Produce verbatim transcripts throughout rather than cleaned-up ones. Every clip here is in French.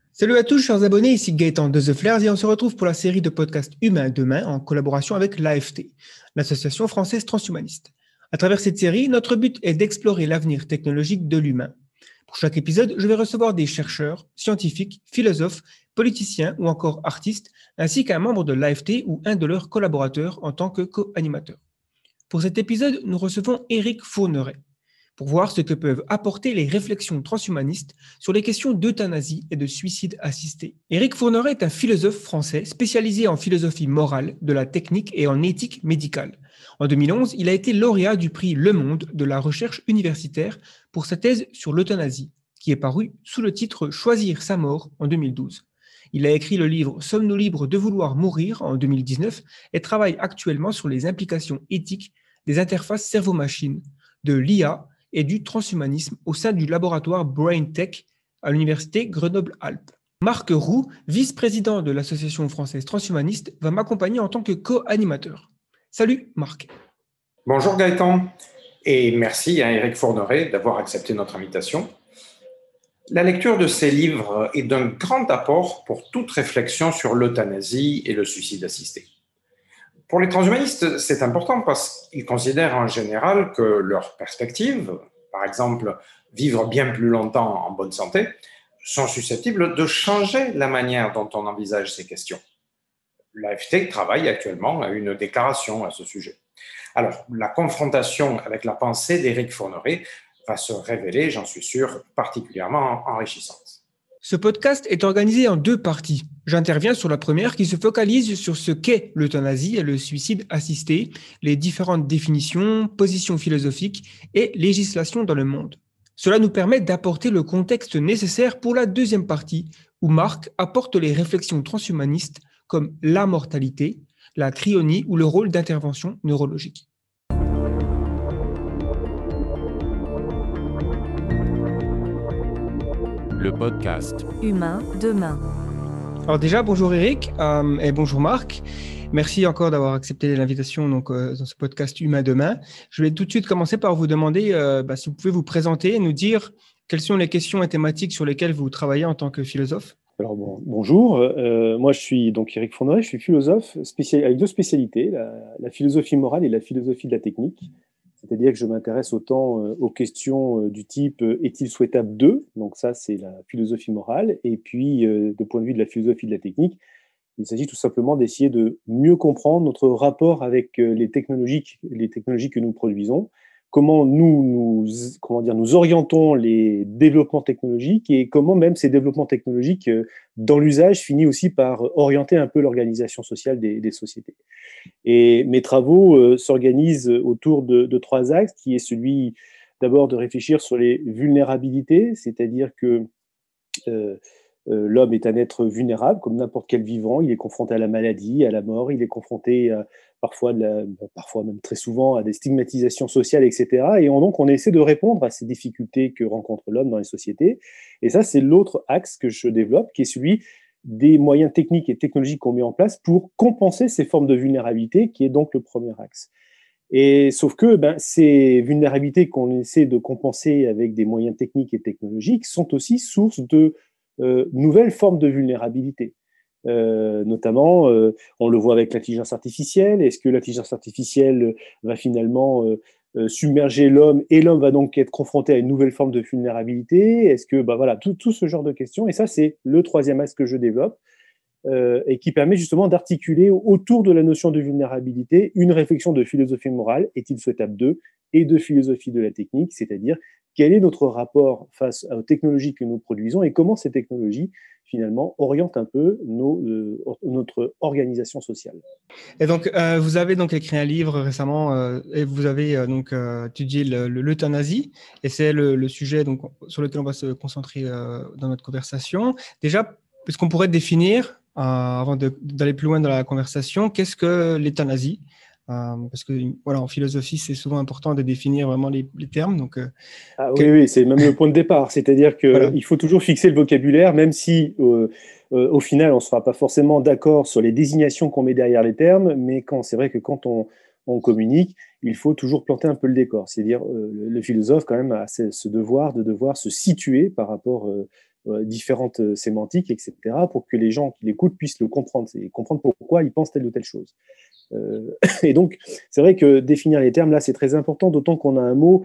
Salut à tous, chers abonnés, ici Gaëtan de The Flares et on se retrouve pour la série de podcasts Humain Demain en collaboration avec l'A F T, l'Association française transhumaniste. À travers cette série, notre but est d'explorer l'avenir technologique de l'humain. Pour chaque épisode, je vais recevoir des chercheurs, scientifiques, philosophes, politiciens ou encore artistes, ainsi qu'un membre de l'A F T ou un de leurs collaborateurs en tant que co-animateur. Pour cet épisode, nous recevons Éric Fourneret, pour voir ce que peuvent apporter les réflexions transhumanistes sur les questions d'euthanasie et de suicide assisté. Éric Fourneret est un philosophe français spécialisé en philosophie morale, de la technique et en éthique médicale. En deux mille onze, il a été lauréat du prix Le Monde de la recherche universitaire pour sa thèse sur l'euthanasie, qui est parue sous le titre Choisir sa mort en deux mille douze. Il a écrit le livre Sommes-nous libres de vouloir mourir en deux mille dix-neuf et travaille actuellement sur les implications éthiques des interfaces cerveau-machine, de l'I A et du transhumanisme au sein du laboratoire BrainTech à l'université Grenoble-Alpes. Marc Roux, vice-président de l'Association française transhumaniste, va m'accompagner en tant que co-animateur. Salut Marc. Bonjour Gaëtan, et merci à Éric Fourneret d'avoir accepté notre invitation. La lecture de ces livres est d'un grand apport pour toute réflexion sur l'euthanasie et le suicide assisté. Pour les transhumanistes, c'est important parce qu'ils considèrent en général que leurs perspectives, par exemple vivre bien plus longtemps en bonne santé, sont susceptibles de changer la manière dont on envisage ces questions. L'A F T travaille actuellement à une déclaration à ce sujet. Alors, la confrontation avec la pensée d'Éric Fourneret va se révéler, j'en suis sûr, particulièrement enrichissante. Ce podcast est organisé en deux parties. J'interviens sur la première qui se focalise sur ce qu'est l'euthanasie et le suicide assisté, les différentes définitions, positions philosophiques et législations dans le monde. Cela nous permet d'apporter le contexte nécessaire pour la deuxième partie, où Marc apporte les réflexions transhumanistes comme la mortalité, la cryonie ou le rôle d'intervention neurologique. Le podcast Humain Demain. Alors déjà, bonjour Éric euh, et bonjour Marc. Merci encore d'avoir accepté l'invitation donc, euh, dans ce podcast Humain Demain. Je vais tout de suite commencer par vous demander euh, bah, si vous pouvez vous présenter et nous dire quelles sont les questions et thématiques sur lesquelles vous travaillez en tant que philosophe. Alors bon, bonjour, euh, moi je suis donc Éric Fourneret, je suis philosophe spécial, avec deux spécialités, la, la philosophie morale et la philosophie de la technique. C'est-à-dire que je m'intéresse autant euh, aux questions euh, du type euh, est-il souhaitable de, donc ça c'est la philosophie morale, et puis euh, de point de vue de la philosophie de la technique, il s'agit tout simplement d'essayer de mieux comprendre notre rapport avec euh, les technologies, les technologies que nous produisons, comment nous, nous, comment dire, nous orientons les développements technologiques et comment même ces développements technologiques, euh, dans l'usage, finissent aussi par orienter un peu l'organisation sociale des, des sociétés. Et mes travaux euh, s'organisent autour de, de trois axes, qui est celui d'abord de réfléchir sur les vulnérabilités, c'est-à-dire que euh, euh, l'homme est un être vulnérable, comme n'importe quel vivant, il est confronté à la maladie, à la mort, il est confronté à, parfois, de la, parfois même très souvent à des stigmatisations sociales, et cetera. Et on, donc on essaie de répondre à ces difficultés que rencontre l'homme dans les sociétés. Et ça, c'est l'autre axe que je développe, qui est celui des moyens techniques et technologiques qu'on met en place pour compenser ces formes de vulnérabilité, qui est donc le premier axe. Et sauf que ben, ces vulnérabilités qu'on essaie de compenser avec des moyens techniques et technologiques sont aussi source de euh, nouvelles formes de vulnérabilité. Euh, notamment, euh, on le voit avec l'intelligence artificielle. Est-ce que l'intelligence artificielle va finalement euh, euh, submerger l'homme et l'homme va donc être confronté à une nouvelle forme de vulnérabilité? Est-ce que, bah voilà, tout, tout ce genre de questions. Et ça, c'est le troisième axe que je développe euh, et qui permet justement d'articuler autour de la notion de vulnérabilité une réflexion de philosophie morale, est-il souhaitable de, et de philosophie de la technique, c'est-à-dire quel est notre rapport face aux technologies que nous produisons et comment ces technologies finalement, oriente un peu nos, euh, notre organisation sociale. Et donc, euh, vous avez donc écrit un livre récemment euh, et vous avez euh, donc euh, étudié le, le, l'euthanasie et c'est le, le sujet donc, sur lequel on va se concentrer euh, dans notre conversation. Déjà, puisqu'on pourrait définir, euh, avant de, d'aller plus loin dans la conversation, qu'est-ce que l'euthanasie ? Euh, parce que voilà, en philosophie, c'est souvent important de définir vraiment les, les termes. Donc, euh, ah, oui, oui, c'est même le point de départ. C'est-à-dire qu'il voilà. faut toujours fixer le vocabulaire, même si euh, euh, au final, on ne sera pas forcément d'accord sur les désignations qu'on met derrière les termes, mais quand, c'est vrai que quand on, on communique, il faut toujours planter un peu le décor. C'est-à-dire euh, le, le philosophe, quand même, a ce, ce devoir de devoir se situer par rapport euh, euh, différentes sémantiques, et cetera, pour que les gens qui l'écoutent puissent le comprendre et comprendre pourquoi ils pensent telle ou telle chose. Euh, et donc, c'est vrai que définir les termes, là, c'est très important, d'autant qu'on a un mot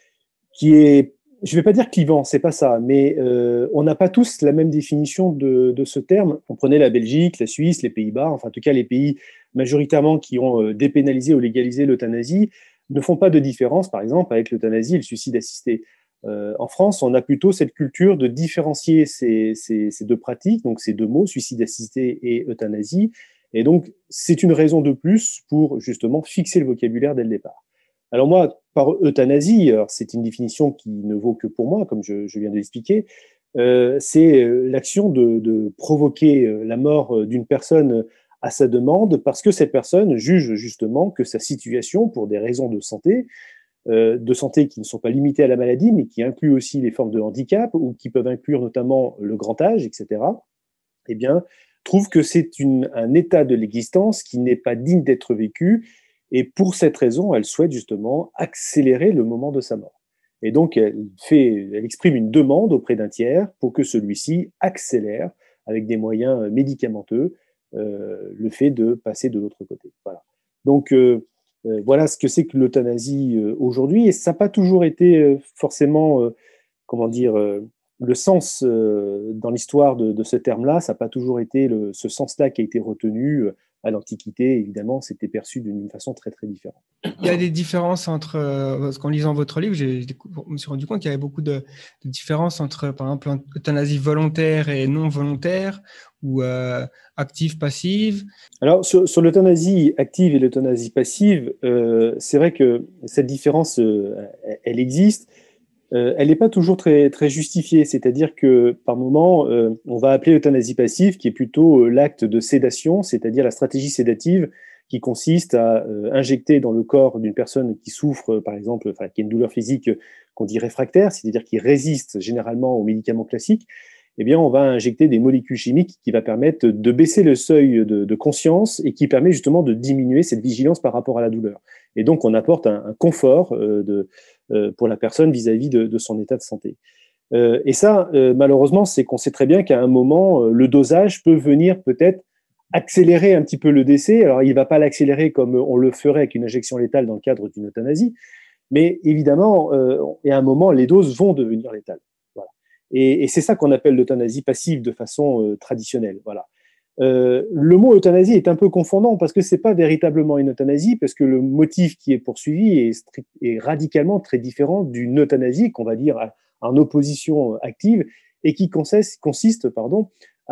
qui est, je ne vais pas dire clivant, c'est pas ça, mais euh, on n'a pas tous la même définition de, de ce terme. On prenait la Belgique, la Suisse, les Pays-Bas, enfin en tout cas les pays majoritairement qui ont euh, dépénalisé ou légalisé l'euthanasie ne font pas de différence, par exemple, avec l'euthanasie et le suicide assisté. Euh, en France, on a plutôt cette culture de différencier ces, ces, ces deux pratiques, donc ces deux mots, suicide assisté et euthanasie. Et donc, c'est une raison de plus pour justement fixer le vocabulaire dès le départ. Alors moi, par euthanasie, c'est une définition qui ne vaut que pour moi, comme je, je viens de l'expliquer, euh, c'est l'action de, de provoquer la mort d'une personne à sa demande parce que cette personne juge justement que sa situation, pour des raisons de santé, euh, de santé qui ne sont pas limitées à la maladie, mais qui incluent aussi les formes de handicap ou qui peuvent inclure notamment le grand âge, et cetera, eh bien, trouve que c'est une, un état de l'existence qui n'est pas digne d'être vécu. Et pour cette raison, elle souhaite justement accélérer le moment de sa mort. Et donc, elle, fait, elle exprime une demande auprès d'un tiers pour que celui-ci accélère, avec des moyens médicamenteux, euh, le fait de passer de l'autre côté. Voilà. Donc, euh, euh, voilà ce que c'est que l'euthanasie euh, aujourd'hui. Et ça n'a pas toujours été euh, forcément, euh, comment dire, euh, le sens euh, dans l'histoire de, de ce terme-là. Ça n'a pas toujours été le, ce sens-là qui a été retenu. Euh, à l'Antiquité, évidemment, c'était perçu d'une façon très, très différente. Il y a des différences entre, euh, parce qu'en lisant votre livre, j'ai, je me suis rendu compte qu'il y avait beaucoup de, de différences entre, par exemple, l'euthanasie volontaire et non volontaire, ou euh, active, passive. Alors, sur, sur l'euthanasie active et l'euthanasie passive, euh, c'est vrai que cette différence, euh, elle existe. Euh, elle n'est pas toujours très, très justifiée, c'est-à-dire que par moment, euh, on va appeler euthanasie passive, qui est plutôt euh, l'acte de sédation, c'est-à-dire la stratégie sédative qui consiste à euh, injecter dans le corps d'une personne qui souffre, par exemple, enfin, qui a une douleur physique euh, qu'on dit réfractaire, c'est-à-dire qui résiste généralement aux médicaments classiques, eh bien, on va injecter des molécules chimiques qui va permettre de baisser le seuil de, de conscience et qui permet justement de diminuer cette vigilance par rapport à la douleur. Et donc, on apporte un, un confort euh, de, euh, pour la personne vis-à-vis de, de son état de santé. Euh, et ça, euh, malheureusement, c'est qu'on sait très bien qu'à un moment, euh, le dosage peut venir peut-être accélérer un petit peu le décès. Alors, il ne va pas l'accélérer comme on le ferait avec une injection létale dans le cadre d'une euthanasie, mais évidemment, euh, et à un moment, les doses vont devenir létales. Voilà. Et, et c'est ça qu'on appelle l'euthanasie passive de façon euh, traditionnelle. Voilà. Euh, le mot euthanasie est un peu confondant parce que c'est pas véritablement une euthanasie, parce que le motif qui est poursuivi est, strict, est radicalement très différent d'une euthanasie qu'on va dire en opposition active et qui consiste, consiste pardon,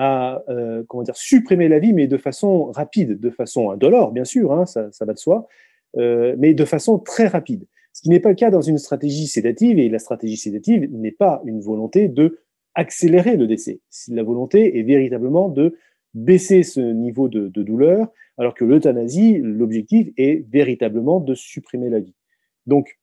à euh, comment dire, supprimer la vie, mais de façon rapide, de façon indolore, bien sûr, hein, ça, ça va de soi, euh, mais de façon très rapide. Ce qui n'est pas le cas dans une stratégie sédative, et la stratégie sédative n'est pas une volonté de accélérer le décès. La volonté est véritablement de baisser ce niveau de, de douleur, alors que l'euthanasie, l'objectif est véritablement de supprimer la vie. Donc,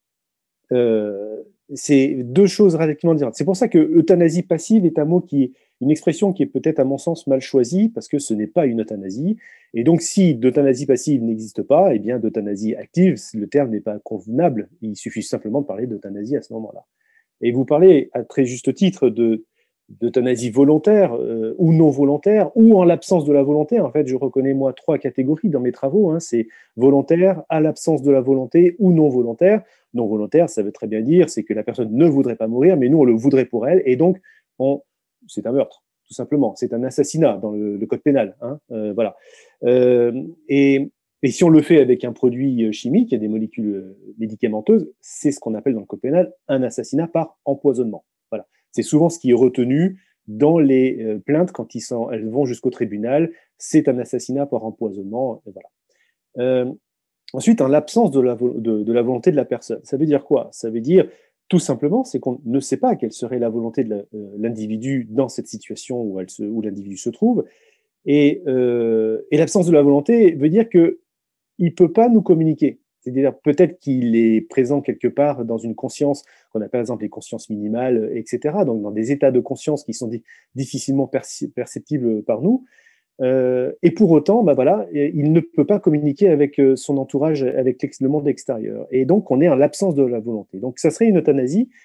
euh, c'est deux choses radicalement différentes. C'est pour ça que euthanasie passive est un mot qui est une expression qui est peut-être à mon sens mal choisie, parce que ce n'est pas une euthanasie. Et donc, si d'euthanasie passive n'existe pas, eh bien, d'euthanasie active, le terme n'est pas convenable. Il suffit simplement de parler d'euthanasie à ce moment-là. Et vous parlez à très juste titre de d'euthanasie volontaire euh, ou non volontaire, ou en l'absence de la volonté. En fait, je reconnais, moi, trois catégories dans mes travaux. Hein. C'est volontaire, à l'absence de la volonté, ou non volontaire. Non volontaire, ça veut très bien dire, c'est que la personne ne voudrait pas mourir, mais nous, on le voudrait pour elle, et donc, on... c'est un meurtre, tout simplement. C'est un assassinat dans le, le code pénal. Hein. Euh, voilà. Euh, et, et si on le fait avec un produit chimique, il y a des molécules médicamenteuses, c'est ce qu'on appelle dans le code pénal un assassinat par empoisonnement. Voilà. C'est souvent ce qui est retenu dans les euh, plaintes quand ils sont, elles vont jusqu'au tribunal. C'est un assassinat par empoisonnement. Et voilà. Euh, ensuite, en l'absence de la, de, de la volonté de la personne. Ça veut dire quoi? Ça veut dire tout simplement, c'est qu'on ne sait pas quelle serait la volonté de l'individu euh, dans cette situation où, elle se, où l'individu se trouve. Et, euh, et l'absence de la volonté veut dire qu'il ne peut pas nous communiquer. C'est-à-dire peut-être qu'il est présent quelque part dans une conscience qu'on appelle par exemple les consciences minimales, et cetera. Donc dans des états de conscience qui sont difficilement perceptibles par nous. Euh, et pour autant, bah voilà, il ne peut pas communiquer avec son entourage, avec le monde extérieur. Et donc on est en l'absence de la volonté. Donc ça serait une euthanasie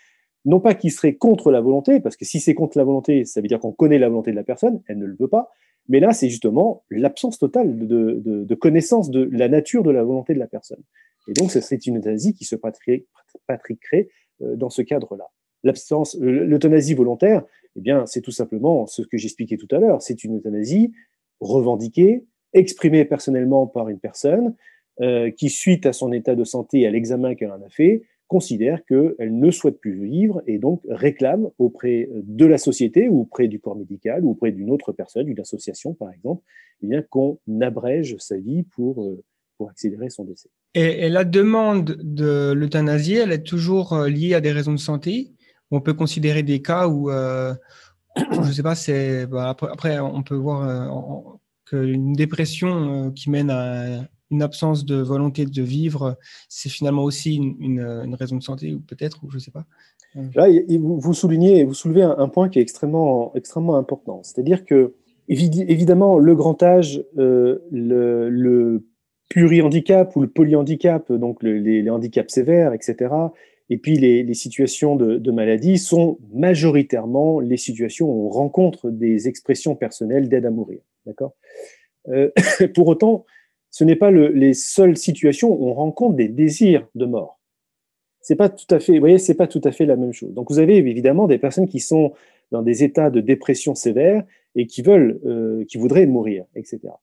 non pas qui serait contre la volonté, parce que si c'est contre la volonté, ça veut dire qu'on connaît la volonté de la personne, elle ne le veut pas, mais là, c'est justement l'absence totale de, de, de connaissance de la nature de la volonté de la personne. Et donc, c'est une euthanasie qui se pratiquerait dans ce cadre-là. L'absence, l'euthanasie volontaire, eh bien, c'est tout simplement ce que j'expliquais tout à l'heure. C'est une euthanasie revendiquée, exprimée personnellement par une personne euh, qui, suite à son état de santé et à l'examen qu'elle en a fait, considère qu'elle ne souhaite plus vivre et donc réclame auprès de la société ou auprès du corps médical ou auprès d'une autre personne, d'une association par exemple, eh bien, qu'on abrège sa vie pour, pour accélérer son décès. Et, et la demande de l'euthanasie, elle est toujours liée à des raisons de santé? On peut considérer des cas où, euh, je ne sais pas, c'est, bah, après, après, on peut voir euh, qu'une dépression euh, qui mène à une absence de volonté de vivre, c'est finalement aussi une, une, une raison de santé, ou peut-être, ou je ne sais pas. Là, vous soulignez, vous soulevez un, un point qui est extrêmement, extrêmement important. C'est-à-dire que, évidemment, le grand âge, euh, le, le plurihandicap ou le polyhandicap, donc le, les, les handicaps sévères, et cetera, et puis les, les situations de, de maladie sont majoritairement les situations où on rencontre des expressions personnelles d'aide à mourir. D'accord ? Euh, pour autant, ce n'est pas le, les seules situations où on rencontre des désirs de mort. C'est pas tout à fait, vous voyez, c'est pas tout à fait la même chose. Donc, vous avez évidemment des personnes qui sont dans des états de dépression sévère et qui veulent, euh, qui voudraient mourir, et cetera.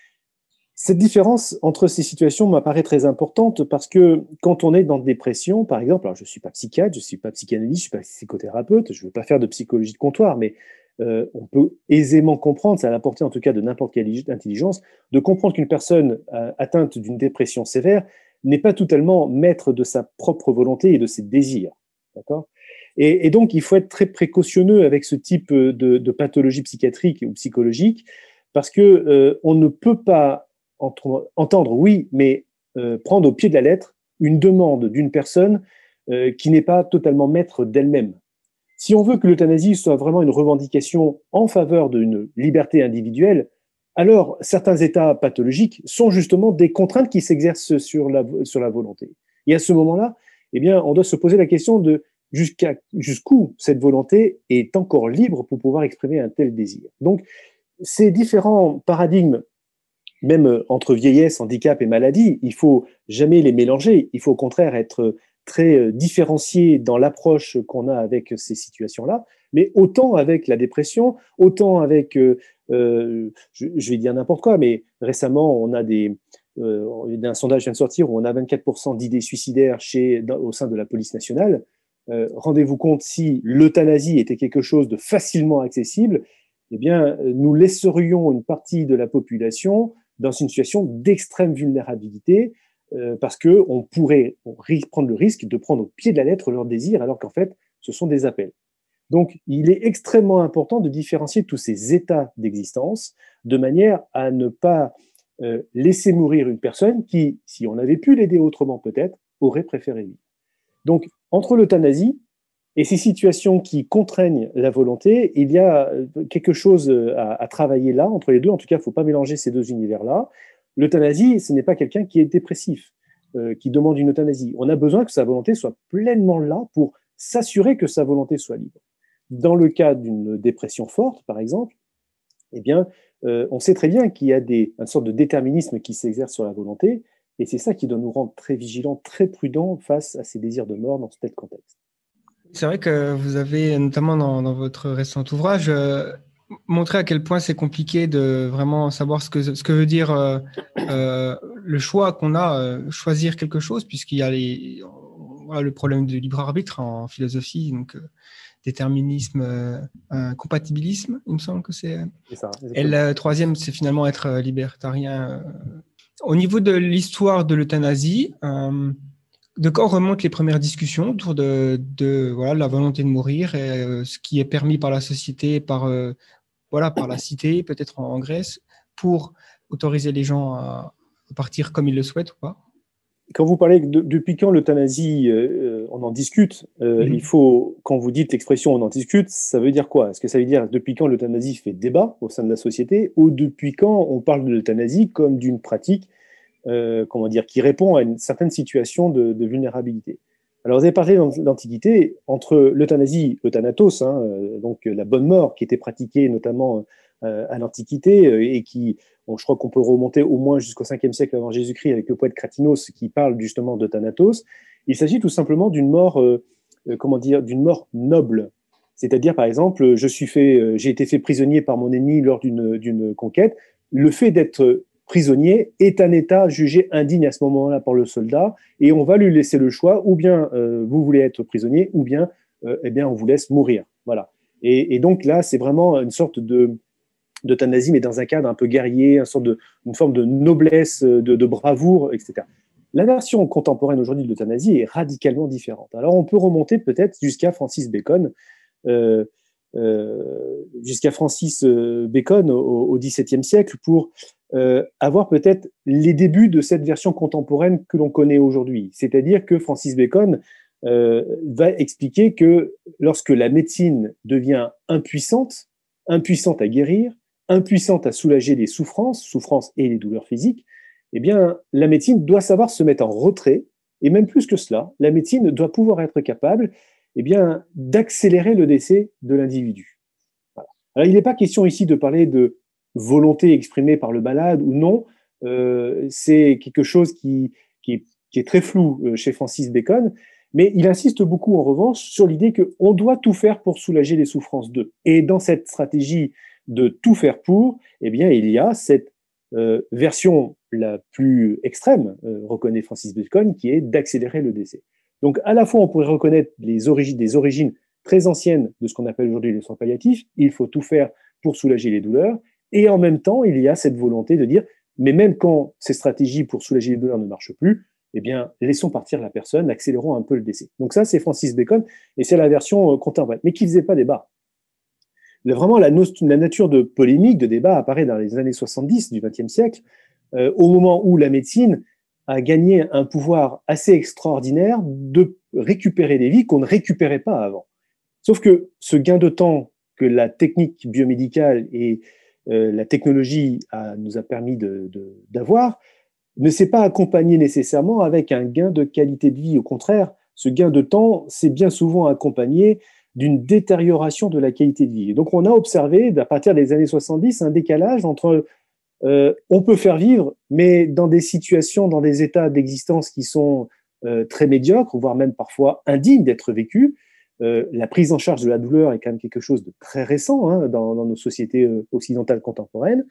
Cette différence entre ces situations m'apparaît très importante parce que quand on est dans dépression, par exemple, alors je ne suis pas psychiatre, je ne suis pas psychanalyste, je ne suis pas psychothérapeute, je ne veux pas faire de psychologie de comptoir, mais euh, on peut aisément comprendre, ça à la portée en tout cas de n'importe quelle intelligence, de comprendre qu'une personne euh, atteinte d'une dépression sévère n'est pas totalement maître de sa propre volonté et de ses désirs. D'accord ? Et, et donc, il faut être très précautionneux avec ce type de, de pathologie psychiatrique ou psychologique parce qu'on euh, ne peut pas entendre, oui, mais euh, prendre au pied de la lettre une demande d'une personne euh, qui n'est pas totalement maître d'elle-même. Si on veut que l'euthanasie soit vraiment une revendication en faveur d'une liberté individuelle, alors certains états pathologiques sont justement des contraintes qui s'exercent sur la, sur la volonté. Et à ce moment-là, eh bien, on doit se poser la question de jusqu'à, jusqu'où cette volonté est encore libre pour pouvoir exprimer un tel désir. Donc, ces différents paradigmes, même entre vieillesse, handicap et maladie, il ne faut jamais les mélanger. Il faut au contraire être très différencié dans l'approche qu'on a avec ces situations-là, mais autant avec la dépression, autant avec, euh, euh, je, je vais dire n'importe quoi, mais récemment, on a des, euh, un sondage vient de sortir où on a vingt-quatre pour cent d'idées suicidaires chez, dans, au sein de la police nationale. Euh, rendez-vous compte, si l'euthanasie était quelque chose de facilement accessible, eh bien, nous laisserions une partie de la population dans une situation d'extrême vulnérabilité, euh, parce qu'on pourrait on prendre le risque de prendre au pied de la lettre leurs désirs, alors qu'en fait, ce sont des appels. Donc, il est extrêmement important de différencier tous ces états d'existence de manière à ne pas euh, laisser mourir une personne qui, si on avait pu l'aider autrement peut-être, aurait préféré vivre. Donc, entre l'euthanasie et ces situations qui contraignent la volonté, il y a quelque chose à, à travailler là, entre les deux. En tout cas, il ne faut pas mélanger ces deux univers-là. L'euthanasie, ce n'est pas quelqu'un qui est dépressif, euh, qui demande une euthanasie. On a besoin que sa volonté soit pleinement là pour s'assurer que sa volonté soit libre. Dans le cas d'une dépression forte, par exemple, eh bien, euh, on sait très bien qu'il y a des, une sorte de déterminisme qui s'exerce sur la volonté, et c'est ça qui doit nous rendre très vigilants, très prudents face à ces désirs de mort dans ce tel contexte. C'est vrai que vous avez, notamment dans, dans votre récent ouvrage, euh, montré à quel point c'est compliqué de vraiment savoir ce que, ce que veut dire euh, euh, le choix qu'on a, euh, choisir quelque chose, puisqu'il y a les, voilà, le problème du libre arbitre en philosophie, donc euh, déterminisme, euh, compatibilisme, il me semble que c'est. C'est ça, et le troisième, c'est finalement être libertarien. Au niveau de l'histoire de l'euthanasie, euh, de quand remontent les premières discussions autour de, de voilà, la volonté de mourir et euh, ce qui est permis par la société, par, euh, voilà, par la cité, peut-être en, en Grèce, pour autoriser les gens à, à partir comme ils le souhaitent ou pas? Quand vous parlez de, depuis quand l'euthanasie, euh, on en discute, euh, mm-hmm. il faut, quand vous dites l'expression on en discute, ça veut dire quoi? Est-ce que ça veut dire depuis quand l'euthanasie fait débat au sein de la société, ou depuis quand on parle de l'euthanasie comme d'une pratique, euh, comment dire, qui répond à une certaine situation de, de vulnérabilité? Alors, vous avez parlé d'Antiquité, entre l'euthanasie, l'euthanatos, hein, euh, donc la bonne mort qui était pratiquée notamment euh, à l'Antiquité euh, et qui, bon, je crois qu'on peut remonter au moins jusqu'au cinquième siècle avant Jésus-Christ avec le poète Cratinos qui parle justement d'euthanatos. Il s'agit tout simplement d'une mort, euh, euh, comment dire, d'une mort noble. C'est-à-dire, par exemple, je suis fait, euh, j'ai été fait prisonnier par mon ennemi lors d'une d'une conquête. Le fait d'être prisonnier est un état jugé indigne à ce moment-là par le soldat, et on va lui laisser le choix, ou bien euh, vous voulez être prisonnier, ou bien, euh, eh bien on vous laisse mourir. Voilà. Et, et donc là, c'est vraiment une sorte de d'euthanasie, mais dans un cadre un peu guerrier, une sorte de, une forme de noblesse, de, de bravoure, et cetera. La version contemporaine aujourd'hui de l'euthanasie est radicalement différente. Alors on peut remonter peut-être jusqu'à Francis Bacon, euh, euh, jusqu'à Francis Bacon au, au dix-septième siècle pour Euh, avoir peut-être les débuts de cette version contemporaine que l'on connaît aujourd'hui. C'est-à-dire que Francis Bacon euh, va expliquer que lorsque la médecine devient impuissante, impuissante à guérir, impuissante à soulager les souffrances, souffrances et les douleurs physiques, eh bien, la médecine doit savoir se mettre en retrait, et même plus que cela, la médecine doit pouvoir être capable eh bien, d'accélérer le décès de l'individu. Voilà. Alors, il n'est pas question ici de parler de volonté exprimée par le malade ou non, euh, c'est quelque chose qui, qui, est, qui est très flou chez Francis Bacon, mais il insiste beaucoup en revanche sur l'idée qu'on doit tout faire pour soulager les souffrances d'eux. Et dans cette stratégie de tout faire pour, eh bien, il y a cette euh, version la plus extrême, euh, reconnaît Francis Bacon, qui est d'accélérer le décès. Donc, à la fois, on pourrait reconnaître les origines, des origines très anciennes de ce qu'on appelle aujourd'hui les soins palliatifs, il faut tout faire pour soulager les douleurs, et en même temps, il y a cette volonté de dire, mais même quand ces stratégies pour soulager les douleurs ne marchent plus, eh bien, laissons partir la personne, accélérons un peu le décès. Donc ça, c'est Francis Bacon, et c'est la version contemporaine, mais qui ne faisait pas débat. Vraiment, la, no la nature de polémique, de débat apparaît dans les années soixante-dix du vingtième siècle, euh, au moment où la médecine a gagné un pouvoir assez extraordinaire de récupérer des vies qu'on ne récupérait pas avant. Sauf que ce gain de temps que la technique biomédicale et Euh, la technologie a, nous a permis d'avoir, ne s'est pas accompagné nécessairement avec un gain de qualité de vie. Au contraire, ce gain de temps s'est bien souvent accompagné d'une détérioration de la qualité de vie. Et donc, on a observé, à partir des années soixante-dix, un décalage entre euh, on peut faire vivre, mais dans des situations, dans des états d'existence qui sont euh, très médiocres, voire même parfois indignes d'être vécus. Euh, la prise en charge de la douleur est quand même quelque chose de très récent hein, dans, dans nos sociétés euh, occidentales contemporaines.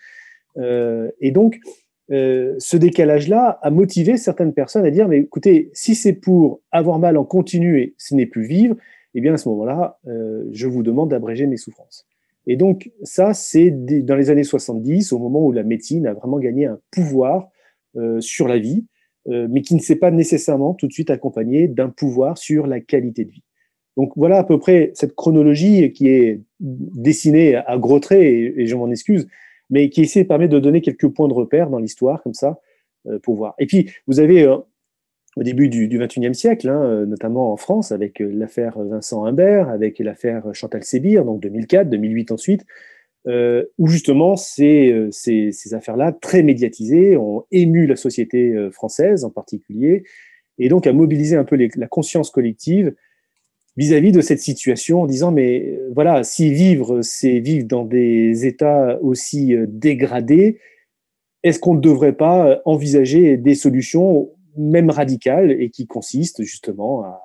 Euh, et donc, euh, ce décalage-là a motivé certaines personnes à dire, mais écoutez, si c'est pour avoir mal en continu et ce n'est plus vivre, eh bien à ce moment-là, euh, je vous demande d'abréger mes souffrances. Et donc, ça, c'est dans les années soixante-dix, au moment où la médecine a vraiment gagné un pouvoir euh, sur la vie, euh, mais qui ne s'est pas nécessairement tout de suite accompagné d'un pouvoir sur la qualité de vie. Donc voilà à peu près cette chronologie qui est dessinée à gros traits, et, et je m'en excuse, mais qui essaie permet de donner quelques points de repère dans l'histoire, comme ça, euh, pour voir. Et puis, vous avez, euh, au début du, du vingt et unième siècle, hein, notamment en France, avec l'affaire Vincent Humbert, avec l'affaire Chantal Sébir, donc deux mille quatre, deux mille huit ensuite, euh, où justement ces, ces, ces affaires-là, très médiatisées, ont ému la société française en particulier, et donc a mobilisé un peu les, la conscience collective vis-à-vis de cette situation en disant, mais voilà, si vivre, c'est vivre dans des états aussi dégradés, est-ce qu'on ne devrait pas envisager des solutions même radicales et qui consistent justement à,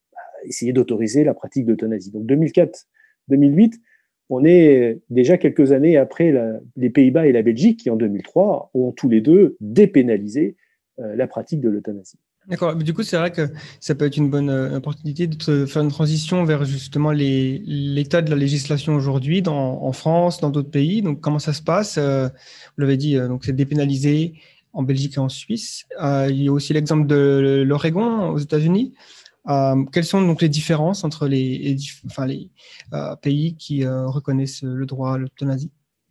à essayer d'autoriser la pratique d'euthanasie. Donc deux mille quatre deux mille huit, on est déjà quelques années après la, les Pays-Bas et la Belgique qui en deux mille trois ont tous les deux dépénalisé euh, la pratique de l'euthanasie. D'accord. Du coup, c'est vrai que ça peut être une bonne euh, opportunité de faire une transition vers justement les, l'état de la législation aujourd'hui dans, en France, dans d'autres pays. Donc, comment ça se passe euh, Vous l'avez dit, euh, donc c'est dépénalisé en Belgique et en Suisse. Euh, il y a aussi l'exemple de l'Oregon aux États-Unis. Euh, quelles sont donc les différences entre les, les, enfin, les euh, pays qui euh, reconnaissent le droit à l'euthanasie?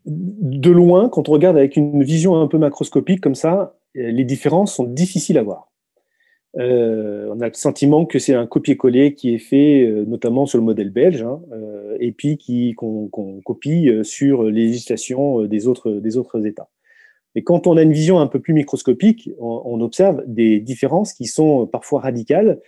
De loin, quand on regarde avec une vision un peu macroscopique comme ça, les différences sont difficiles à voir. Euh, on a le sentiment que c'est un copier-coller qui est fait euh, notamment sur le modèle belge hein, euh, et puis qui, qu'on, qu'on copie euh, sur les législations euh, des, autres, des autres États. Et quand on a une vision un peu plus microscopique, on, on observe des différences qui sont parfois radicales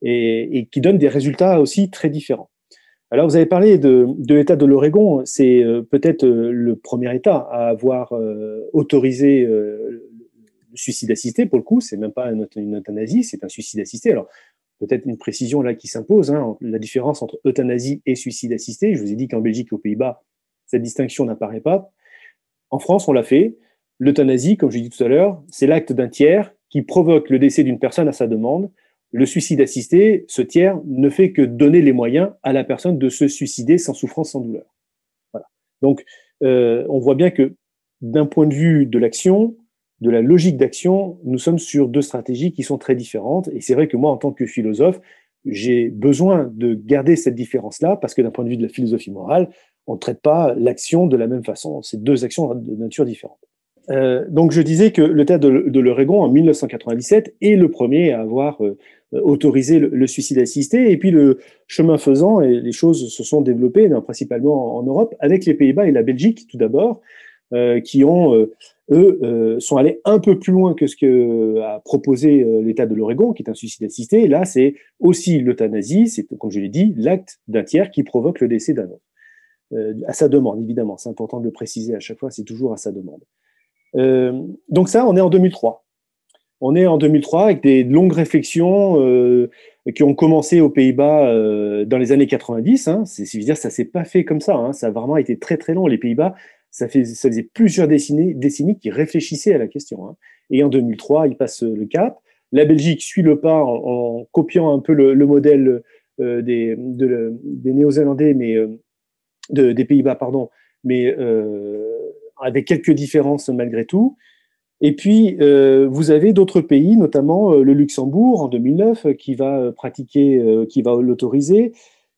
et, et qui donnent des résultats aussi très différents. Alors, vous avez parlé de, de l'État de l'Oregon. C'est euh, peut-être euh, le premier État à avoir euh, autorisé euh, le suicide assisté. Pour le coup, c'est même pas une, une euthanasie, c'est un suicide assisté. Alors, peut-être une précision là qui s'impose, hein, la différence entre euthanasie et suicide assisté. Je vous ai dit qu'en Belgique et aux Pays-Bas, cette distinction n'apparaît pas. En France, on l'a fait. L'euthanasie, comme je l'ai dit tout à l'heure, c'est l'acte d'un tiers qui provoque le décès d'une personne à sa demande. Le suicide assisté, ce tiers ne fait que donner les moyens à la personne de se suicider sans souffrance, sans douleur. Voilà. Donc, euh, on voit bien que d'un point de vue de l'action, de la logique d'action, nous sommes sur deux stratégies qui sont très différentes. Et c'est vrai que moi, en tant que philosophe, j'ai besoin de garder cette différence-là parce que d'un point de vue de la philosophie morale, on ne traite pas l'action de la même façon. C'est deux actions de nature différente. Euh, donc, je disais que le théâtre de, de l'Oregon, en mille neuf cent quatre-vingt-dix-sept, est le premier à avoir euh, autorisé le, le suicide assisté. Et puis, le chemin faisant, et les choses se sont développées, non, principalement en, en Europe, avec les Pays-Bas et la Belgique, tout d'abord, euh, qui ont, euh, eux, euh, sont allés un peu plus loin que ce que a proposé euh, l'État de l'Oregon, qui est un suicide assisté. Et là, c'est aussi l'euthanasie, c'est, comme je l'ai dit, l'acte d'un tiers qui provoque le décès d'un autre. Euh, à sa demande, évidemment. C'est important de le préciser à chaque fois, c'est toujours à sa demande. Euh, donc ça, on est en deux mille trois. On est en deux mille trois avec des longues réflexions euh, qui ont commencé aux Pays-Bas euh, dans les années quatre-vingt-dix. Hein. C'est, c'est dire, ça s'est pas fait comme ça. Hein. Ça a vraiment été très très long. Les Pays-Bas, ça, fait, ça faisait plusieurs décennies, décennies qu'ils réfléchissaient à la question. Hein. Et en deux mille trois, ils passent le cap. La Belgique suit le pas en, en copiant un peu le, le modèle euh, des, de, des Néo-Zélandais, mais euh, de, des Pays-Bas, pardon, mais euh, avec quelques différences malgré tout. Et puis, euh, vous avez d'autres pays, notamment euh, le Luxembourg en deux mille neuf, euh, qui va pratiquer, euh, qui va l'autoriser.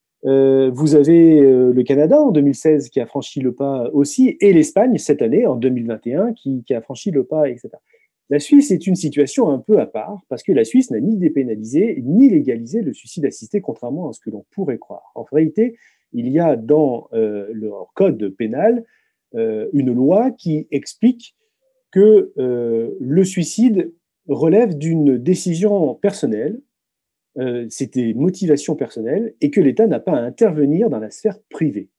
Euh, vous avez euh, le Canada en deux mille seize qui a franchi le pas aussi, et l'Espagne cette année, en deux mille vingt et un, qui, qui a franchi le pas, et cetera. La Suisse est une situation un peu à part, parce que la Suisse n'a ni dépénalisé, ni légalisé le suicide assisté, contrairement à ce que l'on pourrait croire. En réalité, il y a dans euh, leur code pénal euh, une loi qui explique que euh, le suicide relève d'une décision personnelle, euh, c'est des motivations personnelles, et que l'État n'a pas à intervenir dans la sphère privée.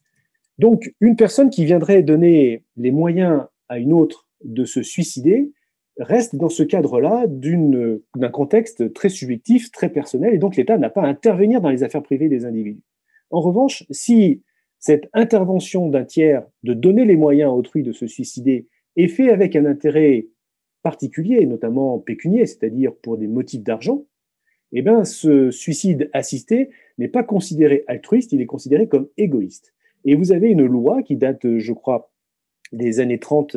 Donc, une personne qui viendrait donner les moyens à une autre de se suicider reste dans ce cadre-là d'une, d'un contexte très subjectif, très personnel, et donc l'État n'a pas à intervenir dans les affaires privées des individus. En revanche, si cette intervention d'un tiers de donner les moyens à autrui de se suicider est fait avec un intérêt particulier, notamment pécunier, c'est-à-dire pour des motifs d'argent, eh bien, ce suicide assisté n'est pas considéré altruiste, il est considéré comme égoïste. Et vous avez une loi qui date, je crois, des années trente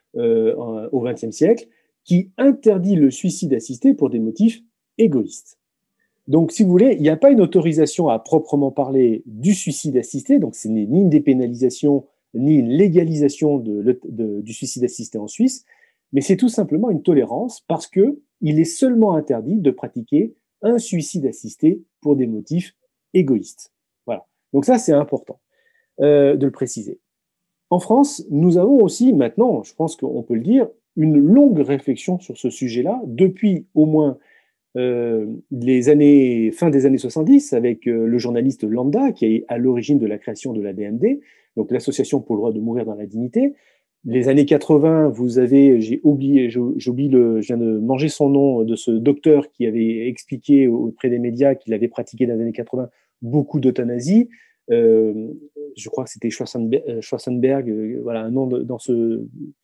euh, au vingtième siècle, qui interdit le suicide assisté pour des motifs égoïstes. Donc, si vous voulez, il n'y a pas une autorisation à proprement parler du suicide assisté, donc ce n'est ni une dépénalisation, ni une légalisation de, de, du suicide assisté en Suisse, mais c'est tout simplement une tolérance parce qu'il est seulement interdit de pratiquer un suicide assisté pour des motifs égoïstes. Voilà. Donc ça, c'est important euh, de le préciser. En France, nous avons aussi maintenant, je pense qu'on peut le dire, une longue réflexion sur ce sujet-là, depuis au moins euh, les années, fin des années soixante-dix, avec euh, le journaliste Lambda, qui est à l'origine de la création de l'A D M D, donc l'Association pour le droit de mourir dans la dignité. Les années quatre-vingts, vous avez, j'ai oublié, j'oublie le, je viens de manger son nom, de ce docteur qui avait expliqué auprès des médias qu'il avait pratiqué dans les années quatre-vingts beaucoup d'euthanasie. Euh, je crois que c'était Schwarzenberg, Schwarzenberg euh, voilà, un nom de, dans ce,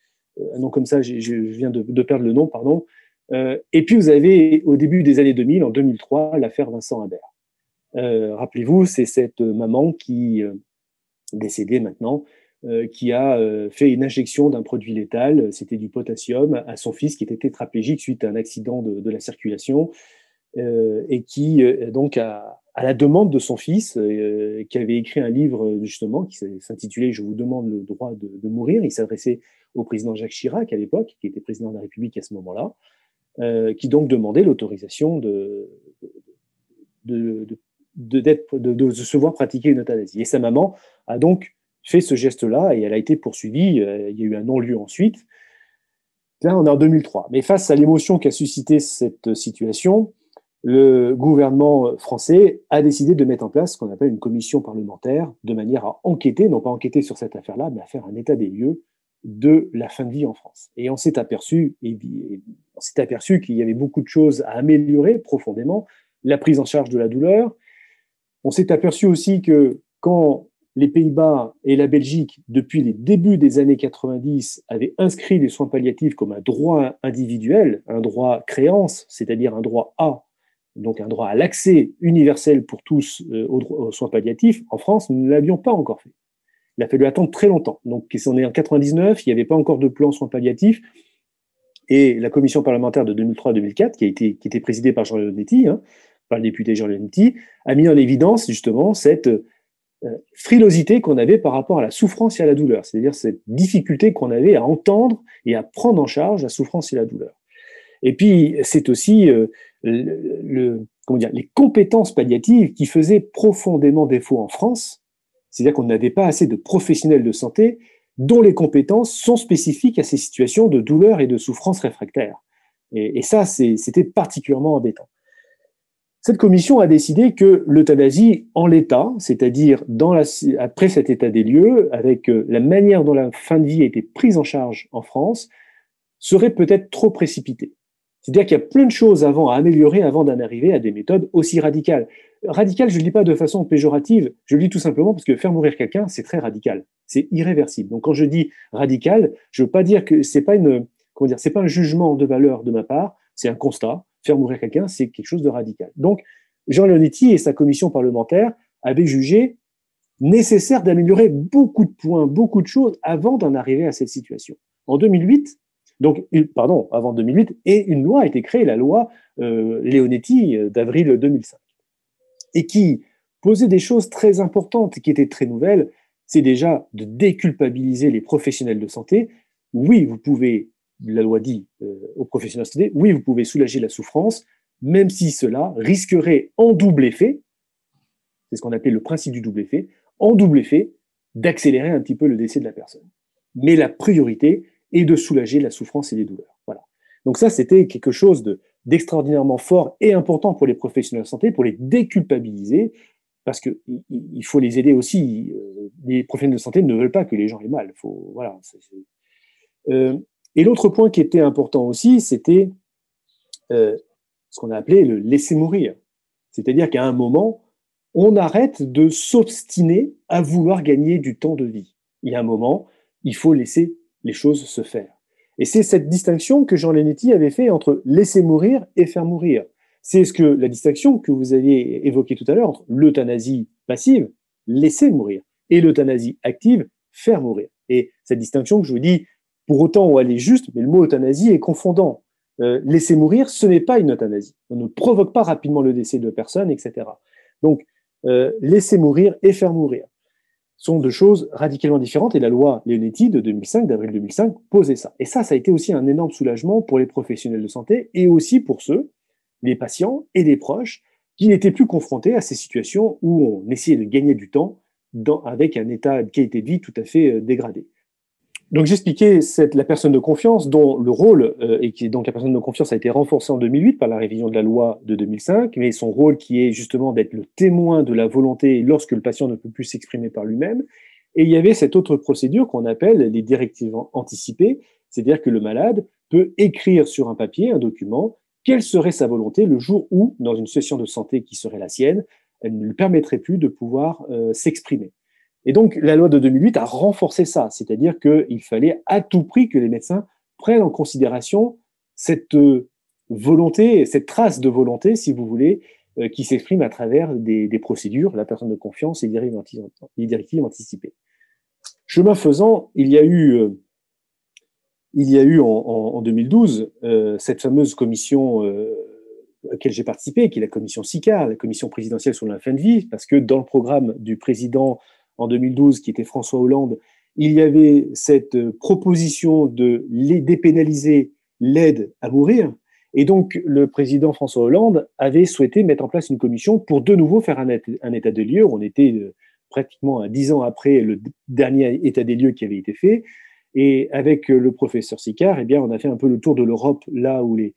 un nom comme ça, je, je viens de, de perdre le nom, pardon. Euh, et puis vous avez, au début des années deux mille, en deux mille trois, l'affaire Vincent Imbert. Euh, rappelez-vous, c'est cette maman qui, euh, décédée maintenant, euh, qui a euh, fait une injection d'un produit létal, c'était du potassium, à son fils qui était tétraplégique suite à un accident de, de la circulation, euh, et qui, euh, donc, a, à la demande de son fils, euh, qui avait écrit un livre, justement, qui s'intitulait « Je vous demande le droit de, de mourir », il s'adressait au président Jacques Chirac à l'époque, qui était président de la République à ce moment-là, euh, qui donc demandait l'autorisation de, de, de, de, d'être, de, de se voir pratiquer une euthanasie. Et sa maman a donc fait ce geste-là et elle a été poursuivie. Euh, il y a eu un non-lieu ensuite. Là, on est en deux mille trois. Mais face à l'émotion qu'a suscité cette situation, le gouvernement français a décidé de mettre en place ce qu'on appelle une commission parlementaire de manière à enquêter, non pas enquêter sur cette affaire-là, mais à faire un état des lieux de la fin de vie en France. Et on s'est aperçu, et on s'est aperçu qu'il y avait beaucoup de choses à améliorer profondément, la prise en charge de la douleur. On s'est aperçu aussi que quand les Pays-Bas et la Belgique, depuis les débuts des années quatre-vingt-dix, avaient inscrit les soins palliatifs comme un droit individuel, un droit créance, c'est-à-dire un droit à, donc un droit à l'accès universel pour tous euh, aux, aux soins palliatifs, en France, nous ne l'avions pas encore fait. Il a fallu attendre très longtemps. Donc, on est en quatre-vingt-dix-neuf, il n'y avait pas encore de plan soins palliatifs, et la commission parlementaire de deux mille trois à deux mille quatre, qui a été, qui était présidée par Jean Leonetti, hein, par le député Jean Leonetti, a mis en évidence justement cette euh, frilosité qu'on avait par rapport à la souffrance et à la douleur, c'est-à-dire cette difficulté qu'on avait à entendre et à prendre en charge la souffrance et la douleur. Et puis, c'est aussi euh, le, le, comment dire, les compétences palliatives qui faisaient profondément défaut en France, c'est-à-dire qu'on n'avait pas assez de professionnels de santé dont les compétences sont spécifiques à ces situations de douleur et de souffrance réfractaire. Et, et ça, c'est, c'était particulièrement embêtant. Cette commission a décidé que l'euthanasie en l'état, c'est-à-dire dans la, après cet état des lieux, avec la manière dont la fin de vie a été prise en charge en France, serait peut-être trop précipitée. C'est-à-dire qu'il y a plein de choses avant à améliorer avant d'en arriver à des méthodes aussi radicales. Radical, je ne le dis pas de façon péjorative, je le dis tout simplement parce que faire mourir quelqu'un, c'est très radical, c'est irréversible. Donc quand je dis radical, je ne veux pas dire que c'est pas une, comment dire, c'est pas un jugement de valeur de ma part, c'est un constat. Faire mourir quelqu'un, c'est quelque chose de radical. Donc, Jean Leonetti et sa commission parlementaire avaient jugé nécessaire d'améliorer beaucoup de points, beaucoup de choses avant d'en arriver à cette situation. En deux mille huit, donc, pardon, avant deux mille huit, et une loi a été créée, la loi euh, Leonetti d'avril deux mille cinq, et qui posait des choses très importantes, qui étaient très nouvelles. C'est déjà de déculpabiliser les professionnels de santé. Oui, vous pouvez, la loi dit euh, aux professionnels de santé, oui, vous pouvez soulager la souffrance, même si cela risquerait en double effet, c'est ce qu'on appelle le principe du double effet, en double effet, d'accélérer un petit peu le décès de la personne. Mais la priorité est de soulager la souffrance et les douleurs. Voilà. Donc ça, c'était quelque chose de, d'extraordinairement fort et important pour les professionnels de santé, pour les déculpabiliser, parce qu'il il faut les aider aussi. Les professionnels de santé ne veulent pas que les gens aient mal. Faut, voilà, c'est, c'est... Euh, et l'autre point qui était important aussi, c'était euh, ce qu'on a appelé le laisser mourir. C'est-à-dire qu'à un moment, on arrête de s'obstiner à vouloir gagner du temps de vie. Il y a un moment, il faut laisser les choses se faire. Et c'est cette distinction que Jean Leonetti avait fait entre laisser mourir et faire mourir. C'est ce que la distinction que vous aviez évoquée tout à l'heure entre l'euthanasie passive, laisser mourir, et l'euthanasie active, faire mourir. Et cette distinction que je vous dis, pour autant elle est juste, mais le mot euthanasie est confondant. Euh, laisser mourir, ce n'est pas une euthanasie. On ne provoque pas rapidement le décès de personnes, et cetera. Donc, euh, laisser mourir et faire mourir sont deux choses radicalement différentes, et la loi Leonetti de deux mille cinq, d'avril deux mille cinq, posait ça. Et ça, ça a été aussi un énorme soulagement pour les professionnels de santé, et aussi pour ceux, les patients et les proches, qui n'étaient plus confrontés à ces situations où on essayait de gagner du temps dans, avec un état de qualité de vie tout à fait euh, dégradé. Donc j'expliquais cette, la personne de confiance dont le rôle, euh, et qui donc la personne de confiance a été renforcée en deux mille huit par la révision de la loi de deux mille cinq, mais son rôle qui est justement d'être le témoin de la volonté lorsque le patient ne peut plus s'exprimer par lui-même. Et il y avait cette autre procédure qu'on appelle les directives anticipées, c'est-à-dire que le malade peut écrire sur un papier, un document, quelle serait sa volonté le jour où, dans une situation de santé qui serait la sienne, elle ne lui permettrait plus de pouvoir euh, s'exprimer. Et donc, la loi de deux mille huit a renforcé ça, c'est-à-dire qu'il fallait à tout prix que les médecins prennent en considération cette euh, volonté, cette trace de volonté, si vous voulez, euh, qui s'exprime à travers des, des procédures, la personne de confiance et les directives anticipées. Chemin faisant, il y a eu, euh, il y a eu en, en, en deux mille douze euh, cette fameuse commission euh, à laquelle j'ai participé, qui est la commission SICAR, la commission présidentielle sur la fin de vie, parce que dans le programme du président en deux mille douze, qui était François Hollande, il y avait cette proposition de dépénaliser l'aide à mourir. Et donc, le président François Hollande avait souhaité mettre en place une commission pour de nouveau faire un, un état des lieux. On était pratiquement à dix ans après le dernier état des lieux qui avait été fait. Et avec le professeur Sicard, eh bien, on a fait un peu le tour de l'Europe, là où les,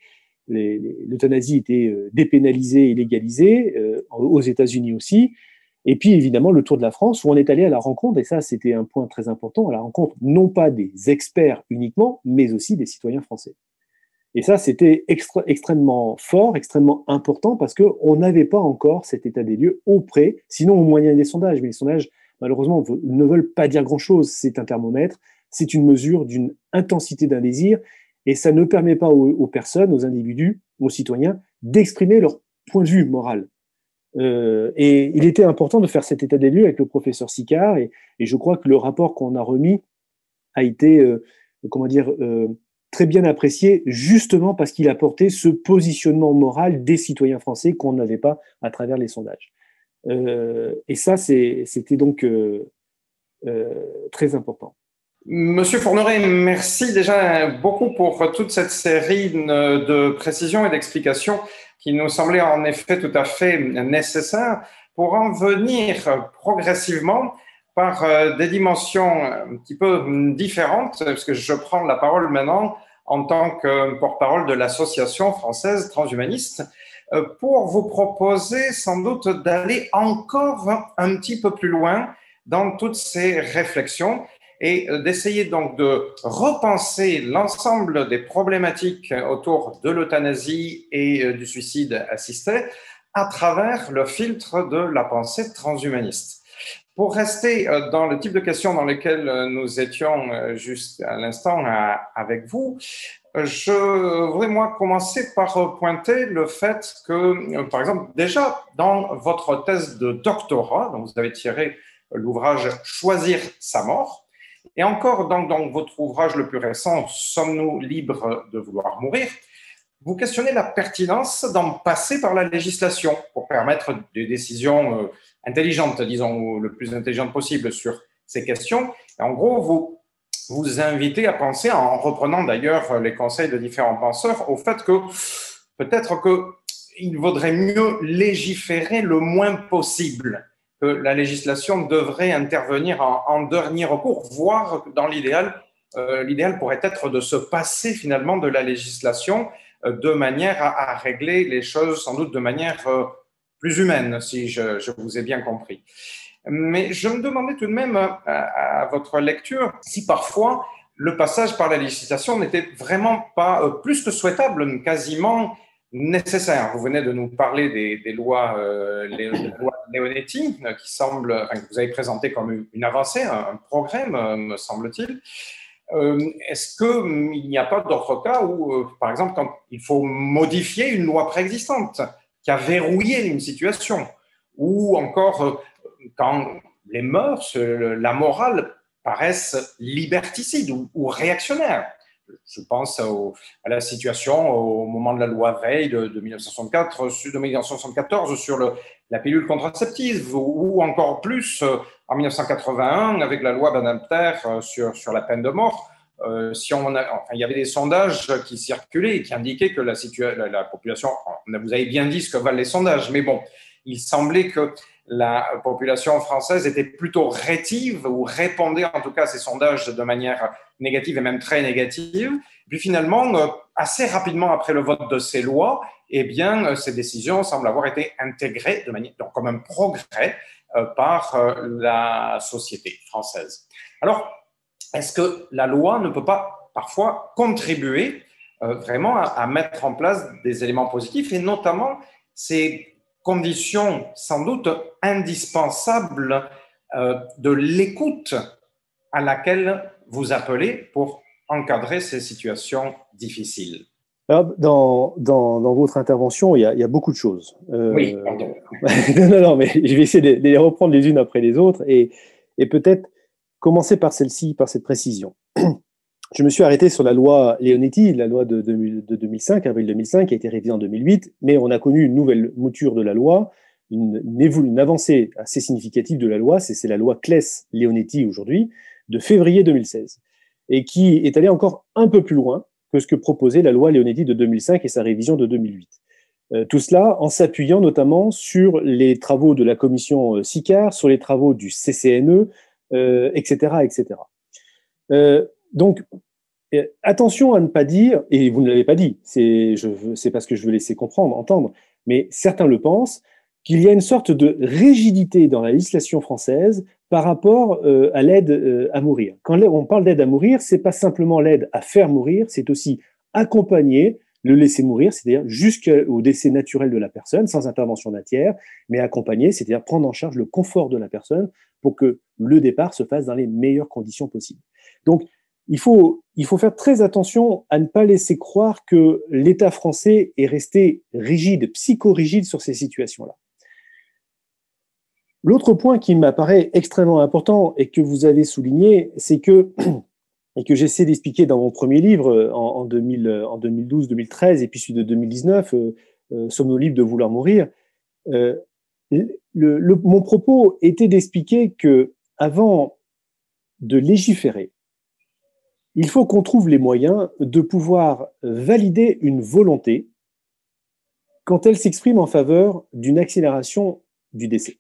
l'euthanasie était euh, dépénalisée et légalisée, euh, aux États-Unis aussi. Et puis, évidemment, le Tour de la France, où on est allé à la rencontre, et ça, c'était un point très important, à la rencontre non pas des experts uniquement, mais aussi des citoyens français. Et ça, c'était extra, extrêmement fort, extrêmement important, parce qu'on n'avait pas encore cet état des lieux auprès, sinon au moyen des sondages. Mais les sondages, malheureusement, ne veulent pas dire grand-chose. C'est un thermomètre, c'est une mesure d'une intensité d'un désir, et ça ne permet pas aux, aux personnes, aux individus, aux citoyens, d'exprimer leur point de vue moral. Euh, et il était important de faire cet état des lieux avec le professeur Sicard, et, et je crois que le rapport qu'on a remis a été, euh, comment dire, euh, très bien apprécié, justement parce qu'il apportait ce positionnement moral des citoyens français qu'on n'avait pas à travers les sondages. Euh, et ça, c'était donc euh, euh, très important. Monsieur Fourneret, merci déjà beaucoup pour toute cette série de précisions et d'explications qui nous semblait en effet tout à fait nécessaire pour en venir progressivement par des dimensions un petit peu différentes, parce que je prends la parole maintenant en tant que porte-parole de l'Association française transhumaniste, pour vous proposer sans doute d'aller encore un petit peu plus loin dans toutes ces réflexions et d'essayer donc de repenser l'ensemble des problématiques autour de l'euthanasie et du suicide assisté à travers le filtre de la pensée transhumaniste. Pour rester dans le type de questions dans lesquelles nous étions juste à l'instant avec vous, je voudrais moi commencer par pointer le fait que, par exemple, déjà dans votre thèse de doctorat, dont vous avez tiré l'ouvrage « Choisir sa mort », et encore dans, dans votre ouvrage le plus récent, « Sommes-nous libres de vouloir mourir ?», vous questionnez la pertinence d'en passer par la législation pour permettre des décisions intelligentes, disons, le plus intelligentes possible sur ces questions. Et en gros, vous vous invitez à penser, en reprenant d'ailleurs les conseils de différents penseurs, au fait que peut-être qu'il vaudrait mieux légiférer le moins possible, que la législation devrait intervenir en, en dernier recours, voire dans l'idéal, euh, l'idéal pourrait être de se passer finalement de la législation euh, de manière à, à régler les choses sans doute de manière euh, plus humaine, si je, je vous ai bien compris. Mais je me demandais tout de même à, à votre lecture si parfois le passage par la législation n'était vraiment pas euh, plus que souhaitable, quasiment nécessaire. Vous venez de nous parler des, des lois, euh, les, les lois Leonetti, euh, qui semblent, enfin, que vous avez présenté comme une avancée, un, un progrès, me, me semble-t-il. Euh, Est-ce qu'il n'y a pas d'autres cas où, euh, par exemple, quand il faut modifier une loi préexistante qui a verrouillé une situation, ou encore euh, quand les mœurs, la morale paraissent liberticides ou, ou réactionnaires? Je pense au, à la situation au moment de la loi Veil de, de mille neuf cent soixante-quatre, de mille neuf cent soixante-quatorze sur le, la pilule contraceptive, ou, ou encore plus en mille neuf cent quatre-vingt-un avec la loi Badinter sur, sur la peine de mort. Euh, si on a, enfin, il y avait des sondages qui circulaient et qui indiquaient que la, la, la population, vous avez bien dit ce que valent les sondages, mais bon, il semblait que la population française était plutôt rétive ou répondait en tout cas à ces sondages de manière négative et même très négative. Puis finalement, assez rapidement après le vote de ces lois, eh bien, ces décisions semblent avoir été intégrées de manière, donc comme un progrès euh, par euh, la société française. Alors, est-ce que la loi ne peut pas parfois contribuer euh, vraiment à, à mettre en place des éléments positifs et notamment ces conditions sans doute indispensables euh, de l'écoute à laquelle vous appelez pour encadrer ces situations difficiles? Alors, dans, dans, dans votre intervention, il y, a, il y a beaucoup de choses. Euh, oui, pardon. non, non, non, mais je vais essayer de, de les reprendre les unes après les autres et, et peut-être commencer par celle-ci, par cette précision. Je me suis arrêté sur la loi Leonetti, la loi de, de, de deux mille cinq, avril deux mille cinq, qui a été révisée en deux mille huit, mais on a connu une nouvelle mouture de la loi, une, une, une avancée assez significative de la loi, c'est la loi Claes-Leonetti aujourd'hui, de février deux mille seize, et qui est allée encore un peu plus loin que ce que proposait la loi Leonetti de deux mille cinq et sa révision de deux mille huit. Euh, tout cela en s'appuyant notamment sur les travaux de la commission euh, Sicard, sur les travaux du C C N E, euh, et cetera, et cetera. Euh, donc, Et attention à ne pas dire, et vous ne l'avez pas dit, c'est, je, c'est parce que je veux laisser comprendre, entendre, mais certains le pensent, qu'il y a une sorte de rigidité dans la législation française par rapport euh, à l'aide euh, à mourir. Quand on parle d'aide à mourir, c'est pas simplement l'aide à faire mourir, c'est aussi accompagner le laisser mourir, c'est-à-dire jusqu'au décès naturel de la personne, sans intervention d'un tiers, mais accompagner, c'est-à-dire prendre en charge le confort de la personne pour que le départ se fasse dans les meilleures conditions possibles. Donc, il faut, il faut faire très attention à ne pas laisser croire que l'État français est resté rigide, psychorigide sur ces situations-là. L'autre point qui m'apparaît extrêmement important et que vous avez souligné, c'est que, et que j'essaie d'expliquer dans mon premier livre en, en, deux mille, en deux mille douze deux mille treize et puis celui de deux mille dix-neuf, euh, euh, Sommes-nous libres de vouloir mourir, euh, le, le, mon propos était d'expliquer que avant de légiférer, il faut qu'on trouve les moyens de pouvoir valider une volonté quand elle s'exprime en faveur d'une accélération du décès.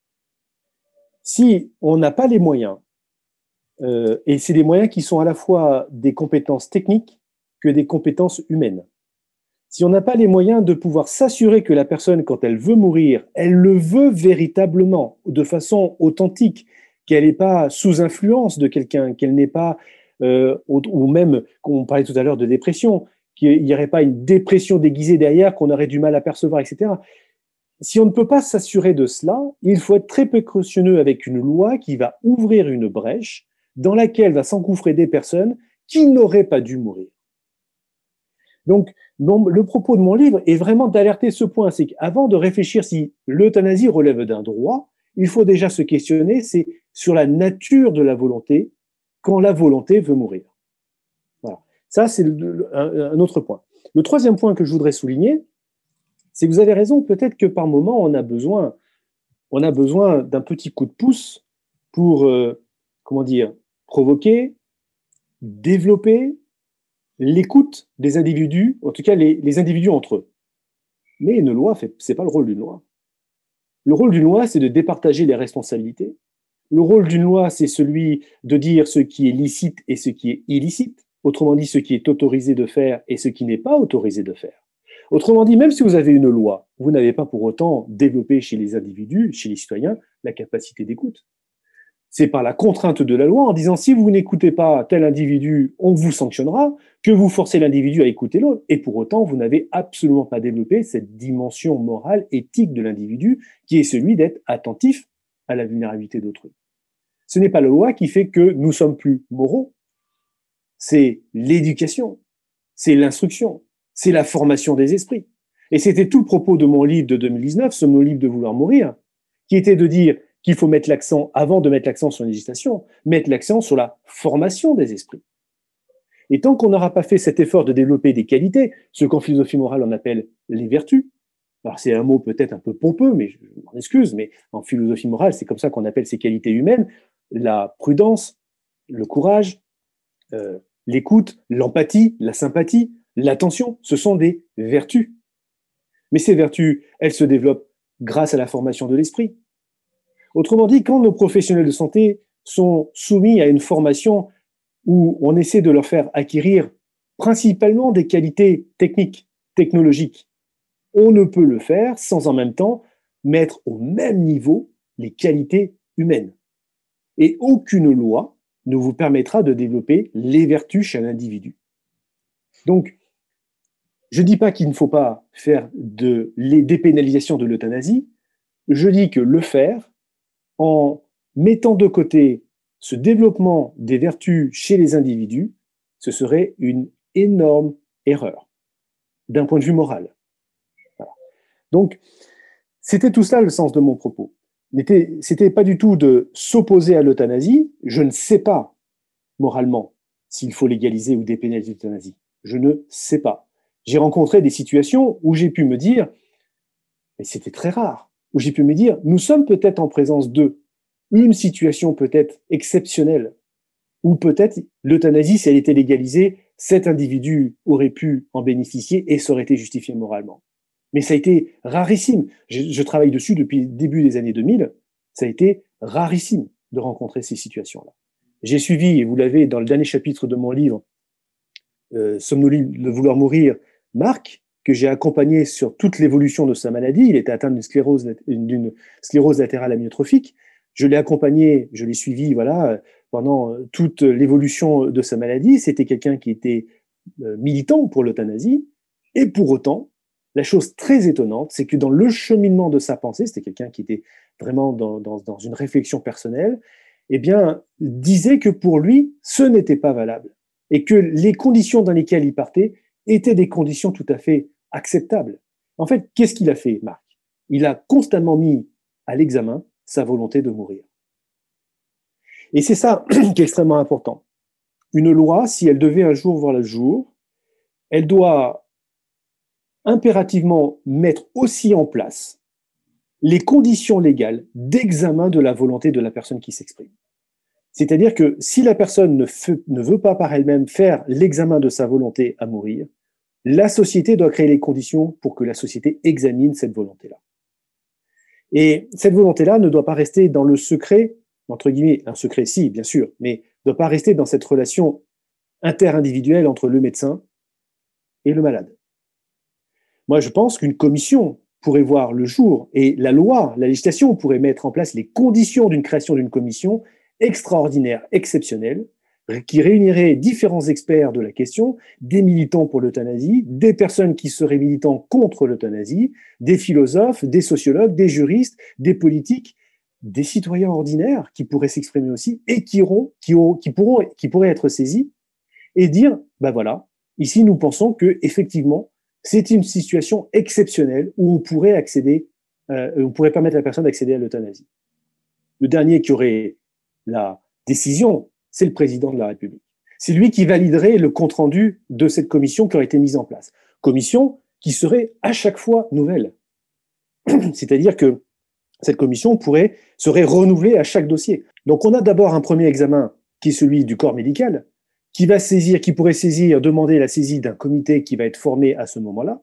Si on n'a pas les moyens, euh, et c'est des moyens qui sont à la fois des compétences techniques que des compétences humaines, si on n'a pas les moyens de pouvoir s'assurer que la personne, quand elle veut mourir, elle le veut véritablement, de façon authentique, qu'elle n'est pas sous influence de quelqu'un, qu'elle n'est pas, euh, ou même, comme on parlait tout à l'heure de dépression, qu'il n'y aurait pas une dépression déguisée derrière qu'on aurait du mal à percevoir, et cetera. Si on ne peut pas s'assurer de cela, il faut être très précautionneux avec une loi qui va ouvrir une brèche dans laquelle va s'engouffrer des personnes qui n'auraient pas dû mourir. Donc, mon, le propos de mon livre est vraiment d'alerter ce point, c'est qu'avant de réfléchir si l'euthanasie relève d'un droit, il faut déjà se questionner, c'est sur la nature de la volonté quand la volonté veut mourir. Voilà. Ça, c'est le, un, un autre point. Le troisième point que je voudrais souligner, c'est que vous avez raison, peut-être que par moment, on a besoin, on a besoin d'un petit coup de pouce pour, euh, comment dire, provoquer, développer l'écoute des individus, en tout cas les, les individus entre eux. Mais une loi, ce n'est pas le rôle d'une loi. Le rôle d'une loi, c'est de départager les responsabilités. Le rôle d'une loi, c'est celui de dire ce qui est licite et ce qui est illicite, autrement dit, ce qui est autorisé de faire et ce qui n'est pas autorisé de faire. Autrement dit, même si vous avez une loi, vous n'avez pas pour autant développé chez les individus, chez les citoyens, la capacité d'écoute. C'est par la contrainte de la loi, en disant si vous n'écoutez pas tel individu, on vous sanctionnera, que vous forcez l'individu à écouter l'autre. Et pour autant, vous n'avez absolument pas développé cette dimension morale, éthique de l'individu, qui est celui d'être attentif à la vulnérabilité d'autrui. Ce n'est pas la loi qui fait que nous sommes plus moraux, c'est l'éducation, c'est l'instruction, c'est la formation des esprits. Et c'était tout le propos de mon livre de deux mille dix-neuf, Sommes-nous libres de vouloir mourir, qui était de dire qu'il faut mettre l'accent, avant de mettre l'accent sur la législation, mettre l'accent sur la formation des esprits. Et tant qu'on n'aura pas fait cet effort de développer des qualités, ce qu'en philosophie morale on appelle les vertus, alors c'est un mot peut-être un peu pompeux, mais je m'en excuse, mais en philosophie morale, c'est comme ça qu'on appelle ces qualités humaines, la prudence, le courage, euh, l'écoute, l'empathie, la sympathie, l'attention, ce sont des vertus. Mais ces vertus, elles se développent grâce à la formation de l'esprit. Autrement dit, quand nos professionnels de santé sont soumis à une formation où on essaie de leur faire acquérir principalement des qualités techniques, technologiques, on ne peut le faire sans en même temps mettre au même niveau les qualités humaines. Et aucune loi ne vous permettra de développer les vertus chez un individu. Donc, je ne dis pas qu'il ne faut pas faire de les dépénalisations de l'euthanasie, je dis que le faire en mettant de côté ce développement des vertus chez les individus, ce serait une énorme erreur d'un point de vue moral. Voilà. Donc, c'était tout ça le sens de mon propos. C'était pas du tout de s'opposer à l'euthanasie. Je ne sais pas, moralement, s'il faut légaliser ou dépénaliser l'euthanasie. Je ne sais pas. J'ai rencontré des situations où j'ai pu me dire, mais c'était très rare, où j'ai pu me dire, nous sommes peut-être en présence de une situation peut-être exceptionnelle, où peut-être l'euthanasie, si elle était légalisée, cet individu aurait pu en bénéficier et ça aurait été justifié moralement. Mais ça a été rarissime. Je, je travaille dessus depuis le début des années deux mille. Ça a été rarissime de rencontrer ces situations-là. J'ai suivi, et vous l'avez dans le dernier chapitre de mon livre, euh, somnolule de vouloir mourir, Marc, que j'ai accompagné sur toute l'évolution de sa maladie. Il était atteint d'une sclérose, d'une sclérose latérale amyotrophique. Je l'ai accompagné, je l'ai suivi, voilà, pendant toute l'évolution de sa maladie. C'était quelqu'un qui était euh, militant pour l'euthanasie. Et pour autant, la chose très étonnante, c'est que dans le cheminement de sa pensée, c'était quelqu'un qui était vraiment dans, dans, dans une réflexion personnelle, eh bien, disait que pour lui, ce n'était pas valable. Et que les conditions dans lesquelles il partait étaient des conditions tout à fait acceptables. En fait, qu'est-ce qu'il a fait, Marc? Il a constamment mis à l'examen sa volonté de mourir. Et c'est ça qui est extrêmement important. Une loi, si elle devait un jour voir le jour, elle doit impérativement mettre aussi en place les conditions légales d'examen de la volonté de la personne qui s'exprime. C'est-à-dire que si la personne ne, fait, ne veut pas par elle-même faire l'examen de sa volonté à mourir, la société doit créer les conditions pour que la société examine cette volonté-là. Et cette volonté-là ne doit pas rester dans le secret, entre guillemets, un secret si, bien sûr, mais ne doit pas rester dans cette relation interindividuelle entre le médecin et le malade. Moi, je pense qu'une commission pourrait voir le jour, et la loi, la législation pourrait mettre en place les conditions d'une création d'une commission extraordinaire, exceptionnelle, qui réunirait différents experts de la question, des militants pour l'euthanasie, des personnes qui seraient militants contre l'euthanasie, des philosophes, des sociologues, des juristes, des politiques, des citoyens ordinaires qui pourraient s'exprimer aussi et qui, auront, qui, auront, qui, pourront, qui pourraient être saisis et dire, ben voilà, ici nous pensons que effectivement c'est une situation exceptionnelle où on pourrait accéder, euh, on pourrait permettre à la personne d'accéder à l'euthanasie. Le dernier qui aurait la décision, c'est le président de la République. C'est lui qui validerait le compte-rendu de cette commission qui aurait été mise en place. Commission qui serait à chaque fois nouvelle. C'est-à-dire que cette commission pourrait, serait renouvelée à chaque dossier. Donc on a d'abord un premier examen qui est celui du corps médical, qui va saisir, qui pourrait saisir, demander la saisie d'un comité qui va être formé à ce moment-là.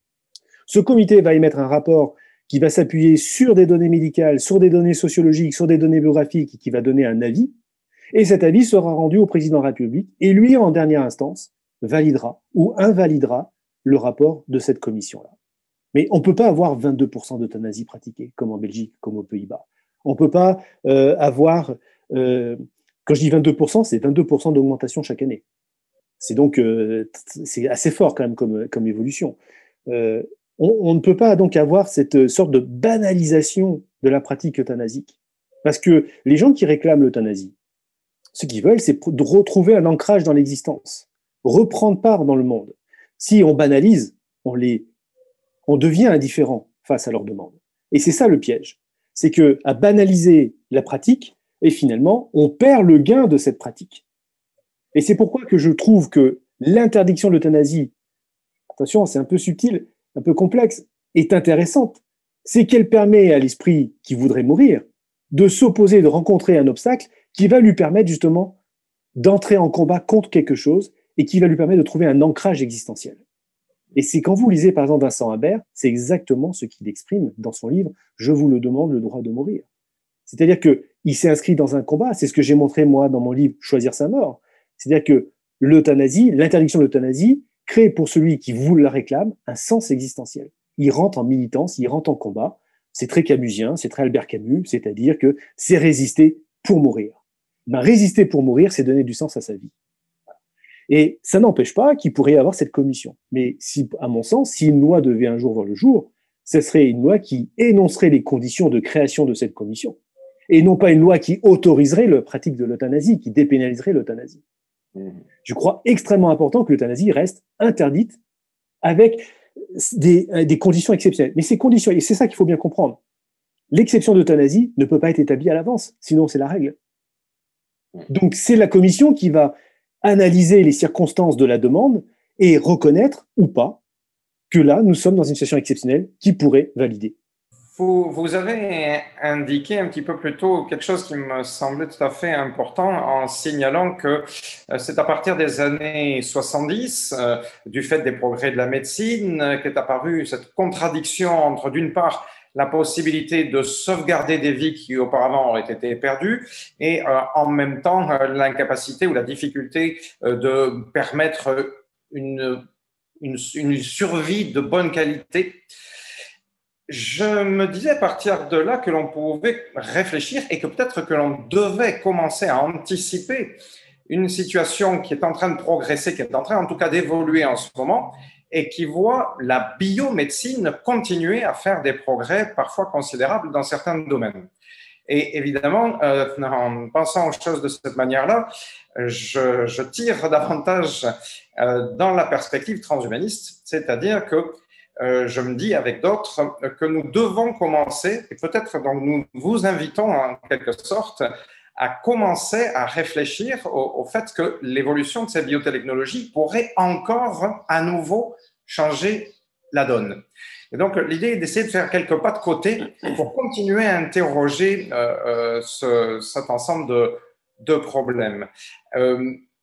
Ce comité va émettre un rapport qui va s'appuyer sur des données médicales, sur des données sociologiques, sur des données biographiques, et qui va donner un avis. Et cet avis sera rendu au président de la République, et lui, en dernière instance, validera ou invalidera le rapport de cette commission-là. Mais on ne peut pas avoir vingt-deux pour cent d'euthanasie pratiquée, comme en Belgique, comme aux Pays-Bas. On ne peut pas euh, avoir, euh, quand je dis vingt-deux pour cent, c'est vingt-deux pour cent d'augmentation chaque année. C'est donc euh, c'est assez fort quand même comme, comme évolution. Euh, on, on ne peut pas donc avoir cette sorte de banalisation de la pratique euthanasique. Parce que les gens qui réclament l'euthanasie, ce qu'ils veulent, c'est de retrouver un ancrage dans l'existence, reprendre part dans le monde. Si on banalise, on, les, on devient indifférent face à leurs demandes. Et c'est ça le piège. C'est qu'à banaliser la pratique, et finalement, on perd le gain de cette pratique. Et c'est pourquoi que je trouve que l'interdiction de l'euthanasie, attention, c'est un peu subtil, un peu complexe, est intéressante. C'est qu'elle permet à l'esprit qui voudrait mourir de s'opposer, de rencontrer un obstacle qui va lui permettre justement d'entrer en combat contre quelque chose et qui va lui permettre de trouver un ancrage existentiel. Et c'est quand vous lisez par exemple Vincent Habert, c'est exactement ce qu'il exprime dans son livre « Je vous le demande, le droit de mourir ». C'est-à-dire qu'il s'est inscrit dans un combat, c'est ce que j'ai montré moi dans mon livre « Choisir sa mort ». C'est-à-dire que l'euthanasie, l'interdiction de l'euthanasie, crée pour celui qui vous la réclame un sens existentiel. Il rentre en militance, il rentre en combat. C'est très camusien, c'est très Albert Camus, c'est-à-dire que c'est résister pour mourir. Ben, résister pour mourir, c'est donner du sens à sa vie. Et ça n'empêche pas qu'il pourrait y avoir cette commission. Mais si, à mon sens, si une loi devait un jour voir le jour, ce serait une loi qui énoncerait les conditions de création de cette commission. Et non pas une loi qui autoriserait la pratique de l'euthanasie, qui dépénaliserait l'euthanasie. Je crois extrêmement important que l'euthanasie reste interdite avec des, des conditions exceptionnelles. Mais ces conditions, et c'est ça qu'il faut bien comprendre, l'exception d'euthanasie ne peut pas être établie à l'avance, sinon c'est la règle. Donc c'est la commission qui va analyser les circonstances de la demande et reconnaître ou pas que là, nous sommes dans une situation exceptionnelle qui pourrait valider. Vous, vous avez indiqué un petit peu plus tôt quelque chose qui me semblait tout à fait important en signalant que c'est à partir des années soixante-dix, euh, du fait des progrès de la médecine, euh, qu'est apparue cette contradiction entre, d'une part, la possibilité de sauvegarder des vies qui auparavant auraient été perdues et euh, en même temps euh, l'incapacité ou la difficulté euh, de permettre une, une, une survie de bonne qualité. Je me disais à partir de là que l'on pouvait réfléchir et que peut-être que l'on devait commencer à anticiper une situation qui est en train de progresser, qui est en train en tout cas d'évoluer en ce moment et qui voit la biomédecine continuer à faire des progrès parfois considérables dans certains domaines. Et évidemment, euh, en pensant aux choses de cette manière-là, je, je tire davantage euh, dans la perspective transhumaniste, c'est-à-dire que Euh, je me dis avec d'autres que nous devons commencer, et peut-être donc nous vous invitons en quelque sorte à commencer à réfléchir au, au fait que l'évolution de ces biotechnologies pourrait encore à nouveau changer la donne. Et donc l'idée est d'essayer de faire quelques pas de côté pour continuer à interroger euh, euh, ce, cet ensemble de, de problèmes. Euh,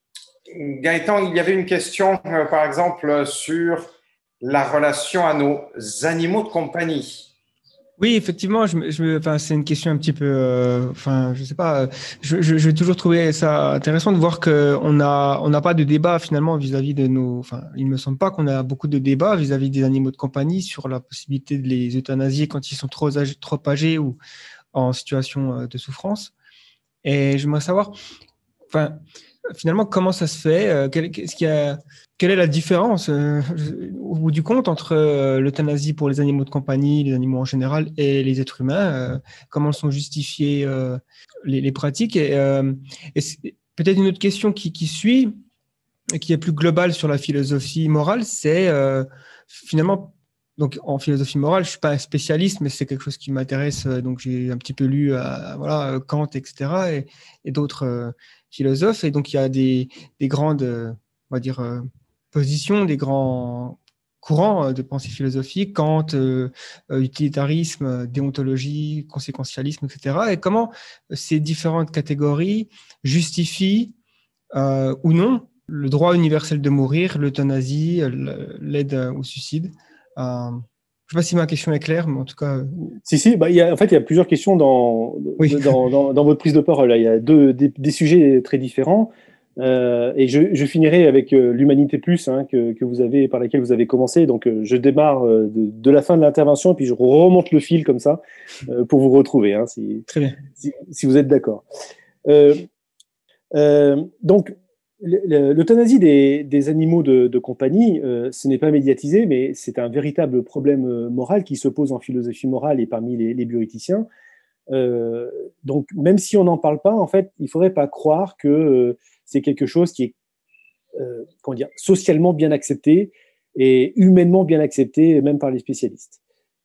Gaëtan, il y avait une question euh, par exemple sur la relation à nos animaux de compagnie. Oui, effectivement, je, je, enfin, c'est une question un petit peu, euh, enfin, je sais pas, je, je, je vais toujours trouver ça intéressant de voir qu'on a, on n'a pas de débat finalement vis-à-vis de nos, enfin, il me semble pas qu'on a beaucoup de débats vis-à-vis des animaux de compagnie sur la possibilité de les euthanasier quand ils sont trop âgés, trop âgés ou en situation de souffrance. Et j'aimerais savoir, enfin, finalement, comment ça se fait? Quel, qu'est-ce qu'il y a, quelle est la différence euh, au bout du compte entre euh, l'euthanasie pour les animaux de compagnie, les animaux en général et les êtres humains? euh, Comment sont justifiées euh, les, les pratiques? Et, euh, et peut-être une autre question qui, qui suit, et qui est plus globale sur la philosophie morale, c'est euh, finalement, donc en philosophie morale, je suis pas un spécialiste, mais c'est quelque chose qui m'intéresse. Donc j'ai un petit peu lu, euh, voilà, Kant, et cetera, et, et d'autres euh, philosophes. Et donc il y a des, des grandes, euh, on va dire, euh, positions, des grands courants de pensée philosophique, Kant, euh, utilitarisme, déontologie, conséquentialisme, et cetera. Et comment ces différentes catégories justifient euh, ou non le droit universel de mourir, l'euthanasie, l'aide au suicide. Euh, je ne sais pas si ma question est claire, mais en tout cas. Si, si, bah, il y a, en fait, il y a plusieurs questions dans, oui. dans, dans, dans votre prise de parole. Là. Il y a deux, des, des sujets très différents. Euh, et je, je finirai avec euh, l'Humanité Plus hein, que, que vous avez, par laquelle vous avez commencé. Donc, euh, je démarre euh, de, de la fin de l'intervention et puis je remonte le fil comme ça euh, pour vous retrouver, hein, si, Très bien. Si, si vous êtes d'accord. Euh, euh, donc, l'euthanasie des, des animaux de, de compagnie, euh, ce n'est pas médiatisé, mais c'est un véritable problème moral qui se pose en philosophie morale et parmi les, les bioéthiciens. Euh, donc, même si on n'en parle pas, en fait, il ne faudrait pas croire que euh, c'est quelque chose qui est euh, comment dire, socialement bien accepté et humainement bien accepté, même par les spécialistes.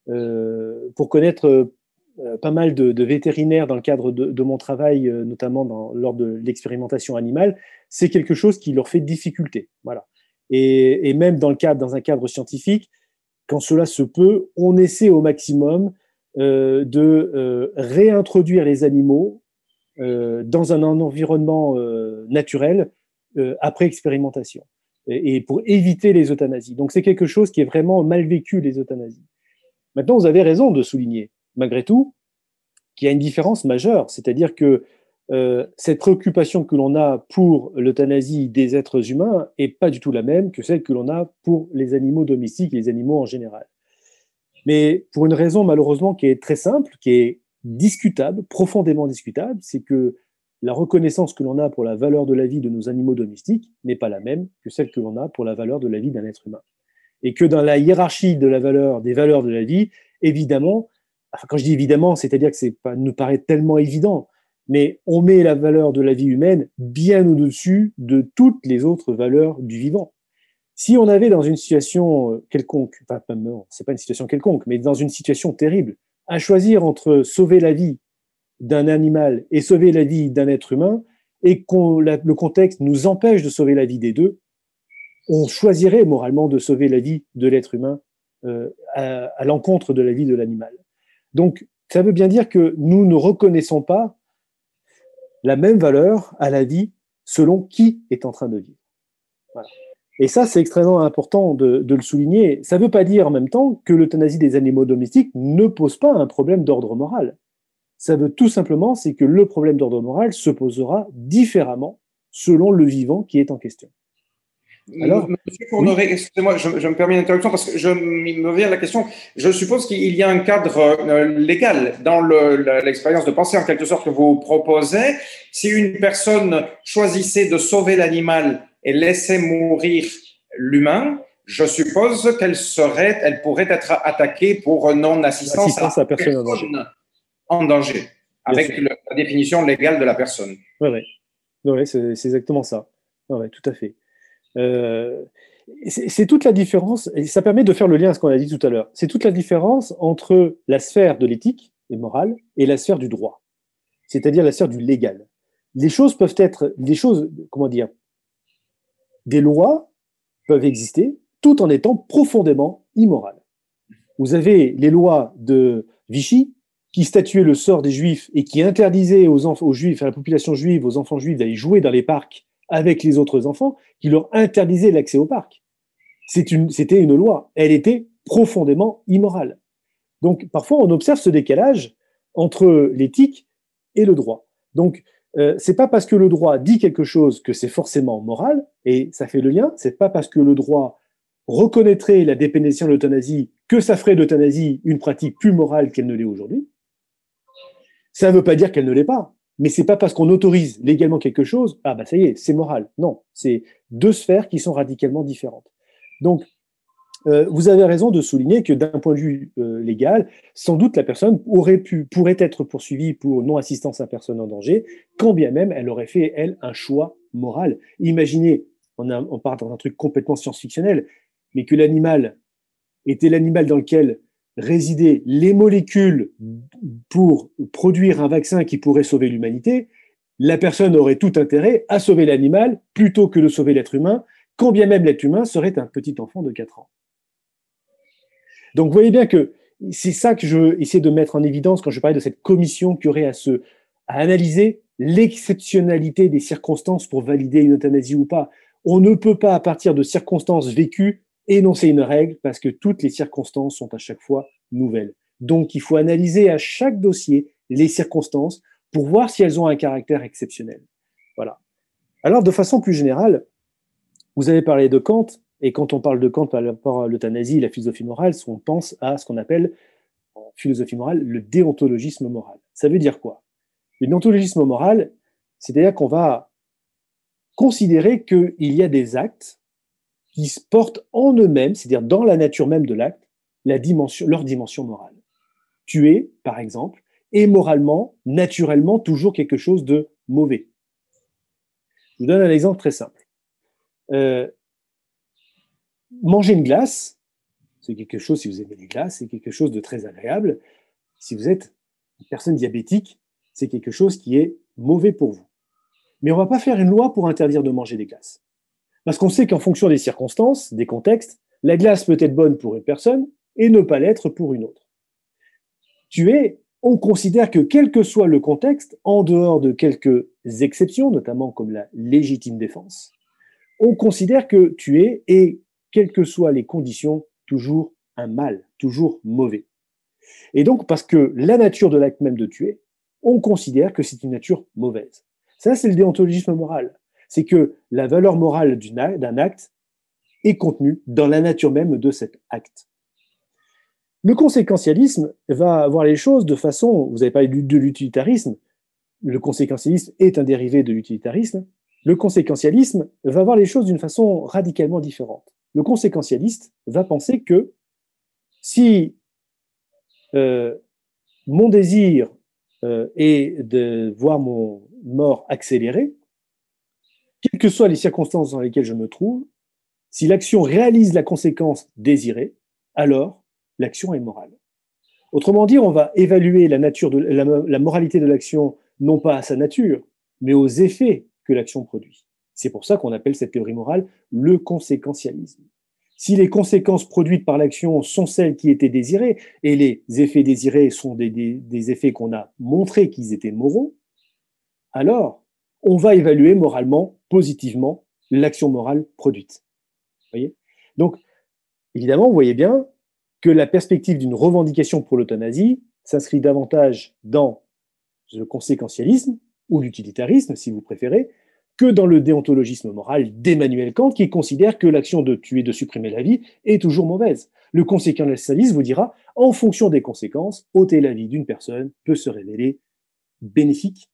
Euh, pour connaître euh, pas mal de, de vétérinaires dans le cadre de, de mon travail, euh, notamment dans, lors de l'expérimentation animale, c'est quelque chose qui leur fait difficulté. Voilà. Et, et même dans, le cadre, dans un cadre scientifique, quand cela se peut, on essaie au maximum euh, de euh, réintroduire les animaux euh, dans un, un environnement euh, naturel euh, après expérimentation, et, et pour éviter les euthanasies. Donc c'est quelque chose qui est vraiment mal vécu, les euthanasies. Maintenant, vous avez raison de souligner, malgré tout, qu'il y a une différence majeure, c'est-à-dire que euh, cette préoccupation que l'on a pour l'euthanasie des êtres humains n'est pas du tout la même que celle que l'on a pour les animaux domestiques et les animaux en général. Mais pour une raison malheureusement qui est très simple, qui est discutable, profondément discutable, c'est que la reconnaissance que l'on a pour la valeur de la vie de nos animaux domestiques n'est pas la même que celle que l'on a pour la valeur de la vie d'un être humain. Et que dans la hiérarchie de la valeur, des valeurs de la vie, évidemment, enfin quand je dis évidemment, c'est-à-dire que c'est pas nous paraît tellement évident, mais on met la valeur de la vie humaine bien au-dessus de toutes les autres valeurs du vivant. Si on avait dans une situation quelconque, enfin non, c'est pas une situation quelconque, mais dans une situation terrible, à choisir entre sauver la vie d'un animal et sauver la vie d'un être humain, et que le contexte nous empêche de sauver la vie des deux, on choisirait moralement de sauver la vie de l'être humain euh, à, à l'encontre de la vie de l'animal. Donc, ça veut bien dire que nous ne reconnaissons pas la même valeur à la vie selon qui est en train de vivre. Voilà. Et ça, c'est extrêmement important de, de le souligner. Ça ne veut pas dire en même temps que l'euthanasie des animaux domestiques ne pose pas un problème d'ordre moral. Ça veut tout simplement, c'est que le problème d'ordre moral se posera différemment selon le vivant qui est en question. Alors, Monsieur Fourneray, oui. Excusez-moi, je, je me permets une interruption parce que je me viens à la question. Je suppose qu'il y a un cadre euh, légal dans l'expérience de pensée, en quelque sorte, que vous proposez. Si une personne choisissait de sauver l'animal et laisser mourir l'humain, je suppose qu'elle serait, elle pourrait être attaquée pour non-assistance à, à personne en danger. En danger, avec le, la définition légale de la personne. Oui, oui. Ouais, c'est exactement ça. Ouais, ouais, tout à fait. Euh, c'est toute la différence, et ça permet de faire le lien à ce qu'on a dit tout à l'heure. C'est toute la différence entre la sphère de l'éthique et morale et la sphère du droit, c'est-à-dire la sphère du légal. Les choses peuvent être, des choses, comment dire, des lois peuvent exister tout en étant profondément immorales. Vous avez les lois de Vichy qui statuaient le sort des Juifs et qui interdisaient aux, enfants, aux Juifs, à la population juive, aux enfants juifs d'aller jouer dans les parcs avec les autres enfants, qui leur interdisaient l'accès au parc. C'était une, une loi. Elle était profondément immorale. Donc, parfois, on observe ce décalage entre l'éthique et le droit. Donc, euh, c'est pas parce que le droit dit quelque chose que c'est forcément moral, et ça fait le lien. C'est pas parce que le droit reconnaîtrait la dépénalisation de l'euthanasie que ça ferait de l'euthanasie une pratique plus morale qu'elle ne l'est aujourd'hui. Ça ne veut pas dire qu'elle ne l'est pas. Mais c'est pas parce qu'on autorise légalement quelque chose, ah bah ça y est, c'est moral. Non, c'est deux sphères qui sont radicalement différentes. Donc, euh, vous avez raison de souligner que d'un point de vue euh, légal, sans doute la personne aurait pu, pourrait être poursuivie pour non-assistance à personne en danger, quand bien même elle aurait fait, elle, un choix moral. Imaginez, on, a, on part dans un truc complètement science-fictionnel, mais que l'animal était l'animal dans lequel résidaient les molécules pour produire un vaccin qui pourrait sauver l'humanité, la personne aurait tout intérêt à sauver l'animal plutôt que de sauver l'être humain, quand bien même l'être humain serait un petit enfant de quatre ans. Donc vous voyez bien que c'est ça que je veux essayer de mettre en évidence quand je parlais de cette commission qui aurait à, se, à analyser l'exceptionnalité des circonstances pour valider une euthanasie ou pas. On ne peut pas, à partir de circonstances vécues, énoncer une règle parce que toutes les circonstances sont à chaque fois nouvelles. Donc, il faut analyser à chaque dossier les circonstances pour voir si elles ont un caractère exceptionnel. Voilà. Alors, de façon plus générale, vous avez parlé de Kant, et quand on parle de Kant par rapport à l'euthanasie, la philosophie morale, on pense à ce qu'on appelle, en philosophie morale, le déontologisme moral. Ça veut dire quoi? Le déontologisme moral, c'est-à-dire qu'on va considérer qu'il y a des actes qui se portent en eux-mêmes, c'est-à-dire dans la nature même de l'acte, la dimension, leur dimension morale. Tuer, par exemple, est moralement, naturellement, toujours quelque chose de mauvais. Je vous donne un exemple très simple. Euh, manger une glace, c'est quelque chose, si vous aimez les glaces, c'est quelque chose de très agréable. Si vous êtes une personne diabétique, c'est quelque chose qui est mauvais pour vous. Mais on ne va pas faire une loi pour interdire de manger des glaces. Parce qu'on sait qu'en fonction des circonstances, des contextes, la glace peut être bonne pour une personne et ne pas l'être pour une autre. Tuer, on considère que quel que soit le contexte, en dehors de quelques exceptions, notamment comme la légitime défense, on considère que tuer est, quelles que soient les conditions, toujours un mal, toujours mauvais. Et donc, parce que la nature de l'acte même de tuer, on considère que c'est une nature mauvaise. Ça, c'est le déontologisme moral. C'est que la valeur morale d'un acte est contenue dans la nature même de cet acte. Le conséquentialisme va voir les choses de façon, vous avez parlé de l'utilitarisme, le conséquentialisme est un dérivé de l'utilitarisme, le conséquentialisme va voir les choses d'une façon radicalement différente. Le conséquentialiste va penser que si euh, mon désir euh, est de voir mon mort accélérée, quelles que soient les circonstances dans lesquelles je me trouve, si l'action réalise la conséquence désirée, alors l'action est morale. Autrement dit, on va évaluer la, nature de, la, la moralité de l'action non pas à sa nature, mais aux effets que l'action produit. C'est pour ça qu'on appelle cette théorie morale le conséquentialisme. Si les conséquences produites par l'action sont celles qui étaient désirées, et les effets désirés sont des, des, des effets qu'on a montrés qu'ils étaient moraux, alors on va évaluer moralement, positivement, l'action morale produite. Vous voyez ? Donc, évidemment, vous voyez bien que la perspective d'une revendication pour l'euthanasie s'inscrit davantage dans le conséquentialisme, ou l'utilitarisme, si vous préférez, que dans le déontologisme moral d'Emmanuel Kant, qui considère que l'action de tuer, de supprimer la vie, est toujours mauvaise. Le conséquentialiste vous dira, en fonction des conséquences, ôter la vie d'une personne peut se révéler bénéfique,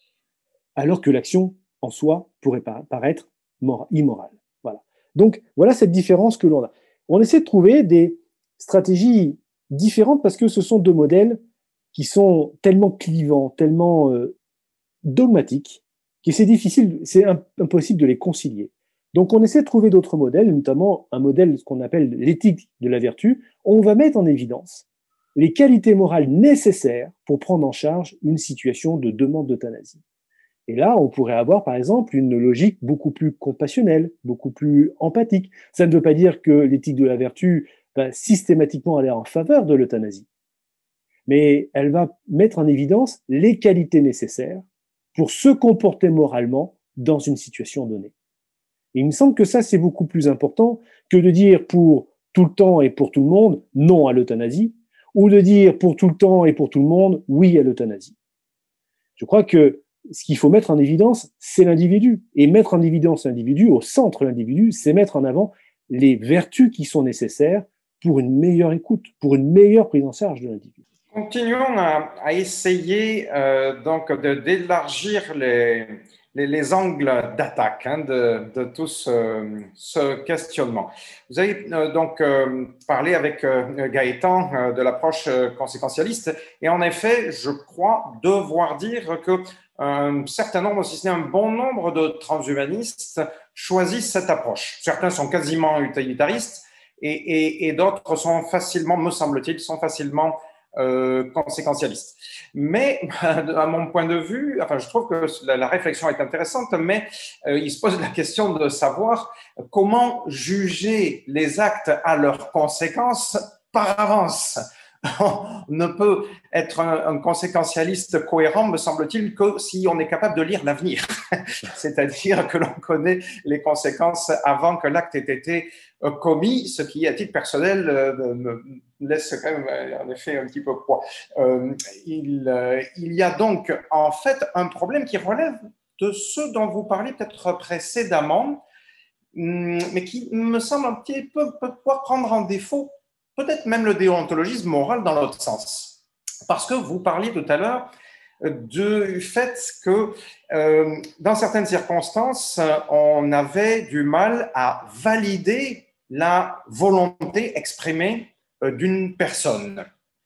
alors que l'action en soi pourrait paraître immorale. Voilà. Donc, voilà cette différence que l'on a. On essaie de trouver des stratégies différentes parce que ce sont deux modèles qui sont tellement clivants, tellement euh, dogmatiques, que c'est difficile, c'est impossible de les concilier. Donc, on essaie de trouver d'autres modèles, notamment un modèle ce qu'on appelle l'éthique de la vertu, où on va mettre en évidence les qualités morales nécessaires pour prendre en charge une situation de demande d'euthanasie. Et là, on pourrait avoir, par exemple, une logique beaucoup plus compassionnelle, beaucoup plus empathique. Ça ne veut pas dire que l'éthique de la vertu va systématiquement aller en faveur de l'euthanasie, mais elle va mettre en évidence les qualités nécessaires pour se comporter moralement dans une situation donnée. Et il me semble que ça, c'est beaucoup plus important que de dire pour tout le temps et pour tout le monde non à l'euthanasie, ou de dire pour tout le temps et pour tout le monde oui à l'euthanasie. Je crois que ce qu'il faut mettre en évidence, c'est l'individu. Et mettre en évidence l'individu, au centre de l'individu, c'est mettre en avant les vertus qui sont nécessaires pour une meilleure écoute, pour une meilleure prise en charge de l'individu. Continuons à, à essayer euh, donc de, d'élargir les, les, les angles d'attaque hein, de, de tout ce, ce questionnement. Vous avez euh, donc euh, parlé avec euh, Gaëtan euh, de l'approche euh, conséquentialiste et en effet, je crois devoir dire que un certain nombre, si ce n'est un bon nombre de transhumanistes choisissent cette approche. Certains sont quasiment utilitaristes et, et, et d'autres sont facilement, me semble-t-il, sont facilement euh, conséquentialistes. Mais à mon point de vue, enfin, je trouve que la, la réflexion est intéressante, mais euh, il se pose la question de savoir comment juger les actes à leurs conséquences par avance. On ne peut être un, un conséquentialiste cohérent, me semble-t-il, que si on est capable de lire l'avenir. C'est-à-dire que l'on connaît les conséquences avant que l'acte ait été commis, ce qui, à titre personnel, euh, me laisse quand même en effet un petit peu poids. Euh, il, euh, il y a donc en fait un problème qui relève de ce dont vous parliez peut-être précédemment, mais qui me semble un petit peu peut pouvoir prendre en défaut peut-être même le déontologisme moral dans l'autre sens. Parce que vous parliez tout à l'heure du fait que euh, dans certaines circonstances, on avait du mal à valider la volonté exprimée euh, d'une personne.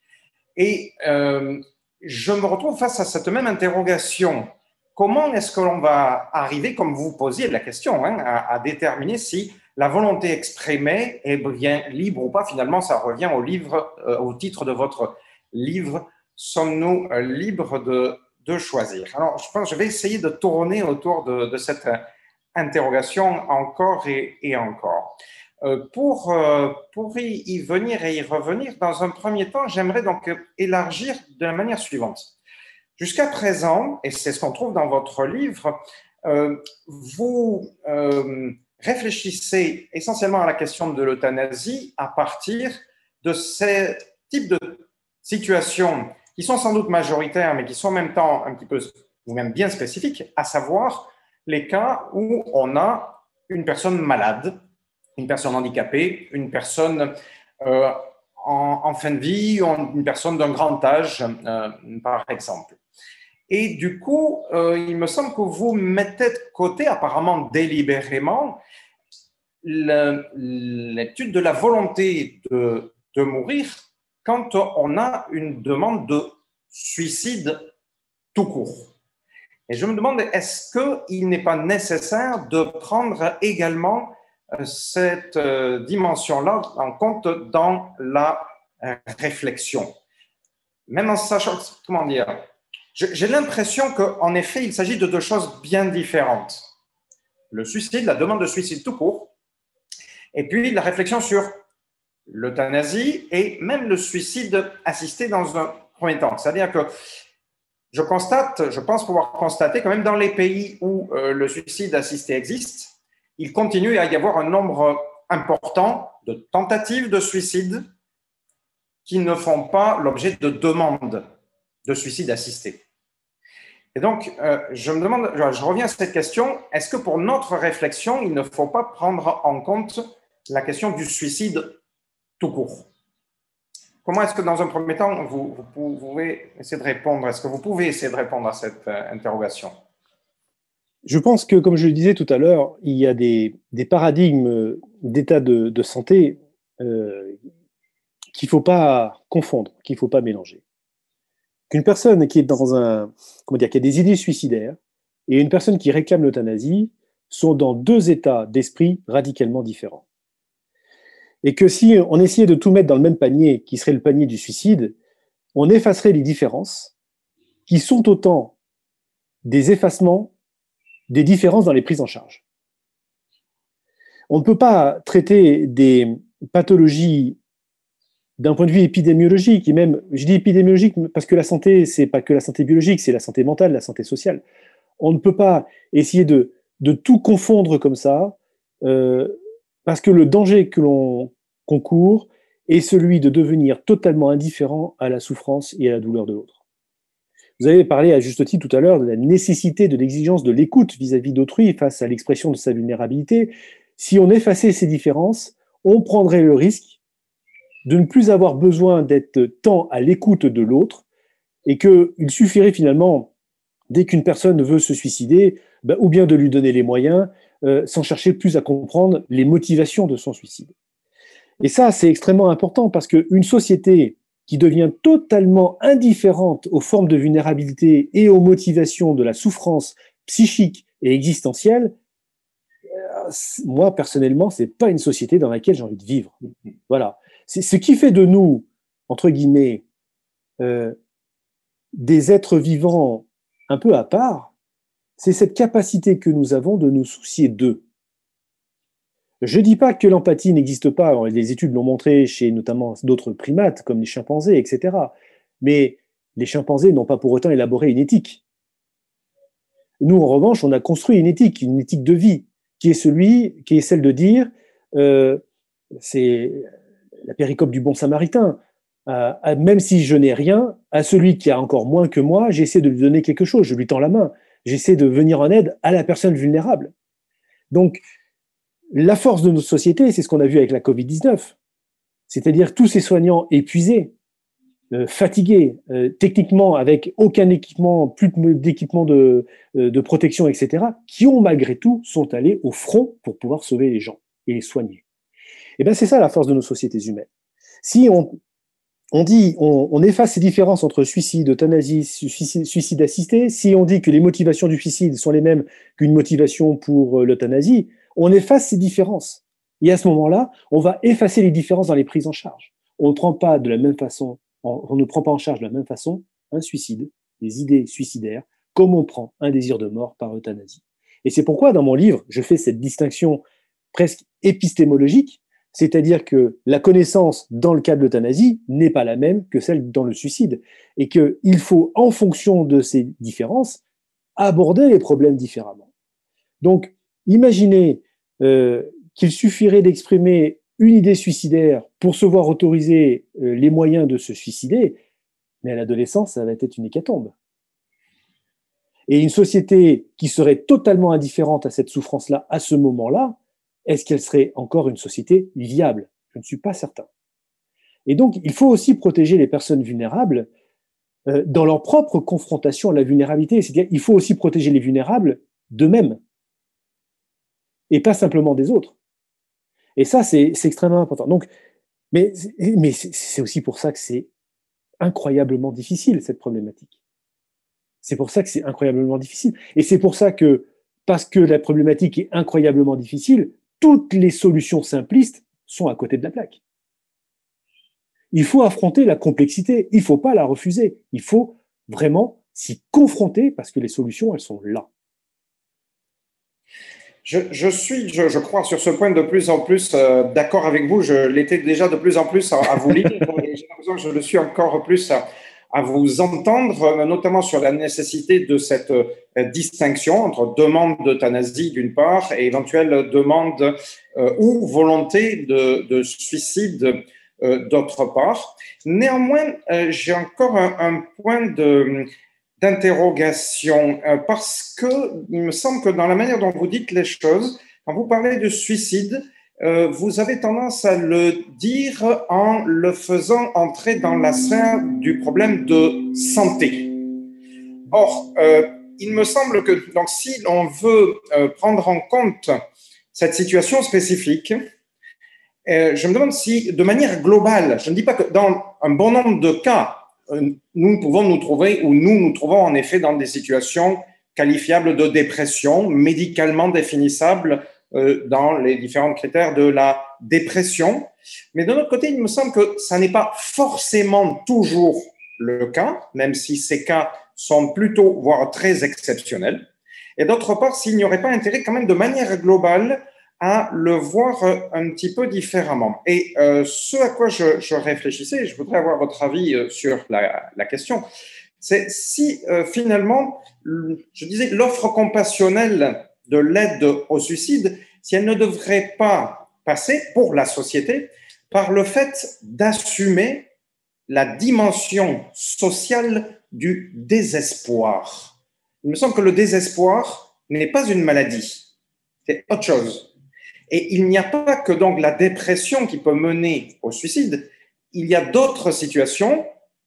Et euh, je me retrouve face à cette même interrogation. Comment est-ce que l'on va arriver, comme vous posiez la question, hein, à, à déterminer si la volonté exprimée est bien libre ou pas? Finalement, ça revient au, livre, euh, au titre de votre livre, « Sommes-nous euh, libres de, de choisir ?» Alors, je pense que je vais essayer de tourner autour de, de cette interrogation encore et, et encore. Euh, pour, euh, pour y, y venir et y revenir, dans un premier temps, j'aimerais donc élargir de la manière suivante. Jusqu'à présent, et c'est ce qu'on trouve dans votre livre, euh, vous euh, réfléchissez essentiellement à la question de l'euthanasie à partir de ces types de situations qui sont sans doute majoritaires, mais qui sont en même temps un petit peu, ou même bien spécifiques, à savoir les cas où on a une personne malade, une personne handicapée, une personne euh, en, en fin de vie, une personne d'un grand âge, euh, par exemple. Et du coup, euh, il me semble que vous mettez de côté, apparemment délibérément, l'étude de la volonté de, de mourir quand on a une demande de suicide tout court. Et je me demande, est-ce qu'il n'est pas nécessaire de prendre également cette dimension-là en compte dans la réflexion? Même en sachant, comment dire, j'ai l'impression qu'en effet, il s'agit de deux choses bien différentes. Le suicide, la demande de suicide tout court, et puis la réflexion sur l'euthanasie et même le suicide assisté dans un premier temps. C'est-à-dire que je constate, je pense pouvoir constater quand même dans les pays où euh, le suicide assisté existe, il continue à y avoir un nombre important de tentatives de suicide qui ne font pas l'objet de demandes de suicide assisté. Et donc, euh, je me demande, je, je reviens à cette question, est-ce que pour notre réflexion, il ne faut pas prendre en compte la question du suicide tout court? Comment est-ce que, dans un premier temps, vous, vous pouvez essayer de répondre? Est-ce que vous pouvez essayer de répondre à cette euh, interrogation? Je pense que, comme je le disais tout à l'heure, il y a des, des paradigmes d'état de, de santé euh, qu'il ne faut pas confondre, qu'il ne faut pas mélanger. Qu'une personne qui est dans un, comment dire, qui a des idées suicidaires et une personne qui réclame l'euthanasie sont dans deux états d'esprit radicalement différents. Et que si on essayait de tout mettre dans le même panier, qui serait le panier du suicide, on effacerait les différences, qui sont autant des effacements des différences dans les prises en charge. On ne peut pas traiter des pathologies d'un point de vue épidémiologique, et même, je dis épidémiologique parce que la santé, c'est pas que la santé biologique, c'est la santé mentale, la santé sociale. On ne peut pas essayer de, de tout confondre comme ça, euh, parce que le danger que l'on concourt est celui de devenir totalement indifférent à la souffrance et à la douleur de l'autre. Vous avez parlé à juste titre tout à l'heure de la nécessité de l'exigence de l'écoute vis-à-vis d'autrui face à l'expression de sa vulnérabilité. Si on effaçait ces différences, on prendrait le risque de ne plus avoir besoin d'être tant à l'écoute de l'autre et qu'il suffirait finalement, dès qu'une personne veut se suicider, ben, ou bien de lui donner les moyens, euh, sans chercher plus à comprendre les motivations de son suicide. Et ça, c'est extrêmement important parce qu'une société qui devient totalement indifférente aux formes de vulnérabilité et aux motivations de la souffrance psychique et existentielle, euh, moi, personnellement, c'est pas une société dans laquelle j'ai envie de vivre. Voilà. C'est ce qui fait de nous, entre guillemets, euh, des êtres vivants un peu à part, c'est cette capacité que nous avons de nous soucier d'eux. Je ne dis pas que l'empathie n'existe pas, alors, les études l'ont montré chez notamment d'autres primates, comme les chimpanzés, et cetera. Mais les chimpanzés n'ont pas pour autant élaboré une éthique. Nous, en revanche, on a construit une éthique, une éthique de vie, qui est, celui, qui est celle de dire, euh, c'est la péricope du bon samaritain, euh, même si je n'ai rien, à celui qui a encore moins que moi, j'essaie de lui donner quelque chose, je lui tends la main, j'essaie de venir en aide à la personne vulnérable. Donc, la force de notre société, c'est ce qu'on a vu avec la covid dix-neuf, c'est-à-dire tous ces soignants épuisés, euh, fatigués, euh, techniquement avec aucun équipement, plus d'équipement de, de protection, et cetera, qui ont malgré tout, sont allés au front pour pouvoir sauver les gens et les soigner. Et bien c'est ça la force de nos sociétés humaines. Si on, on dit, on, on efface ces différences entre suicide, euthanasie, suicide, suicide assisté, si on dit que les motivations du suicide sont les mêmes qu'une motivation pour l'euthanasie, on efface ces différences. Et à ce moment-là, on va effacer les différences dans les prises en charge. On ne prend pas de la même façon, on ne prend pas en charge de la même façon un suicide, des idées suicidaires, comme on prend un désir de mort par euthanasie. Et c'est pourquoi, dans mon livre, je fais cette distinction presque épistémologique, c'est-à-dire que la connaissance dans le cas de l'euthanasie n'est pas la même que celle dans le suicide, et qu'il faut, en fonction de ces différences, aborder les problèmes différemment. Donc, imaginez euh, qu'il suffirait d'exprimer une idée suicidaire pour se voir autoriser euh, les moyens de se suicider, mais à l'adolescence, ça va être une hécatombe. Et une société qui serait totalement indifférente à cette souffrance-là, à ce moment-là, est-ce qu'elle serait encore une société viable? Je ne suis pas certain. Et donc, il faut aussi protéger les personnes vulnérables euh, dans leur propre confrontation à la vulnérabilité. C'est-à-dire qu'il faut aussi protéger les vulnérables d'eux-mêmes et pas simplement des autres. Et ça, c'est extrêmement important. Donc, mais mais c'est aussi pour ça que c'est incroyablement difficile, cette problématique. C'est pour ça que c'est incroyablement difficile. Et c'est pour ça que, parce que la problématique est incroyablement difficile, toutes les solutions simplistes sont à côté de la plaque. Il faut affronter la complexité, il ne faut pas la refuser, il faut vraiment s'y confronter parce que les solutions, elles sont là. Je, je suis, je, je crois, sur ce point de plus en plus euh, d'accord avec vous. Je l'étais déjà de plus en plus à, à vous lire et j'ai l'impression que je le suis encore plus à, à vous entendre, notamment sur la nécessité de cette euh, distinction entre demande d'euthanasie d'une part et éventuelle demande euh, ou volonté de, de suicide euh, d'autre part. Néanmoins, euh, j'ai encore un, un point de d'interrogation, euh, parce que il me semble que dans la manière dont vous dites les choses, quand vous parlez de suicide, euh, vous avez tendance à le dire en le faisant entrer dans la sphère du problème de santé. Or, euh, il me semble que donc, si l'on veut euh, prendre en compte cette situation spécifique, euh, je me demande si, de manière globale, je ne dis pas que dans un bon nombre de cas, euh, nous pouvons nous trouver, ou nous nous trouvons en effet dans des situations qualifiables de dépression, médicalement définissables euh, dans les différents critères de la dépression. Mais de notre côté, il me semble que ça n'est pas forcément toujours le cas, même si ces cas sont plutôt, voire très exceptionnels. Et d'autre part, s'il n'y aurait pas intérêt quand même de manière globale à le voir un petit peu différemment. Et euh, ce à quoi je, je réfléchissais, je voudrais avoir votre avis sur la, la question, c'est si euh, finalement, je disais, l'offre compassionnelle de l'aide au suicide, si elle ne devrait pas passer pour la société par le fait d'assumer la dimension sociale du désespoir. Il me semble que le désespoir n'est pas une maladie, c'est autre chose. Et il n'y a pas que donc la dépression qui peut mener au suicide, il y a d'autres situations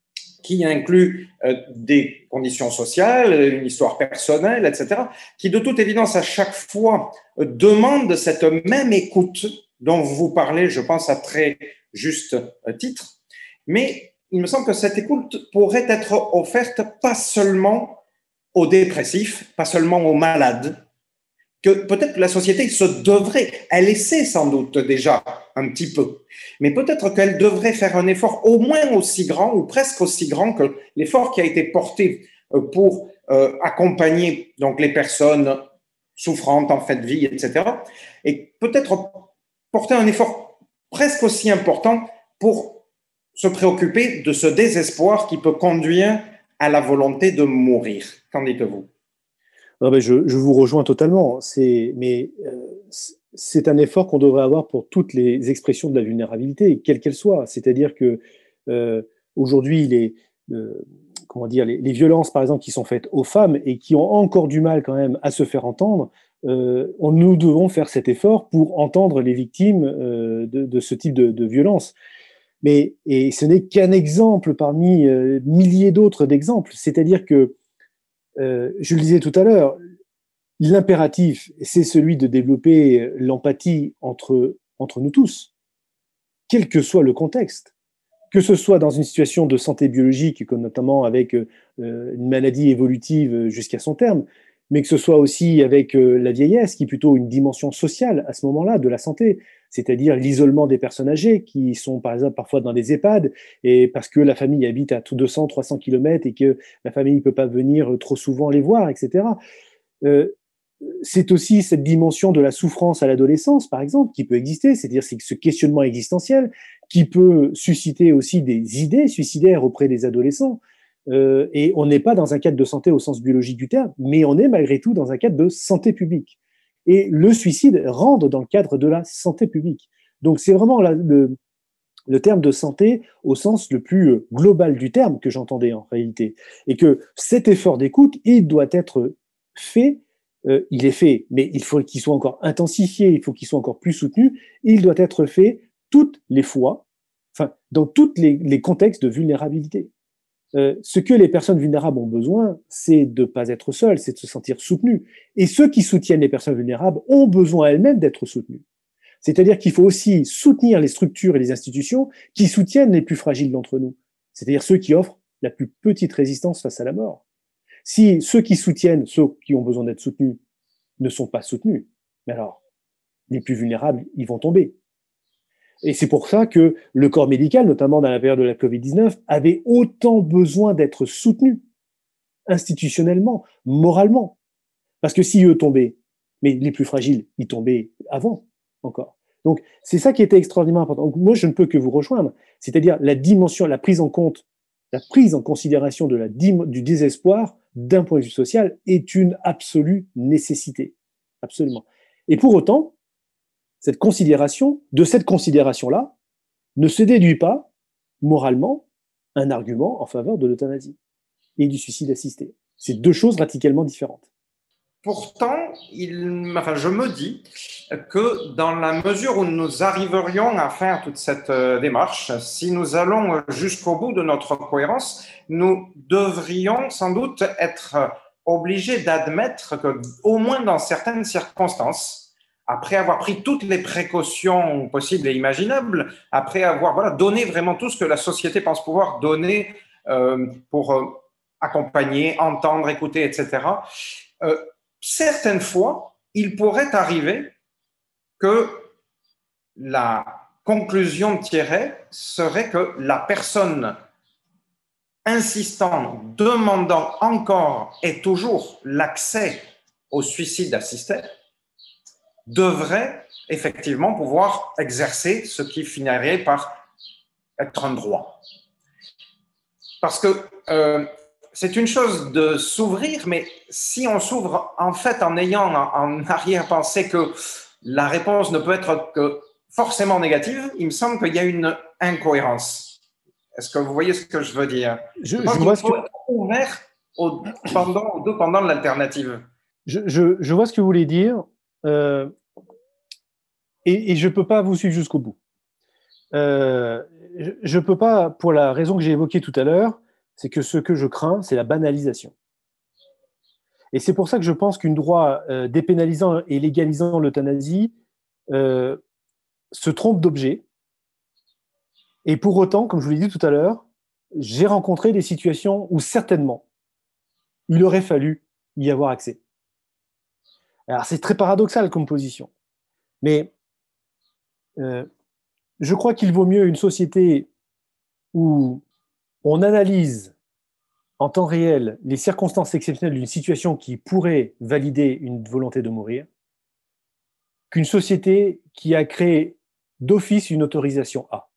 qui incluent euh, des conditions sociales, une histoire personnelle, et cetera, qui de toute évidence à chaque fois euh, demandent cette même écoute dont vous parlez, je pense à très juste euh, titre, mais il me semble que cette écoute pourrait être offerte pas seulement aux dépressifs, pas seulement aux malades, que peut-être que la société se devrait, elle essaie sans doute déjà un petit peu, mais peut-être qu'elle devrait faire un effort au moins aussi grand ou presque aussi grand que l'effort qui a été porté pour euh, accompagner donc les personnes souffrantes en fin de vie, et cetera. Et peut-être porter un effort presque aussi important pour se préoccuper de ce désespoir qui peut conduire à la volonté de mourir. Qu'en dites-vous ? Non, mais je, je vous rejoins totalement. C'est, mais euh, c'est un effort qu'on devrait avoir pour toutes les expressions de la vulnérabilité, quelles qu'elles soient. C'est-à-dire que euh, aujourd'hui, les, euh, comment dire, les, les violences, par exemple, qui sont faites aux femmes et qui ont encore du mal quand même à se faire entendre, euh, on, nous devons faire cet effort pour entendre les victimes euh, de, de ce type de, de violence. Mais et ce n'est qu'un exemple parmi euh, milliers d'autres d'exemples. C'est-à-dire que Euh, je le disais tout à l'heure, l'impératif, c'est celui de développer l'empathie entre, entre nous tous, quel que soit le contexte, que ce soit dans une situation de santé biologique, comme notamment avec euh, une maladie évolutive jusqu'à son terme, mais que ce soit aussi avec euh, la vieillesse, qui est plutôt une dimension sociale à ce moment-là de la santé, c'est-à-dire l'isolement des personnes âgées qui sont par exemple parfois dans des EHPAD et parce que la famille habite à deux cents, trois cents kilomètres et que la famille ne peut pas venir trop souvent les voir, et cetera. Euh, c'est aussi cette dimension de la souffrance à l'adolescence, par exemple, qui peut exister, c'est-à-dire c'est ce questionnement existentiel qui peut susciter aussi des idées suicidaires auprès des adolescents. Euh, et on n'est pas dans un cadre de santé au sens biologique du terme, mais on est malgré tout dans un cadre de santé publique. Et le suicide rentre dans le cadre de la santé publique. Donc c'est vraiment la, le, le terme de santé au sens le plus global du terme que j'entendais en réalité. Et que cet effort d'écoute, il doit être fait, euh, il est fait, mais il faut qu'il soit encore intensifié, il faut qu'il soit encore plus soutenu, il doit être fait toutes les fois, enfin, dans tous les, les contextes de vulnérabilité. Euh, ce que les personnes vulnérables ont besoin, c'est de ne pas être seules, c'est de se sentir soutenues. Et ceux qui soutiennent les personnes vulnérables ont besoin elles-mêmes d'être soutenues. C'est-à-dire qu'il faut aussi soutenir les structures et les institutions qui soutiennent les plus fragiles d'entre nous, c'est-à-dire ceux qui offrent la plus petite résistance face à la mort. Si ceux qui soutiennent ceux qui ont besoin d'être soutenus ne sont pas soutenus, mais alors les plus vulnérables, ils vont tomber. Et c'est pour ça que le corps médical, notamment dans la période de la covid dix-neuf, avait autant besoin d'être soutenu institutionnellement, moralement. Parce que si eux tombaient, mais les plus fragiles, ils tombaient avant encore. Donc c'est ça qui était extraordinairement important. Donc, moi, je ne peux que vous rejoindre, c'est-à-dire la dimension, la prise en compte, la prise en considération de la, du désespoir d'un point de vue social est une absolue nécessité. Absolument. Et pour autant, cette considération, de cette considération-là, ne se déduit pas, moralement, un argument en faveur de l'euthanasie et du suicide assisté. C'est deux choses radicalement différentes. Pourtant, il, enfin, je me dis que dans la mesure où nous arriverions à faire toute cette démarche, si nous allons jusqu'au bout de notre cohérence, nous devrions sans doute être obligés d'admettre que, au moins dans certaines circonstances, après avoir pris toutes les précautions possibles et imaginables, après avoir voilà, donné vraiment tout ce que la société pense pouvoir donner euh, pour euh, accompagner, entendre, écouter, et cetera, euh, certaines fois, il pourrait arriver que la conclusion tirée serait que la personne insistant, demandant encore et toujours l'accès au suicide assisté devrait effectivement pouvoir exercer ce qui finirait par être un droit. Parce que euh, c'est une chose de s'ouvrir, mais si on s'ouvre en fait en ayant en arrière-pensée que la réponse ne peut être que forcément négative, il me semble qu'il y a une incohérence. Est-ce que vous voyez ce que je veux dire? Je, je pense je qu'il vois faut ce que... être ouvert au pendant, aux deux pendant de l'alternative. Je, je, je vois ce que vous voulez dire euh, et, et je ne peux pas vous suivre jusqu'au bout. Euh, je ne peux pas, pour la raison que j'ai évoquée tout à l'heure, c'est que ce que je crains, c'est la banalisation. Et c'est pour ça que je pense qu'une droit euh, dépénalisant et légalisant l'euthanasie euh, se trompe d'objet. Et pour autant, comme je vous l'ai dit tout à l'heure, j'ai rencontré des situations où certainement, il aurait fallu y avoir accès. Alors, c'est très paradoxal comme position. Mais euh, je crois qu'il vaut mieux une société où on analyse en temps réel les circonstances exceptionnelles d'une situation qui pourrait valider une volonté de mourir, qu'une société qui a créé d'office une autorisation A.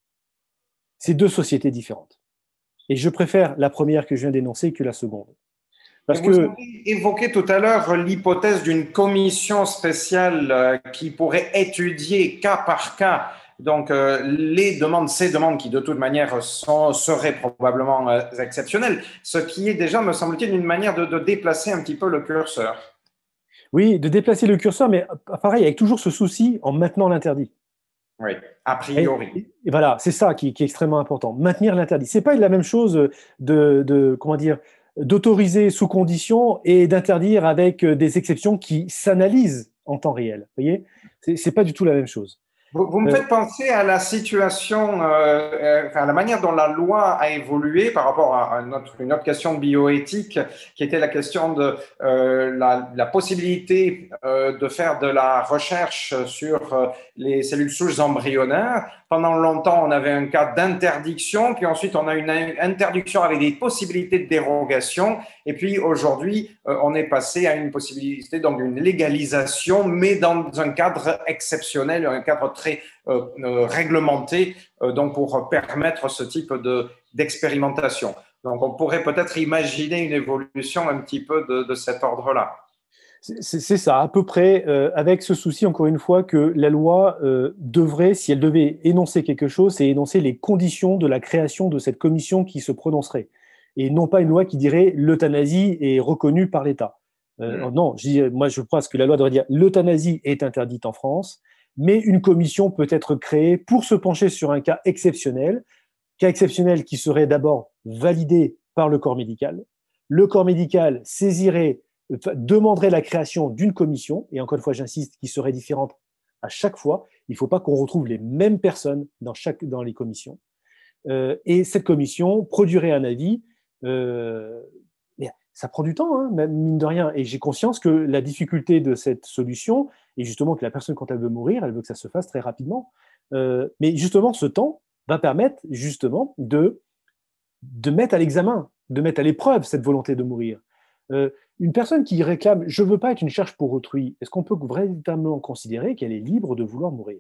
C'est deux sociétés différentes. Et je préfère la première que je viens d'énoncer que la seconde. Parce vous que... avez évoqué tout à l'heure l'hypothèse d'une commission spéciale qui pourrait étudier cas par cas donc euh, les demandes, ces demandes qui de toute manière sont, seraient probablement euh, exceptionnelles, ce qui est déjà, me semble-t-il, une manière de, de déplacer un petit peu le curseur. Oui, de déplacer le curseur, mais pareil, avec toujours ce souci en maintenant l'interdit. Oui, a priori. Et, et voilà, c'est ça qui, qui est extrêmement important. Maintenir l'interdit. C'est pas la même chose de, de comment dire, d'autoriser sous condition et d'interdire avec des exceptions qui s'analysent en temps réel. Vous voyez, c'est, c'est pas du tout la même chose. Vous, vous me faites euh, penser à la situation, euh, à la manière dont la loi a évolué par rapport à une autre, une autre question de bioéthique, qui était la question de euh, la, la possibilité euh, de faire de la recherche sur euh, les cellules souches embryonnaires. Pendant longtemps, on avait un cas d'interdiction, puis ensuite on a une interdiction avec des possibilités de dérogation, et puis aujourd'hui, euh, on est passé à une possibilité, donc une légalisation, mais dans un cadre exceptionnel, un cadre très très euh, euh, réglementé euh, donc pour permettre ce type de, d'expérimentation. Donc, on pourrait peut-être imaginer une évolution un petit peu de, de cet ordre-là. C'est, c'est ça, à peu près, euh, avec ce souci, encore une fois, que la loi euh, devrait, si elle devait énoncer quelque chose, c'est énoncer les conditions de la création de cette commission qui se prononcerait. Et non pas une loi qui dirait l'euthanasie est reconnue par l'État. Euh, mmh. Non, je dis, moi je pense que la loi devrait dire l'euthanasie est interdite en France, mais une commission peut être créée pour se pencher sur un cas exceptionnel, cas exceptionnel qui serait d'abord validé par le corps médical. Le corps médical saisirait, demanderait la création d'une commission, et encore une fois, j'insiste, qui serait différente à chaque fois. Il ne faut pas qu'on retrouve les mêmes personnes dans, chaque, dans les commissions. Euh, et cette commission produirait un avis. Euh, ça prend du temps, hein, mine de rien. Et j'ai conscience que la difficulté de cette solution est justement que la personne, quand elle veut mourir, elle veut que ça se fasse très rapidement. Euh, mais justement, ce temps va permettre justement de, de mettre à l'examen, de mettre à l'épreuve cette volonté de mourir. Euh, une personne qui réclame « je ne veux pas être une charge pour autrui », est-ce qu'on peut véritablement considérer qu'elle est libre de vouloir mourir?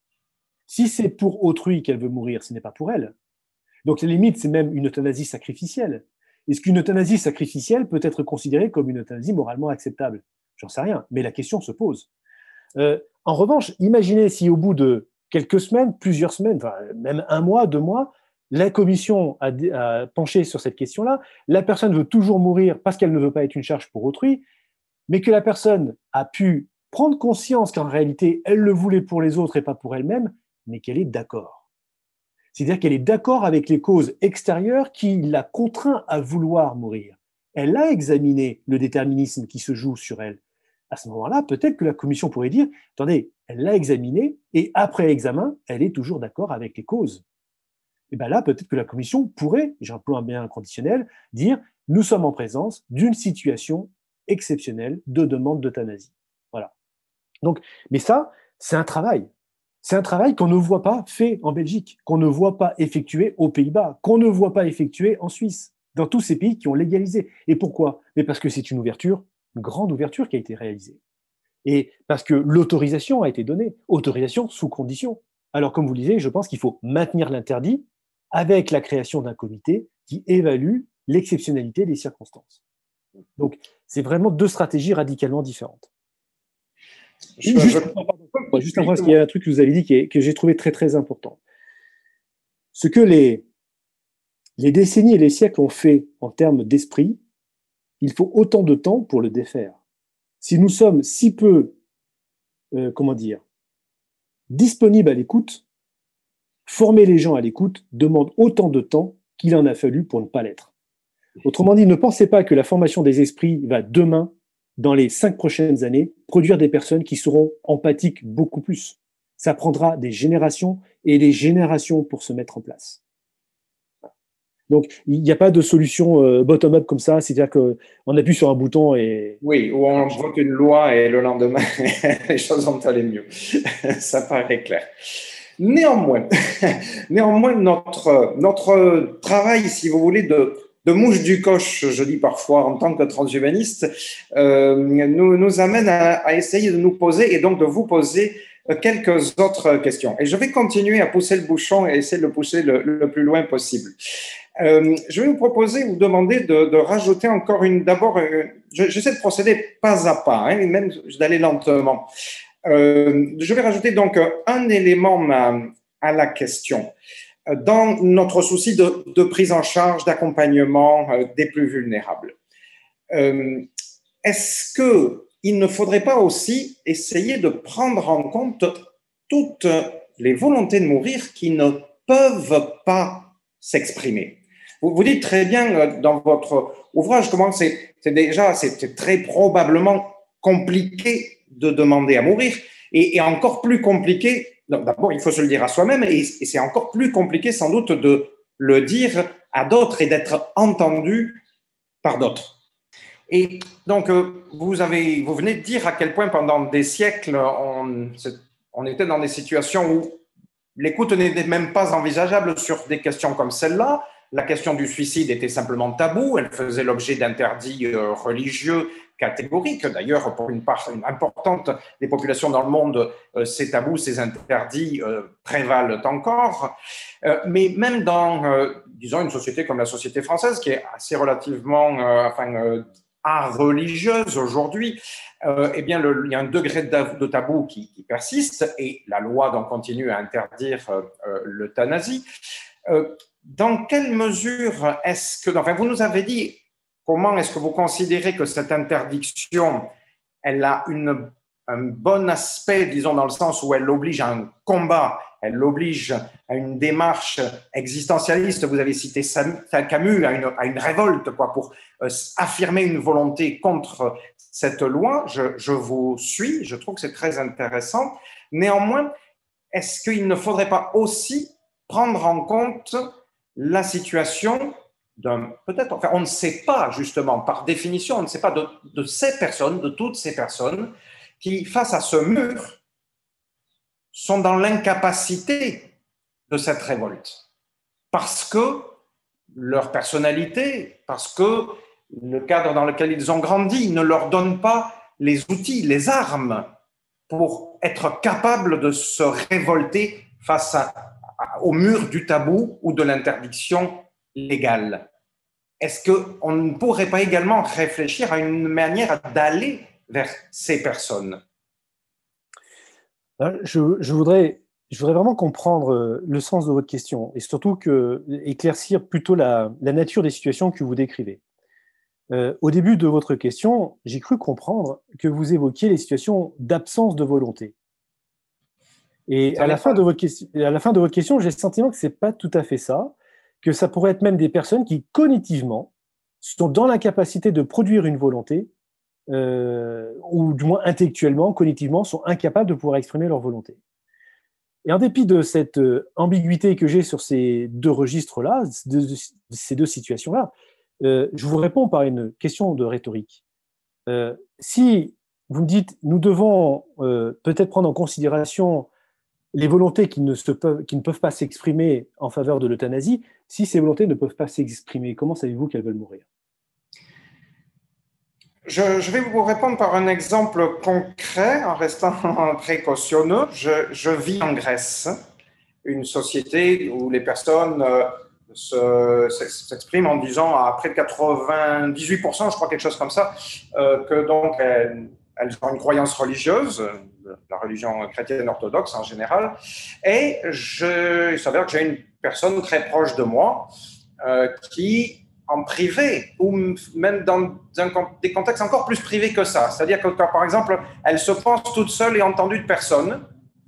Si c'est pour autrui qu'elle veut mourir, ce n'est pas pour elle. Donc, la limite, c'est même une euthanasie sacrificielle. Est-ce qu'une euthanasie sacrificielle peut être considérée comme une euthanasie moralement acceptable? J'en sais rien, mais la question se pose. Euh, en revanche, imaginez si au bout de quelques semaines, plusieurs semaines, enfin, même un mois, deux mois, La commission a, a penché sur cette question-là. La personne veut toujours mourir parce qu'elle ne veut pas être une charge pour autrui, mais que la personne a pu prendre conscience qu'en réalité, elle le voulait pour les autres et pas pour elle-même, mais qu'elle est d'accord. C'est-à-dire qu'elle est d'accord avec les causes extérieures qui la contraint à vouloir mourir. Elle a examiné le déterminisme qui se joue sur elle. À ce moment-là, peut-être que la commission pourrait dire, attendez, elle l'a examiné et après examen, elle est toujours d'accord avec les causes. Et bien là, peut-être que la commission pourrait, j'emploie un bien conditionnel, dire, nous sommes en présence d'une situation exceptionnelle de demande d'euthanasie. Voilà. Donc, mais ça, c'est un travail. C'est un travail qu'on ne voit pas fait en Belgique, qu'on ne voit pas effectué aux Pays-Bas, qu'on ne voit pas effectué en Suisse, dans tous ces pays qui ont légalisé. Et pourquoi ? Mais parce que c'est une ouverture, une grande ouverture qui a été réalisée. Et parce que l'autorisation a été donnée, autorisation sous condition. Alors, comme vous le disiez, je pense qu'il faut maintenir l'interdit avec la création d'un comité qui évalue l'exceptionnalité des circonstances. Donc, c'est vraiment deux stratégies radicalement différentes. Je, juste, je... Pardon, juste un point, parce qu'il y a un truc que vous avez dit qui est, que j'ai trouvé très, très important. Ce que les, les décennies et les siècles ont fait en termes d'esprit, il faut autant de temps pour le défaire. Si nous sommes si peu, euh, comment dire, disponibles à l'écoute, former les gens à l'écoute demande autant de temps qu'il en a fallu pour ne pas l'être. Autrement dit, ne pensez pas que la formation des esprits va demain, dans les cinq prochaines années, produire des personnes qui seront empathiques beaucoup plus. Ça prendra des générations et des générations pour se mettre en place. Donc, il n'y a pas de solution euh, bottom-up comme ça, c'est-à-dire qu'on appuie sur un bouton et... Oui, ou on vote une loi et le lendemain, les choses vont aller mieux. Ça paraît clair. Néanmoins, néanmoins notre, notre travail, si vous voulez, de, de mouche du coche, je dis parfois en tant que transhumaniste, euh, nous, nous amène à, à essayer de nous poser et donc de vous poser quelques autres questions. Et je vais continuer à pousser le bouchon et essayer de le pousser le, le plus loin possible. Euh, je vais vous proposer, vous demander de, de rajouter encore une. D'abord, euh, j'essaie de procéder pas à pas, hein, et même d'aller lentement. Euh, je vais rajouter donc un élément à, à la question. Dans notre souci de, de prise en charge, d'accompagnement euh, des plus vulnérables, euh, est-ce qu'il ne faudrait pas aussi essayer de prendre en compte toutes les volontés de mourir qui ne peuvent pas s'exprimer? Vous, vous dites très bien dans votre ouvrage comment c'est, c'est déjà c'est très probablement compliqué de demander à mourir et, et encore plus compliqué, d'abord il faut se le dire à soi-même et, et c'est encore plus compliqué sans doute de le dire à d'autres et d'être entendu par d'autres. Et donc vous, avez, vous venez de dire à quel point pendant des siècles on, on était dans des situations où l'écoute n'était même pas envisageable sur des questions comme celle-là. La question du suicide était simplement tabou, elle faisait l'objet d'interdits religieux catégoriques. D'ailleurs, pour une part importante des populations dans le monde, ces tabous, ces interdits prévalent encore. Mais même dans, disons, une société comme la société française, qui est assez relativement, enfin, religieuse aujourd'hui, euh, eh bien, le, il y a un degré de, de tabou qui, qui persiste et la loi donc continue à interdire euh, l'euthanasie. Euh, dans quelle mesure est-ce que, enfin, vous nous avez dit comment est-ce que vous considérez que cette interdiction, elle a une, un bon aspect, disons, dans le sens où elle l'oblige à un combat, elle l'oblige à une démarche existentialiste. Vous avez cité Camus, à une, à une révolte, quoi, pour euh, affirmer une volonté contre cette loi. Je, je vous suis, je trouve que c'est très intéressant. Néanmoins, est-ce qu'il ne faudrait pas aussi prendre en compte la situation d'un, peut-être, enfin, on ne sait pas, justement, par définition, on ne sait pas de, de ces personnes, de toutes ces personnes qui, face à ce mur, sont dans l'incapacité de cette révolte. Parce que leur personnalité, parce que le cadre dans lequel ils ont grandi ne leur donne pas les outils, les armes pour être capables de se révolter face à, à, au mur du tabou ou de l'interdiction légale. Est-ce qu'on ne pourrait pas également réfléchir à une manière d'aller vers ces personnes? Je, je voudrais je voudrais vraiment comprendre le sens de votre question et surtout que, éclaircir plutôt la, la nature des situations que vous décrivez. Euh, au début de votre question, j'ai cru comprendre que vous évoquiez les situations d'absence de volonté. Et à la, fin de votre question, à la fin de votre question, j'ai le sentiment que ce n'est pas tout à fait ça, que ça pourrait être même des personnes qui, cognitivement, sont dans l'incapacité de produire une volonté, euh, ou du moins intellectuellement, cognitivement, sont incapables de pouvoir exprimer leur volonté. Et en dépit de cette euh, ambiguïté que j'ai sur ces deux registres-là, de, de, ces deux situations-là, euh, je vous réponds par une question de rhétorique. Euh, si vous me dites, nous devons euh, peut-être prendre en considération les volontés qui ne, se peuvent, qui ne peuvent pas s'exprimer en faveur de l'euthanasie, si ces volontés ne peuvent pas s'exprimer, comment savez-vous qu'elles veulent mourir ? Je, je vais vous répondre par un exemple concret, en restant précautionneux. Je, je vis en Grèce, une société où les personnes euh, se, s'expriment en disant à près de quatre-vingt-dix-huit pour cent, je crois quelque chose comme ça, euh, que donc elles, elles ont une croyance religieuse, la religion chrétienne orthodoxe en général, et je, il s'avère que j'ai une personne très proche de moi euh, qui, en privé, ou même dans un, des contextes encore plus privés que ça, c'est-à-dire que quand, par exemple, elle se pense toute seule et entendue de personne,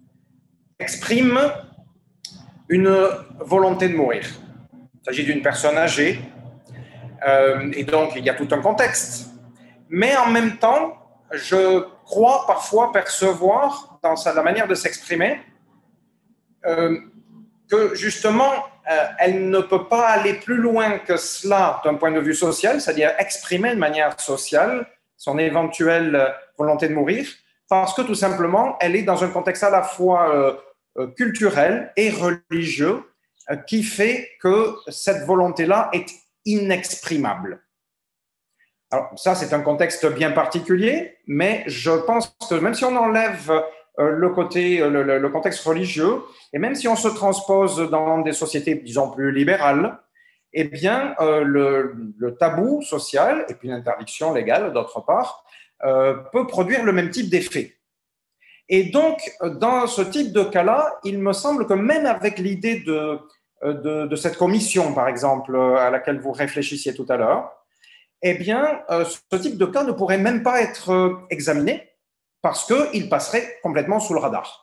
exprime une volonté de mourir. Il s'agit d'une personne âgée, euh, et donc il y a tout un contexte. Mais en même temps, je crois parfois percevoir dans sa, la manière de s'exprimer euh, que justement, euh, elle ne peut pas aller plus loin que cela d'un point de vue social, c'est-à-dire exprimer de manière sociale son éventuelle volonté de mourir, parce que tout simplement, elle est dans un contexte à la fois euh, euh, culturel et religieux euh, qui fait que cette volonté-là est inexprimable. Alors ça, c'est un contexte bien particulier, mais je pense que même si on enlève euh, le côté, le, le, le contexte religieux, et même si on se transpose dans des sociétés, disons, plus libérales, eh bien, euh, le, le tabou social, et puis l'interdiction légale, d'autre part, euh, peut produire le même type d'effet. Et donc, dans ce type de cas-là, il me semble que même avec l'idée de, de, de cette commission, par exemple, à laquelle vous réfléchissiez tout à l'heure, eh bien, euh, ce type de cas ne pourrait même pas être euh, examiné parce qu'il passerait complètement sous le radar.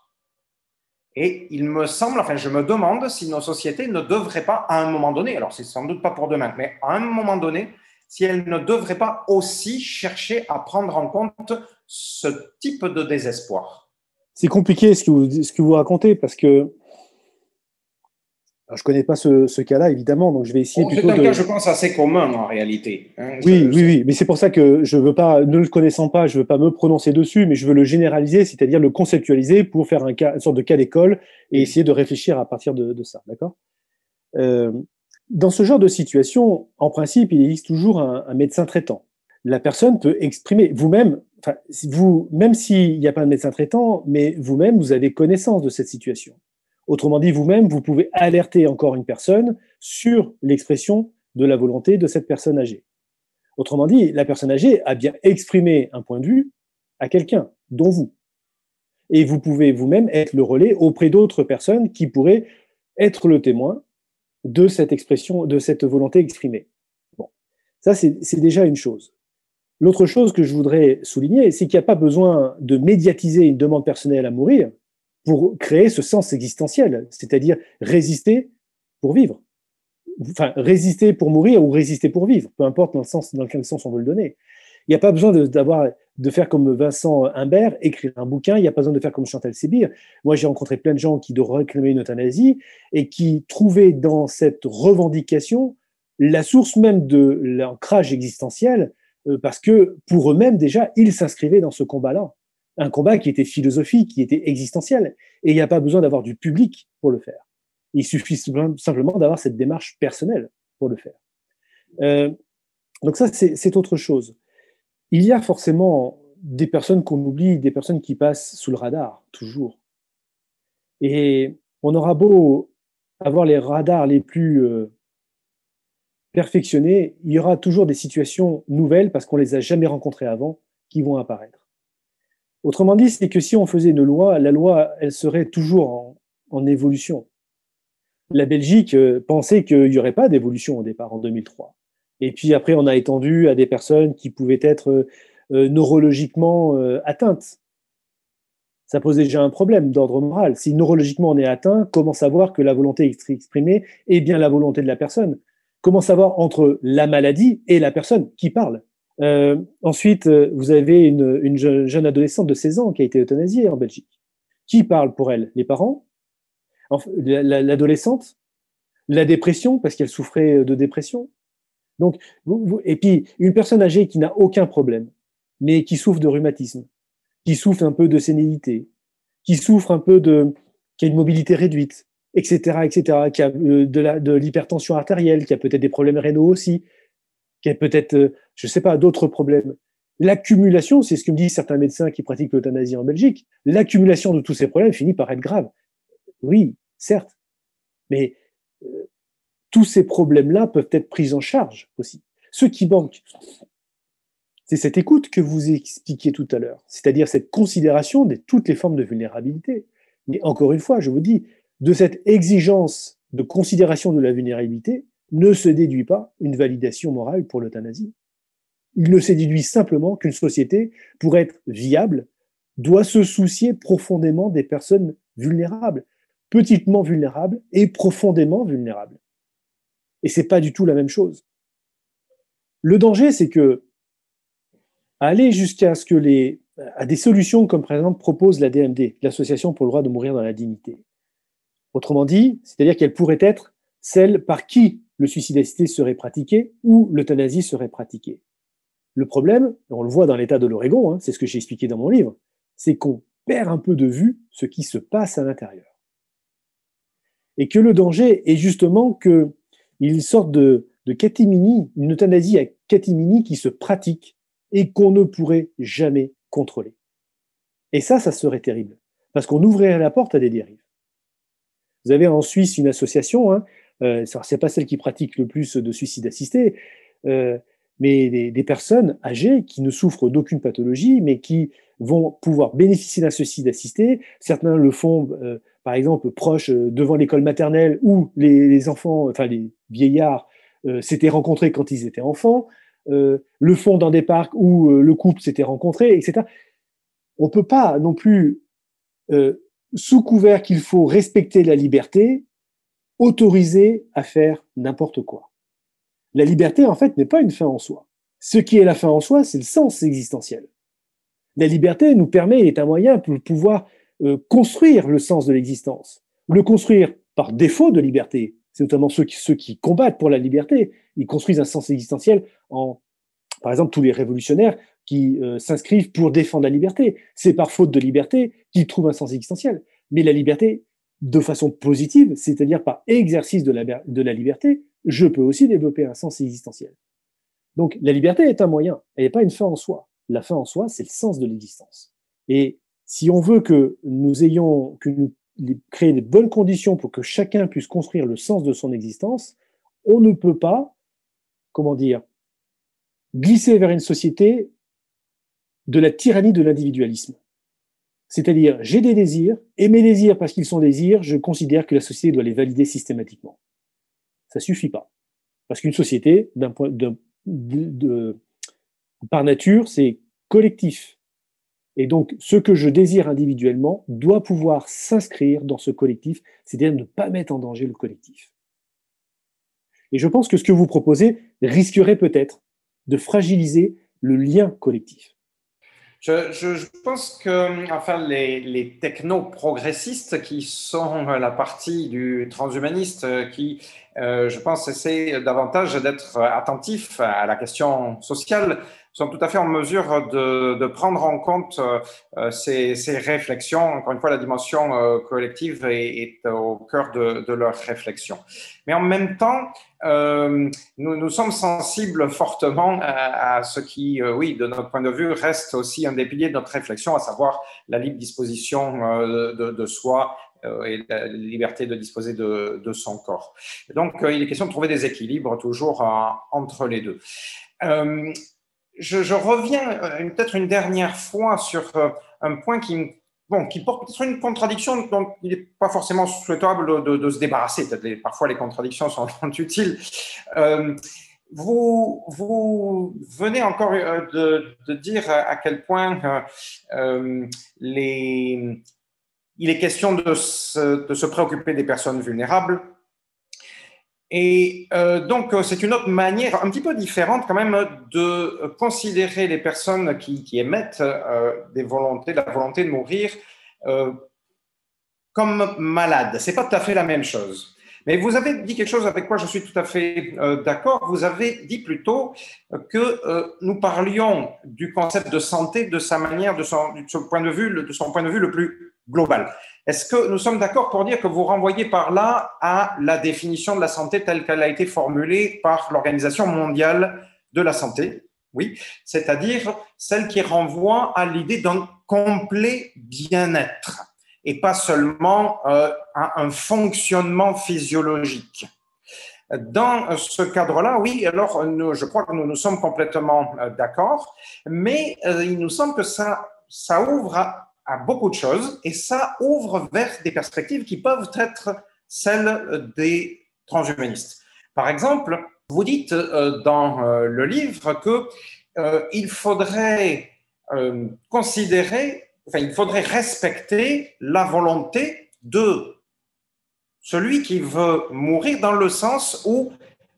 Et il me semble, enfin, je me demande si nos sociétés ne devraient pas, à un moment donné, alors c'est sans doute pas pour demain, mais à un moment donné, si elles ne devraient pas aussi chercher à prendre en compte ce type de désespoir. C'est compliqué ce que vous, ce que vous racontez parce que alors, je ne connais pas ce, ce cas-là, évidemment, donc je vais essayer bon, plutôt de… C'est un de… cas, je pense, assez commun en réalité. Hein. Oui, je, oui, oui, mais c'est pour ça que je veux pas, ne le connaissant pas, je veux pas me prononcer dessus, mais je veux le généraliser, c'est-à-dire le conceptualiser pour faire un cas, une sorte de cas d'école et essayer de réfléchir à partir de, de ça, d'accord ? euh, Dans ce genre de situation, en principe, il existe toujours un, un médecin traitant. La personne peut exprimer vous-même, enfin, vous, même s'il n'y a pas de médecin traitant, mais vous-même, vous avez connaissance de cette situation. Autrement dit, vous-même, vous pouvez alerter encore une personne sur l'expression de la volonté de cette personne âgée. Autrement dit, la personne âgée a bien exprimé un point de vue à quelqu'un, dont vous. Et vous pouvez vous-même être le relais auprès d'autres personnes qui pourraient être le témoin de cette expression, de cette volonté exprimée. Bon, ça, c'est, c'est déjà une chose. L'autre chose que je voudrais souligner, c'est qu'il n'y a pas besoin de médiatiser une demande personnelle à mourir pour créer ce sens existentiel, c'est-à-dire résister pour vivre. Enfin, résister pour mourir ou résister pour vivre, peu importe dans, le sens, dans quel sens on veut le donner. Il n'y a pas besoin de, d'avoir, de faire comme Vincent Humbert, écrire un bouquin, il n'y a pas besoin de faire comme Chantal Sébir. Moi, j'ai rencontré plein de gens qui réclamaient une euthanasie et qui trouvaient dans cette revendication la source même de l'ancrage existentiel, euh, parce que pour eux-mêmes, déjà, ils s'inscrivaient dans ce combat-là. Un combat qui était philosophique, qui était existentiel. Et il n'y a pas besoin d'avoir du public pour le faire. Il suffit simplement d'avoir cette démarche personnelle pour le faire. Euh, donc ça, c'est, c'est autre chose. Il y a forcément des personnes qu'on oublie, des personnes qui passent sous le radar, toujours. Et on aura beau avoir les radars les plus euh, perfectionnés, il y aura toujours des situations nouvelles, parce qu'on ne les a jamais rencontrées avant, qui vont apparaître. Autrement dit, c'est que si on faisait une loi, la loi, elle serait toujours en, en évolution. La Belgique euh, pensait qu'il n'y aurait pas d'évolution au départ, en deux mille trois. Et puis après, on a étendu à des personnes qui pouvaient être euh, neurologiquement euh, atteintes. Ça pose déjà un problème d'ordre moral. Si neurologiquement on est atteint, comment savoir que la volonté exprimée est bien la volonté de la personne? Comment savoir entre la maladie et la personne qui parle? euh, Ensuite, vous avez une, une jeune adolescente de seize ans qui a été euthanasiée en Belgique. Qui parle pour elle? Les parents? Enfin, l'adolescente? La dépression, parce qu'elle souffrait de dépression? Donc, vous, vous, et puis, une personne âgée qui n'a aucun problème, mais qui souffre de rhumatisme, qui souffre un peu de sénilité, qui souffre un peu de, qui a une mobilité réduite, et cetera, et cetera, qui a euh, de la, de l'hypertension artérielle, qui a peut-être des problèmes rénaux aussi, qui a peut-être, euh, je ne sais pas, d'autres problèmes. L'accumulation, c'est ce que me disent certains médecins qui pratiquent l'euthanasie en Belgique, l'accumulation de tous ces problèmes finit par être grave. Oui, certes, mais euh, tous ces problèmes-là peuvent être pris en charge aussi. Ce qui manque, c'est cette écoute que vous expliquiez tout à l'heure, c'est-à-dire cette considération de toutes les formes de vulnérabilité. Mais encore une fois, je vous dis, de cette exigence de considération de la vulnérabilité ne se déduit pas une validation morale pour l'euthanasie. Il ne se déduit simplement qu'une société, pour être viable, doit se soucier profondément des personnes vulnérables, petitement vulnérables et profondément vulnérables. Et c'est pas du tout la même chose. Le danger, c'est que aller jusqu'à ce que les, à des solutions comme par exemple propose la D M D, l'Association pour le droit de mourir dans la dignité. Autrement dit, c'est-à-dire qu'elle pourrait être celle par qui le suicide assisté serait pratiqué ou l'euthanasie serait pratiquée. Le problème, on le voit dans l'état de l'Oregon, hein, c'est ce que j'ai expliqué dans mon livre, c'est qu'on perd un peu de vue ce qui se passe à l'intérieur. Et que le danger est justement qu'il y ait une sorte de, de catimini, une euthanasie à catimini qui se pratique et qu'on ne pourrait jamais contrôler. Et ça, ça serait terrible, parce qu'on ouvrirait la porte à des dérives. Vous avez en Suisse une association, hein, euh, c'est pas celle qui pratique le plus de suicide assisté, euh, mais des, des personnes âgées qui ne souffrent d'aucune pathologie, mais qui vont pouvoir bénéficier d'un suicide assisté. Certains le font, euh, par exemple, proches euh, devant l'école maternelle où les, les enfants, enfin les vieillards, euh, s'étaient rencontrés quand ils étaient enfants. Euh, le font dans des parcs où euh, le couple s'était rencontré, et cetera. On ne peut pas non plus, euh, sous couvert qu'il faut respecter la liberté, autoriser à faire n'importe quoi. La liberté, en fait, n'est pas une fin en soi. Ce qui est la fin en soi, c'est le sens existentiel. La liberté nous permet, est un moyen pour pouvoir euh, construire le sens de l'existence. Le construire par défaut de liberté, c'est notamment ceux qui, ceux qui combattent pour la liberté. Ils construisent un sens existentiel en, par exemple, tous les révolutionnaires qui euh, s'inscrivent pour défendre la liberté. C'est par faute de liberté qu'ils trouvent un sens existentiel. Mais la liberté, de façon positive, c'est-à-dire par exercice de la, de la liberté, je peux aussi développer un sens existentiel. Donc, la liberté est un moyen, elle n'est pas une fin en soi. La fin en soi, c'est le sens de l'existence. Et si on veut que nous ayons, que nous créer des bonnes conditions pour que chacun puisse construire le sens de son existence, on ne peut pas, comment dire, glisser vers une société de la tyrannie de l'individualisme. C'est-à-dire, j'ai des désirs, et mes désirs, parce qu'ils sont désirs, je considère que la société doit les valider systématiquement. Ça suffit pas. Parce qu'une société, d'un point de, de, de, par nature, c'est collectif. Et donc, ce que je désire individuellement doit pouvoir s'inscrire dans ce collectif, c'est-à-dire ne pas mettre en danger le collectif. Et je pense que ce que vous proposez risquerait peut-être de fragiliser le lien collectif. Je, je, je pense que enfin, les, les techno-progressistes, qui sont la partie du transhumaniste, qui, euh, je pense, essaient davantage d'être attentifs à la question sociale, sont tout à fait en mesure de, de prendre en compte euh, ces, ces réflexions. Encore une fois, la dimension euh, collective est, est au cœur de, de leurs réflexions. Mais en même temps, euh, nous, nous sommes sensibles fortement à, à ce qui, euh, oui, de notre point de vue, reste aussi un des piliers de notre réflexion, à savoir la libre disposition euh, de, de soi euh, et la liberté de disposer de, de son corps. Et donc, euh, il est question de trouver des équilibres toujours euh, entre les deux. Euh, Je, je reviens peut-être une dernière fois sur un point qui me bon, qui porte peut-être une contradiction dont il n'est pas forcément souhaitable de, de, de se débarrasser. Peut-être les, parfois, les contradictions sont, sont utiles. Euh, vous, vous venez encore de, de dire à quel point euh, les, il est question de se, de se préoccuper des personnes vulnérables. Et euh, donc, c'est une autre manière, un petit peu différente quand même, de considérer les personnes qui, qui émettent euh, des volontés, la volonté de mourir euh, comme malades. Ce n'est pas tout à fait la même chose. Mais vous avez dit quelque chose avec quoi je suis tout à fait euh, d'accord. Vous avez dit plutôt que euh, nous parlions du concept de santé de sa manière, de son, de son point de vue, de son point de vue le plus global. Est-ce que nous sommes d'accord pour dire que vous renvoyez par là à la définition de la santé telle qu'elle a été formulée par l'Organisation mondiale de la santé? Oui, c'est-à-dire celle qui renvoie à l'idée d'un complet bien-être et pas seulement euh, à un fonctionnement physiologique. Dans ce cadre-là, oui, alors nous, je crois que nous nous sommes complètement euh, d'accord, mais euh, il nous semble que ça, ça ouvre à, à beaucoup de choses et ça ouvre vers des perspectives qui peuvent être celles des transhumanistes. Par exemple, vous dites euh, dans euh, le livre que euh, il faudrait euh, considérer, enfin, il faudrait respecter la volonté de celui qui veut mourir, dans le sens où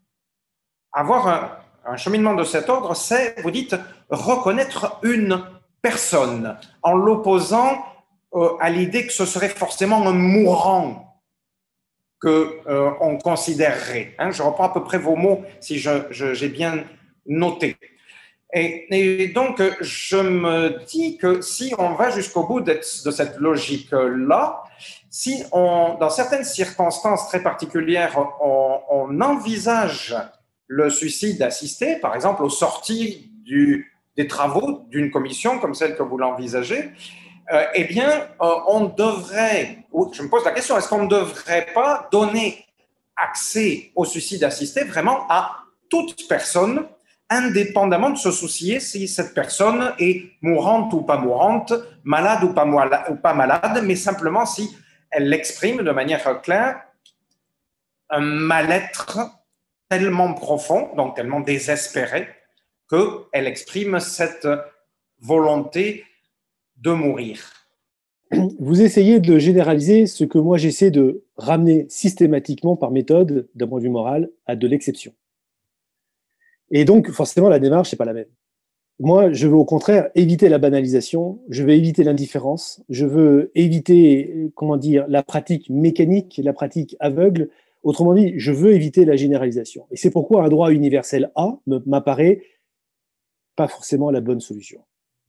avoir un, un cheminement de cet ordre, c'est, vous dites, reconnaître une personne en l'opposant euh, à l'idée que ce serait forcément un mourant que euh, on considérerait. Hein, je reprends à peu près vos mots si je, je, j'ai bien noté. Et, et donc, je me dis que si on va jusqu'au bout de, de cette logique-là, si on, dans certaines circonstances très particulières, on, on envisage le suicide assisté, par exemple aux sorties du, des travaux d'une commission comme celle que vous l'envisagez, euh, eh bien, euh, on devrait, ou je me pose la question, est-ce qu'on ne devrait pas donner accès au suicide assisté vraiment à toute personne, indépendamment de se soucier si cette personne est mourante ou pas mourante, malade ou pas, ou pas malade, mais simplement si elle l'exprime de manière claire, un mal-être tellement profond, donc tellement désespéré, qu'elle exprime cette volonté de mourir. Vous essayez de généraliser ce que moi j'essaie de ramener systématiquement par méthode, d'un point de vue moral, à de l'exception. Et donc, forcément, la démarche n'est pas la même. Moi, je veux au contraire éviter la banalisation, je veux éviter l'indifférence, je veux éviter, comment dire, la pratique mécanique, la pratique aveugle. Autrement dit, je veux éviter la généralisation. Et c'est pourquoi un droit universel A m'apparaît pas forcément la bonne solution.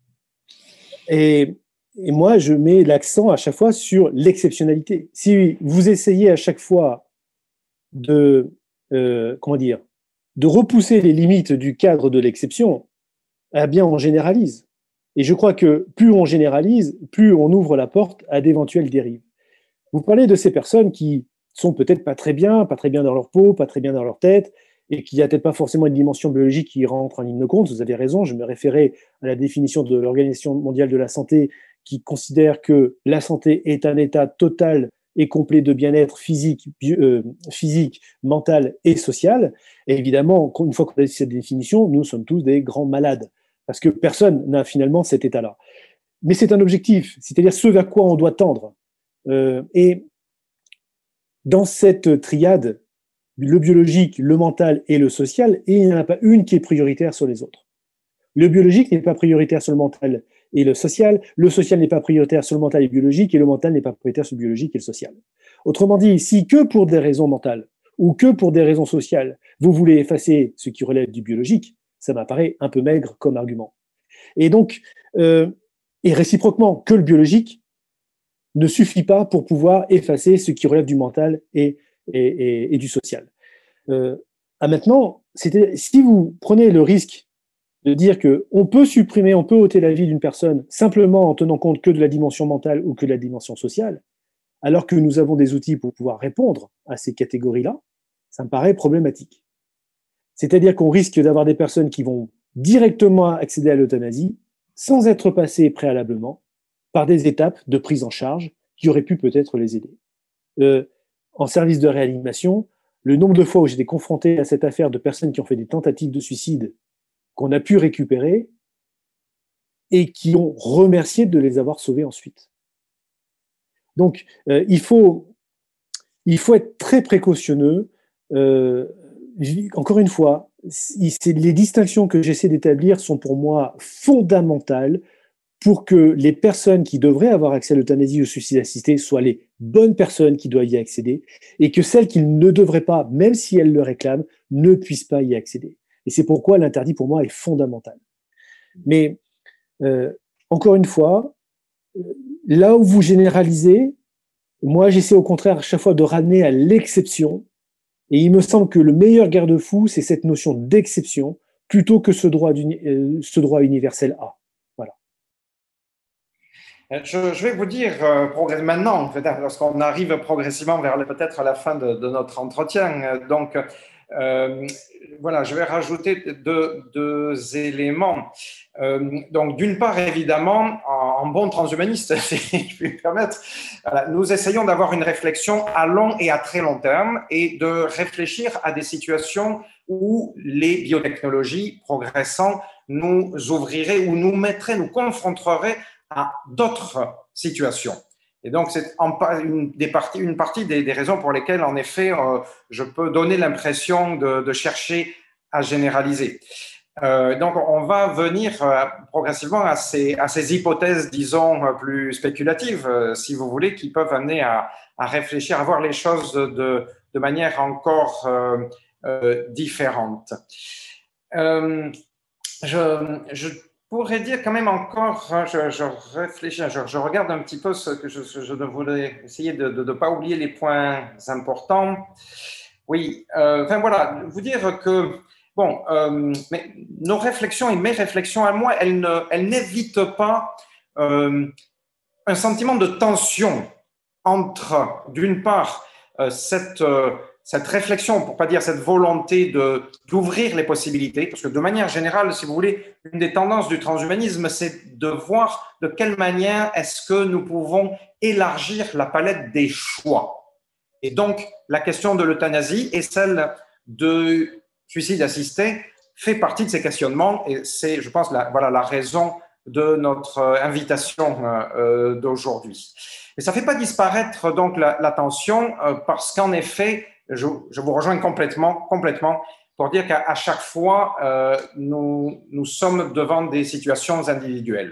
Et, et moi, je mets l'accent à chaque fois sur l'exceptionnalité. Si vous essayez à chaque fois de, euh, comment dire, de repousser les limites du cadre de l'exception, eh bien, on généralise. Et je crois que plus on généralise, plus on ouvre la porte à d'éventuelles dérives. Vous parlez de ces personnes qui sont peut-être pas très bien, pas très bien dans leur peau, pas très bien dans leur tête, et qu'il n'y a peut-être pas forcément une dimension biologique qui rentre en ligne de compte. Vous avez raison, je me référais à la définition de l'Organisation mondiale de la santé qui considère que la santé est un état total et complet de bien-être physique, bio, euh, physique, mental et social. Et évidemment, une fois qu'on a cette définition, nous sommes tous des grands malades, parce que personne n'a finalement cet état-là. Mais c'est un objectif, c'est-à-dire ce vers quoi on doit tendre. Euh, et dans cette triade, le biologique, le mental et le social, et il n'y en a pas une qui est prioritaire sur les autres. Le biologique n'est pas prioritaire sur le mental et le social, le social n'est pas prioritaire sur le mental et le biologique, et le mental n'est pas prioritaire sur le biologique et le social. Autrement dit, si que pour des raisons mentales ou que pour des raisons sociales, vous voulez effacer ce qui relève du biologique, ça m'apparaît un peu maigre comme argument. Et donc, euh, et réciproquement, que le biologique ne suffit pas pour pouvoir effacer ce qui relève du mental et, et, et, et du social. Euh, à maintenant, c'était, si vous prenez le risque de dire qu'on peut supprimer, on peut ôter la vie d'une personne simplement en tenant compte que de la dimension mentale ou que de la dimension sociale, alors que nous avons des outils pour pouvoir répondre à ces catégories-là, ça me paraît problématique. C'est-à-dire qu'on risque d'avoir des personnes qui vont directement accéder à l'euthanasie sans être passées préalablement par des étapes de prise en charge qui auraient pu peut-être les aider. Euh, en service de réanimation, le nombre de fois où j'étais confronté à cette affaire de personnes qui ont fait des tentatives de suicide qu'on a pu récupérer et qui ont remercié de les avoir sauvées ensuite. Donc, euh, il faut, il faut être très précautionneux. Euh, encore une fois, les distinctions que j'essaie d'établir sont pour moi fondamentales pour que les personnes qui devraient avoir accès à l'euthanasie ou au suicide assisté soient les bonnes personnes qui doivent y accéder et que celles qui ne devraient pas, même si elles le réclament, ne puissent pas y accéder. Et c'est pourquoi l'interdit, pour moi, est fondamental. Mais, euh, encore une fois, là où vous généralisez, moi, j'essaie au contraire à chaque fois de ramener à l'exception. Et il me semble que le meilleur garde-fou, c'est cette notion d'exception plutôt que ce droit, euh, ce droit universel A. Voilà. Je, je vais vous dire euh, maintenant, lorsqu'on arrive progressivement vers peut-être la fin de, de notre entretien, donc euh, voilà, je vais rajouter deux, deux éléments. Euh, donc, d'une part, évidemment, en, en bon transhumaniste, si je puis me permettre, voilà, nous essayons d'avoir une réflexion à long et à très long terme et de réfléchir à des situations où les biotechnologies progressant nous ouvriraient ou nous mettraient, nous confronteraient à d'autres situations. Et donc, c'est une, des parties, une partie des, des raisons pour lesquelles, en effet, euh, je peux donner l'impression de, de chercher à généraliser. Euh, donc, on va venir euh, progressivement à ces, à ces hypothèses, disons, plus spéculatives, euh, si vous voulez, qui peuvent amener à, à réfléchir, à voir les choses de, de manière encore euh, euh, différente. Euh, je, je pourrais dire quand même encore, je, je réfléchis, je, je regarde un petit peu ce que je, je voulais essayer de ne pas oublier les points importants. Oui, euh, enfin voilà, vous dire que, bon, euh, mais nos réflexions et mes réflexions à moi, elles, ne, elles n'évitent pas euh, un sentiment de tension entre, d'une part, euh, cette… Euh, cette réflexion, pour ne pas dire cette volonté de, d'ouvrir les possibilités, parce que de manière générale, si vous voulez, une des tendances du transhumanisme, c'est de voir de quelle manière est-ce que nous pouvons élargir la palette des choix. Et donc, la question de l'euthanasie et celle de suicide assisté fait partie de ces questionnements et c'est, je pense, la, voilà, la raison de notre invitation euh, d'aujourd'hui. Mais ça ne fait pas disparaître donc la, la tension euh, parce qu'en effet, Je, je vous rejoins complètement, complètement pour dire qu'à chaque fois, euh, nous, nous sommes devant des situations individuelles.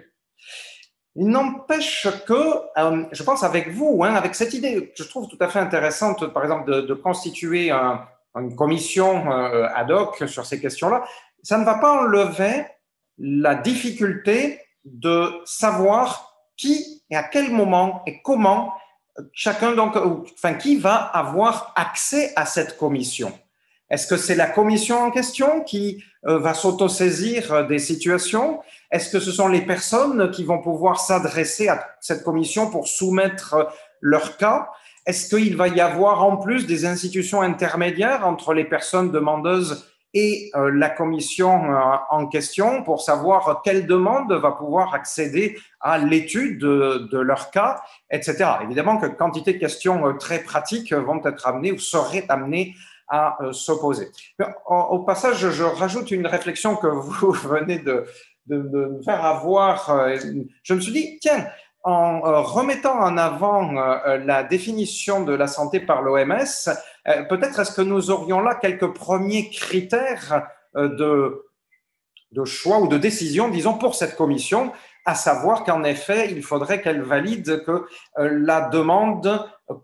Il n'empêche que, euh, je pense avec vous, hein, avec cette idée que je trouve tout à fait intéressante, par exemple, de, de constituer un, une commission euh, ad hoc sur ces questions-là, ça ne va pas enlever la difficulté de savoir qui et à quel moment et comment chacun, donc, enfin, qui va avoir accès à cette commission? Est-ce que c'est la commission en question qui euh, va s'autosaisir des situations? Est-ce que ce sont les personnes qui vont pouvoir s'adresser à cette commission pour soumettre leur cas? Est-ce qu'il va y avoir en plus des institutions intermédiaires entre les personnes demandeuses et euh, la commission euh, en question pour savoir quelle demande va pouvoir accéder à l'étude de, de leur cas, et cetera. Évidemment que quantité de questions euh, très pratiques vont être amenées ou seraient amenées à euh, se poser. Au, au passage, je rajoute une réflexion que vous venez de, de, de me faire avoir. Euh, je me suis dit, tiens, en euh, remettant en avant euh, la définition de la santé par l'O M S, euh, peut-être est-ce que nous aurions là quelques premiers critères euh, de, de choix ou de décision, disons, pour cette commission, à savoir qu'en effet, il faudrait qu'elle valide que euh, la demande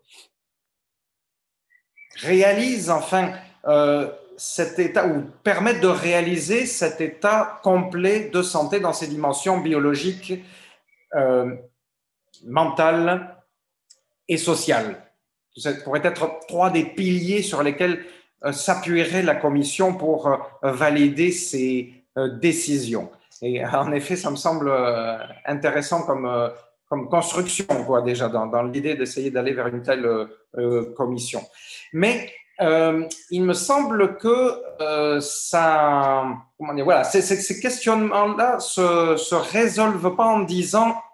réalise, enfin, euh, cet état, ou permette de réaliser cet état complet de santé dans ses dimensions biologiques, euh, mentale et sociale. Ça pourrait être trois des piliers sur lesquels euh, s'appuierait la commission pour euh, valider ces euh, décisions. Et en effet, ça me semble euh, intéressant comme, euh, comme construction, quoi, déjà, dans, dans l'idée d'essayer d'aller vers une telle euh, commission. Mais euh, il me semble que euh, ça, comment dire, voilà, ces, ces, ces questionnements-là se, se résolvent pas en disant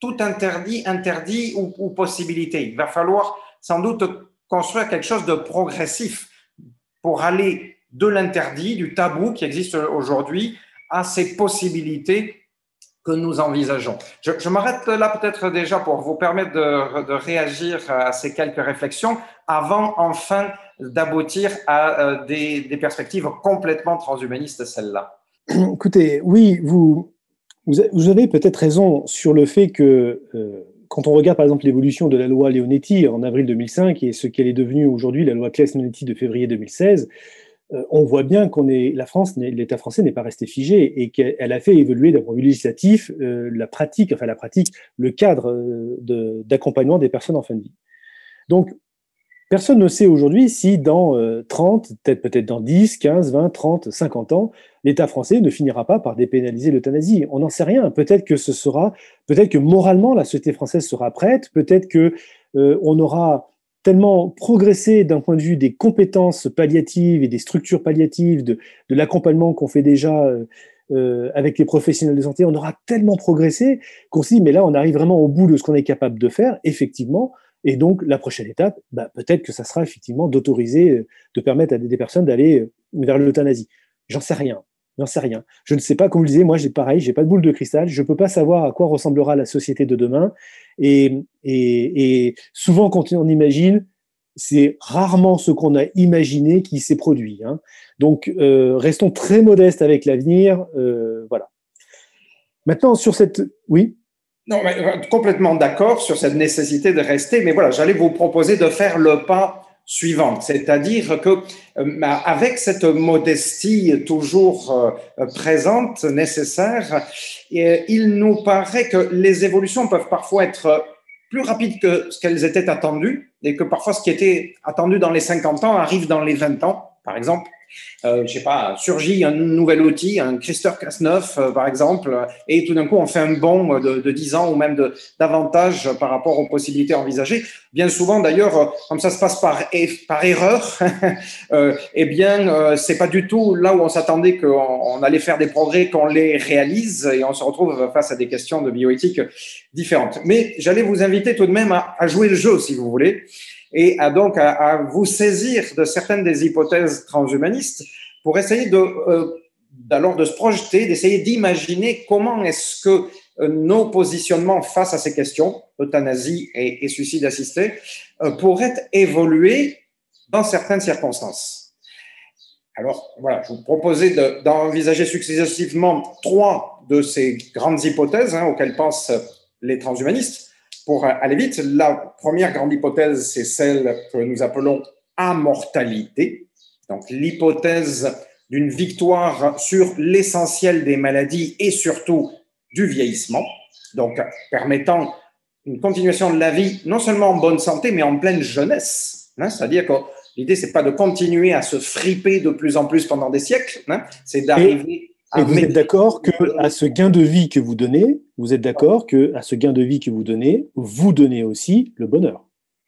tout interdit, interdit ou, ou possibilité. Il va falloir sans doute construire quelque chose de progressif pour aller de l'interdit, du tabou qui existe aujourd'hui, à ces possibilités que nous envisageons. Je, je m'arrête là peut-être déjà pour vous permettre de, de réagir à ces quelques réflexions avant enfin d'aboutir à des, des perspectives complètement transhumanistes, celles-là. Écoutez, oui, vous, vous avez peut-être raison sur le fait que euh, quand on regarde par exemple l'évolution de la loi Leonetti en avril deux mille cinq et ce qu'elle est devenue aujourd'hui, la loi Claes-Leonetti de février deux mille seize, euh, on voit bien qu'on est, la France, l'État français n'est pas resté figé et qu'elle a fait évoluer d'un point de vue législatif euh, la pratique, enfin la pratique, le cadre euh, de, d'accompagnement des personnes en fin de vie. Donc, personne ne sait aujourd'hui si dans euh, trente, peut-être, peut-être dans dix, quinze, vingt, trente, cinquante ans, l'État français ne finira pas par dépénaliser l'euthanasie. On n'en sait rien. Peut-être que ce sera, peut-être que moralement la société française sera prête. Peut-être que euh, on aura tellement progressé d'un point de vue des compétences palliatives et des structures palliatives, de, de l'accompagnement qu'on fait déjà euh, euh, avec les professionnels de santé. On aura tellement progressé qu'on se dit, mais là, on arrive vraiment au bout de ce qu'on est capable de faire, effectivement. Et donc, la prochaine étape, bah, peut-être que ça sera effectivement d'autoriser, de permettre à des personnes d'aller vers l'euthanasie. J'en sais rien. J'en sais rien. Je ne sais pas, comme vous le disiez, moi, j'ai pareil, j'ai pas de boule de cristal. Je peux pas savoir à quoi ressemblera la société de demain. Et, et, et souvent, quand on imagine, c'est rarement ce qu'on a imaginé qui s'est produit. Hein. Donc, euh, restons très modestes avec l'avenir. Euh, voilà. Maintenant, sur cette... Oui ? Non, mais complètement d'accord sur cette nécessité de rester, mais voilà, j'allais vous proposer de faire le pas suivant, c'est-à-dire que euh, avec cette modestie toujours euh, présente, nécessaire, et, il nous paraît que les évolutions peuvent parfois être plus rapides que ce qu'elles étaient attendues, et que parfois ce qui était attendu dans les cinquante ans arrive dans les vingt ans, par exemple. Euh, je sais pas, surgit un nouvel outil, un CRISPR Cas neuf, euh, par exemple, et tout d'un coup, on fait un bond de, de dix ans ou même de, davantage par rapport aux possibilités envisagées. Bien souvent, d'ailleurs, comme ça se passe par, par erreur, euh, eh bien, euh, c'est pas du tout là où on s'attendait qu'on on allait faire des progrès, qu'on les réalise, et on se retrouve face à des questions de bioéthique différentes. Mais j'allais vous inviter tout de même à, à jouer le jeu, si vous voulez, et à donc à, à vous saisir de certaines des hypothèses transhumanistes pour essayer de, euh, alors de se projeter, d'essayer d'imaginer comment est-ce que euh, nos positionnements face à ces questions, euthanasie et, et suicide assisté, euh, pourraient évoluer dans certaines circonstances. Alors, voilà, je vous proposais de, d'envisager successivement trois de ces grandes hypothèses hein, auxquelles pensent les transhumanistes. Pour aller vite, la première grande hypothèse, c'est celle que nous appelons amortalité. Donc, l'hypothèse d'une victoire sur l'essentiel des maladies et surtout du vieillissement, donc permettant une continuation de la vie, non seulement en bonne santé, mais en pleine jeunesse. Hein, c'est-à-dire que l'idée, c'est pas de continuer à se friper de plus en plus pendant des siècles, hein, c'est d'arriver... Et, et vous êtes d'accord que à ce gain de vie que vous donnez, vous êtes d'accord que à ce gain de vie que vous donnez, vous donnez aussi le bonheur.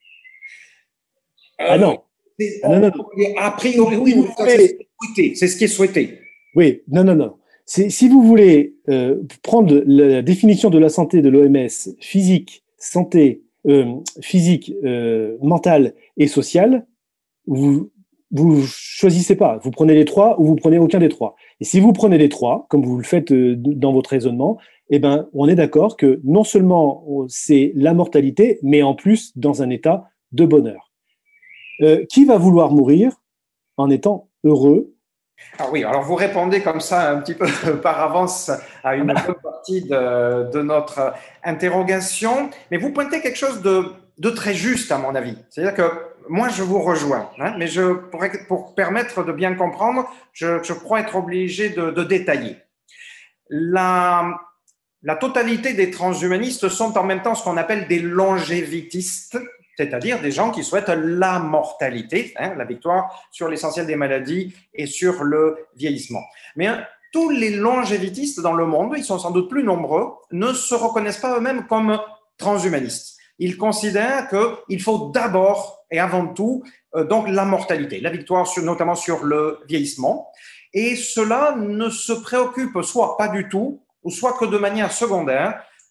Euh, ah non. Ah, non, non, non. A priori, oui, oui c'est ce qui est souhaité. Oui, non, non, non. C'est, si vous voulez euh, prendre la définition de la santé de l'O M S, physique, santé, euh, physique, euh, mentale et sociale, vous vous choisissez pas. Vous prenez les trois ou vous prenez aucun des trois. Et si vous prenez les trois, comme vous le faites euh, dans votre raisonnement, eh ben, on est d'accord que non seulement c'est la mortalité, mais en plus dans un état de bonheur. Euh, qui va vouloir mourir en étant heureux? Ah oui, alors vous répondez comme ça un petit peu par avance à une bonne partie de, de notre interrogation, mais vous pointez quelque chose de, de très juste à mon avis. C'est-à-dire que moi je vous rejoins, hein, mais je, pour, pour permettre de bien comprendre, je, je crois être obligé de, de détailler. La, la totalité des transhumanistes sont en même temps ce qu'on appelle des longévitistes, c'est-à-dire des gens qui souhaitent la mortalité, hein, la victoire sur l'essentiel des maladies et sur le vieillissement. Mais hein, tous les longévitistes dans le monde, ils sont sans doute plus nombreux, ne se reconnaissent pas eux-mêmes comme transhumanistes. Ils considèrent qu'il faut d'abord et avant tout euh, donc la mortalité, la victoire sur, notamment sur le vieillissement. Et cela ne se préoccupe soit pas du tout, ou soit que de manière secondaire,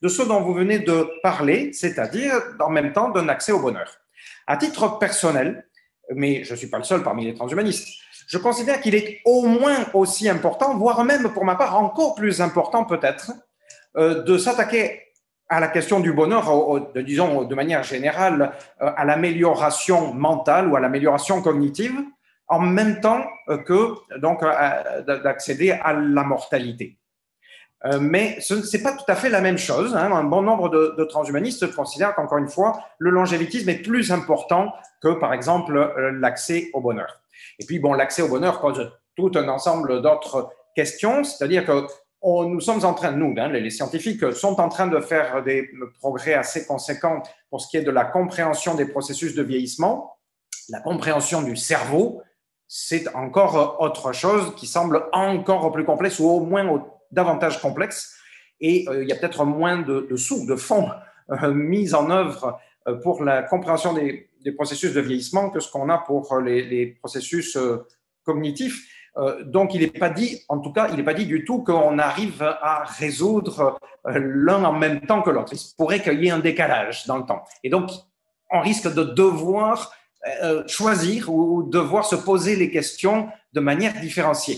de ce dont vous venez de parler, c'est-à-dire en même temps d'un accès au bonheur. À titre personnel, mais je ne suis pas le seul parmi les transhumanistes, je considère qu'il est au moins aussi important, voire même pour ma part encore plus important peut-être, euh, de s'attaquer à la question du bonheur, au, au, de, disons de manière générale, euh, à l'amélioration mentale ou à l'amélioration cognitive, en même temps que donc euh, d'accéder à la mortalité. Euh, mais ce n'est pas tout à fait la même chose. Hein. Un bon nombre de, de transhumanistes considèrent qu'encore une fois, le longévitisme est plus important que, par exemple, euh, l'accès au bonheur. Et puis, bon, l'accès au bonheur cause tout un ensemble d'autres questions, c'est-à-dire que on, nous sommes en train, nous, hein, les, les scientifiques, sont en train de faire des progrès assez conséquents pour ce qui est de la compréhension des processus de vieillissement. La compréhension du cerveau, c'est encore autre chose qui semble encore plus complexe ou au moins au davantage complexe, et euh, il y a peut-être moins de, de sous, de fonds euh, mis en œuvre euh, pour la compréhension des, des processus de vieillissement que ce qu'on a pour les, les processus euh, cognitifs. Euh, donc, il n'est pas dit, en tout cas, il n'est pas dit du tout qu'on arrive à résoudre euh, l'un en même temps que l'autre. Il se pourrait qu'il y ait un décalage dans le temps. Et donc, on risque de devoir euh, choisir ou devoir se poser les questions de manière différenciée.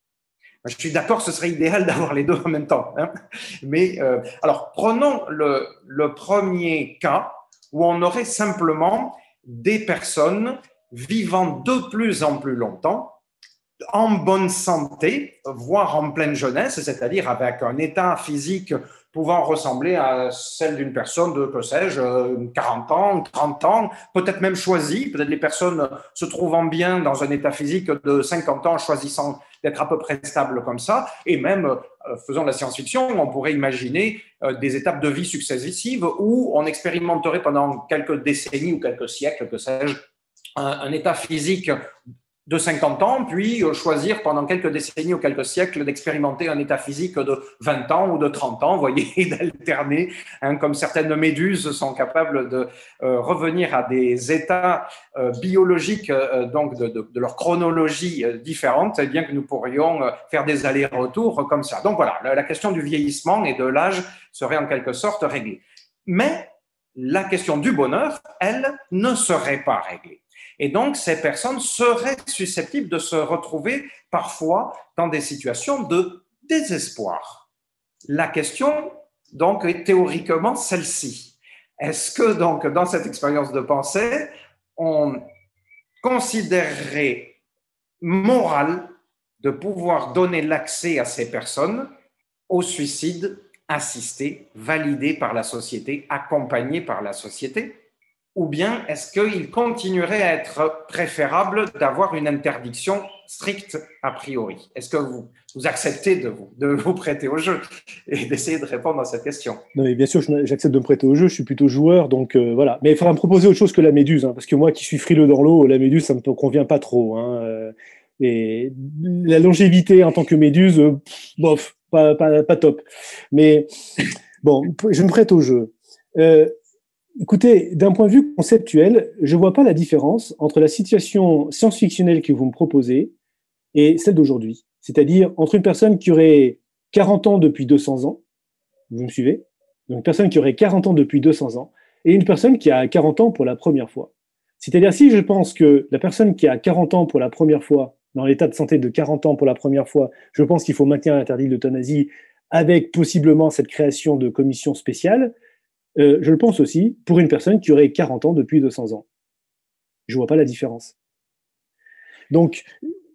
Je suis d'accord, ce serait idéal d'avoir les deux en même temps. Hein. Mais euh, alors, prenons le, le premier cas où on aurait simplement des personnes vivant de plus en plus longtemps, en bonne santé, voire en pleine jeunesse, c'est-à-dire avec un état physique pouvant ressembler à celle d'une personne de, que sais-je, quarante ans, trente ans, peut-être même choisie, peut-être les personnes se trouvant bien dans un état physique de cinquante ans, choisissant d'être à peu près stable comme ça, et même, euh, faisant de la science-fiction, on pourrait imaginer euh, des étapes de vie successives où on expérimenterait pendant quelques décennies ou quelques siècles, que sais-je, un, un état physique de cinquante ans, puis choisir pendant quelques décennies ou quelques siècles d'expérimenter un état physique de vingt ans ou de trente ans, vous voyez, d'alterner, hein, comme certaines méduses sont capables de euh, revenir à des états euh, biologiques, euh, donc de, de, de leur chronologie euh, différente, et bien que nous pourrions euh, faire des allers-retours comme ça. Donc voilà, la, la question du vieillissement et de l'âge serait en quelque sorte réglée. Mais la question du bonheur, elle, ne serait pas réglée. Et donc, ces personnes seraient susceptibles de se retrouver parfois dans des situations de désespoir. La question, donc, est théoriquement celle-ci. Est-ce que, donc, dans cette expérience de pensée, on considérerait moral de pouvoir donner l'accès à ces personnes au suicide assisté, validé par la société, accompagné par la société? Ou bien est-ce qu'il continuerait à être préférable d'avoir une interdiction stricte a priori? Est-ce que vous, vous acceptez de vous, de vous prêter au jeu et d'essayer de répondre à cette question? Non, mais bien sûr, j'accepte de me prêter au jeu, je suis plutôt joueur, donc euh, voilà. Mais il faudra me proposer autre chose que la méduse, hein, parce que moi qui suis frileux dans l'eau, la méduse, ça ne me convient pas trop. Hein, et la longévité en tant que méduse, euh, bof, pas, pas, pas top. Mais bon, je me prête au jeu. Euh, Écoutez, d'un point de vue conceptuel, je ne vois pas la différence entre la situation science-fictionnelle que vous me proposez et celle d'aujourd'hui. C'est-à-dire entre une personne qui aurait quarante ans depuis deux cents ans, vous me suivez? Donc une personne qui aurait quarante ans depuis deux cents ans et une personne qui a quarante ans pour la première fois. C'est-à-dire si je pense que la personne qui a quarante ans pour la première fois, dans l'état de santé de quarante ans pour la première fois, je pense qu'il faut maintenir l'interdit de l'euthanasie avec possiblement cette création de commission spéciale. Euh, je le pense aussi pour une personne qui aurait quarante ans depuis deux cents ans. Je ne vois pas la différence. Donc,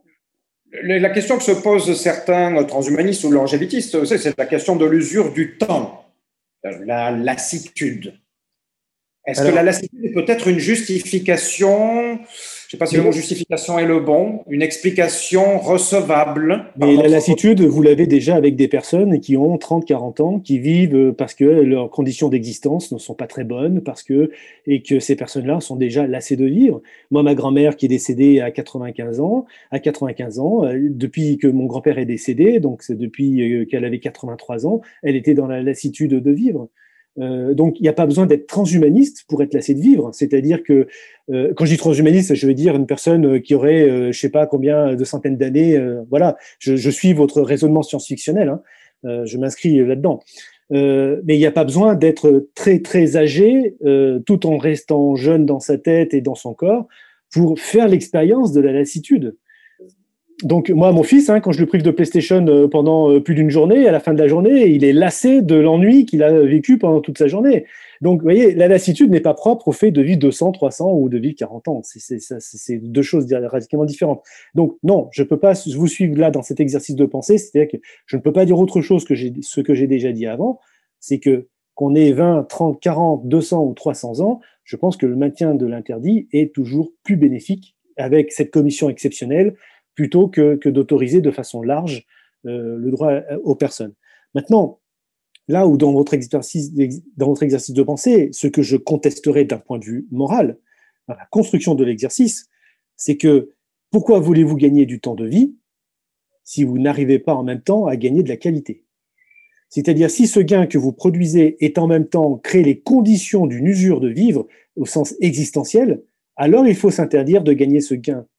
la question que se posent certains transhumanistes ou longévitistes, c'est la question de l'usure du temps, la lassitude. Est-ce Alors, que la lassitude est peut-être une justification, je ne sais pas si le mot justification est le bon, une explication recevable? Mais la lassitude, vous l'avez déjà avec des personnes qui ont trente, quarante ans, qui vivent parce que leurs conditions d'existence ne sont pas très bonnes, parce que, et que ces personnes-là sont déjà lassées de vivre. Moi, ma grand-mère qui est décédée à quatre-vingt-quinze ans, à quatre-vingt-quinze ans, depuis que mon grand-père est décédé, donc c'est depuis qu'elle avait quatre-vingt-trois ans, elle était dans la lassitude de vivre. Euh, donc, il n'y a pas besoin d'être transhumaniste pour être lassé de vivre. C'est-à-dire que, euh, quand je dis transhumaniste, je veux dire une personne qui aurait, euh, je sais pas combien de centaines d'années. Euh, voilà, je, je suis votre raisonnement science-fictionnel. Hein, euh, je m'inscris là-dedans. Euh, mais il n'y a pas besoin d'être très, très âgé, euh, tout en restant jeune dans sa tête et dans son corps, pour faire l'expérience de la lassitude. Donc, moi, mon fils, hein, quand je le prive de PlayStation euh, pendant euh, plus d'une journée, à la fin de la journée, il est lassé de l'ennui qu'il a vécu pendant toute sa journée. Donc, vous voyez, la lassitude n'est pas propre au fait de vivre deux cents, trois cents ou de vivre quarante ans. C'est, c'est, c'est, c'est deux choses radicalement différentes. Donc, non, je peux pas vous suivre là dans cet exercice de pensée. C'est-à-dire que je ne peux pas dire autre chose que j'ai, ce que j'ai déjà dit avant. C'est que qu'on ait vingt, trente, quarante, deux cents ou trois cents ans, je pense que le maintien de l'interdit est toujours plus bénéfique avec cette commission exceptionnelle plutôt que, que d'autoriser de façon large euh, le droit aux personnes. Maintenant, là où dans votre, exercice, dans votre exercice de pensée, ce que je contesterais d'un point de vue moral, dans la construction de l'exercice, c'est que pourquoi voulez-vous gagner du temps de vie si vous n'arrivez pas en même temps à gagner de la qualité? C'est-à-dire, si ce gain que vous produisez est en même temps créer les conditions d'une usure de vivre au sens existentiel, alors il faut s'interdire de gagner ce gain,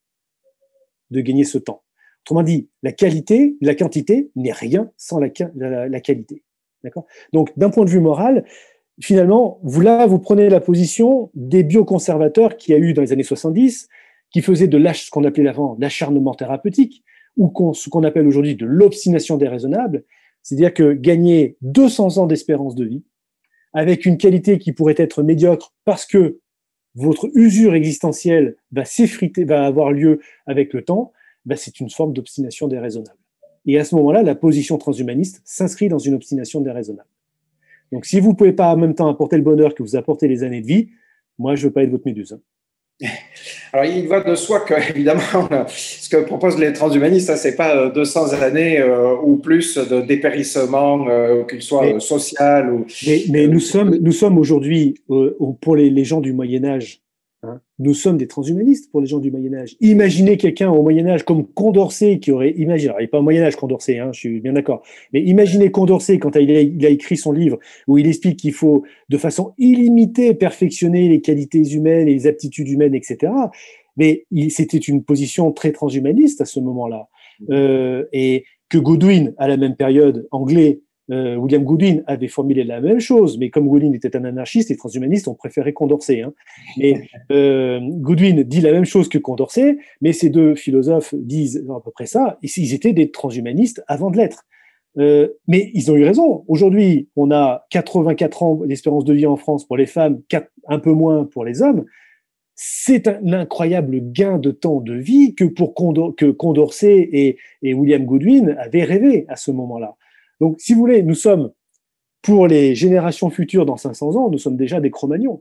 de gagner ce temps. Autrement dit, la qualité, la quantité n'est rien sans la, la, la qualité. D'accord ? Donc, d'un point de vue moral, finalement, vous là, vous prenez la position des bioconservateurs qu'il y a eu dans les années soixante-dix, qui faisaient de ce qu'on appelait avant l'acharnement thérapeutique, ou qu'on, ce qu'on appelle aujourd'hui de l'obstination déraisonnable, c'est-à-dire que gagner deux cents ans d'espérance de vie, avec une qualité qui pourrait être médiocre parce que votre usure existentielle va s'effriter, va avoir lieu avec le temps, ben c'est une forme d'obstination déraisonnable. Et à ce moment-là, la position transhumaniste s'inscrit dans une obstination déraisonnable. Donc, si vous ne pouvez pas en même temps apporter le bonheur que vous apportez les années de vie, moi, je ne veux pas être votre méduse. Alors, il va de soi que, évidemment, ce que proposent les transhumanistes, ce n'est pas deux cents années euh, ou plus de dépérissement, euh, qu'il soit mais, social ou. Mais, mais euh, nous sommes, nous sommes aujourd'hui, euh, pour les, les gens du Moyen-Âge, hein, nous sommes des transhumanistes pour les gens du Moyen-Âge. Imaginez quelqu'un au Moyen-Âge comme Condorcet qui aurait imaginé, alors il n'est pas au Moyen-Âge Condorcet, hein, je suis bien d'accord, mais imaginez Condorcet quand il a, il a écrit son livre où il explique qu'il faut de façon illimitée perfectionner les qualités humaines et les aptitudes humaines, et cetera. Mais il, c'était une position très transhumaniste à ce moment-là. Euh, et que Godwin, à la même période, anglais, Euh, William Godwin avait formulé la même chose, mais comme Godwin était un anarchiste, les transhumanistes ont préféré Condorcet. Hein. Et euh, Godwin dit la même chose que Condorcet, mais ces deux philosophes disent à peu près ça. Et ils étaient des transhumanistes avant de l'être. Euh, mais ils ont eu raison. Aujourd'hui, on a quatre-vingt-quatre ans d'espérance de vie en France pour les femmes, quatre, un peu moins pour les hommes. C'est un incroyable gain de temps de vie que, pour Condor, que Condorcet et, et William Godwin avaient rêvé à ce moment-là. Donc, si vous voulez, nous sommes, pour les générations futures dans cinq cents ans, nous sommes déjà des Cro-Magnons.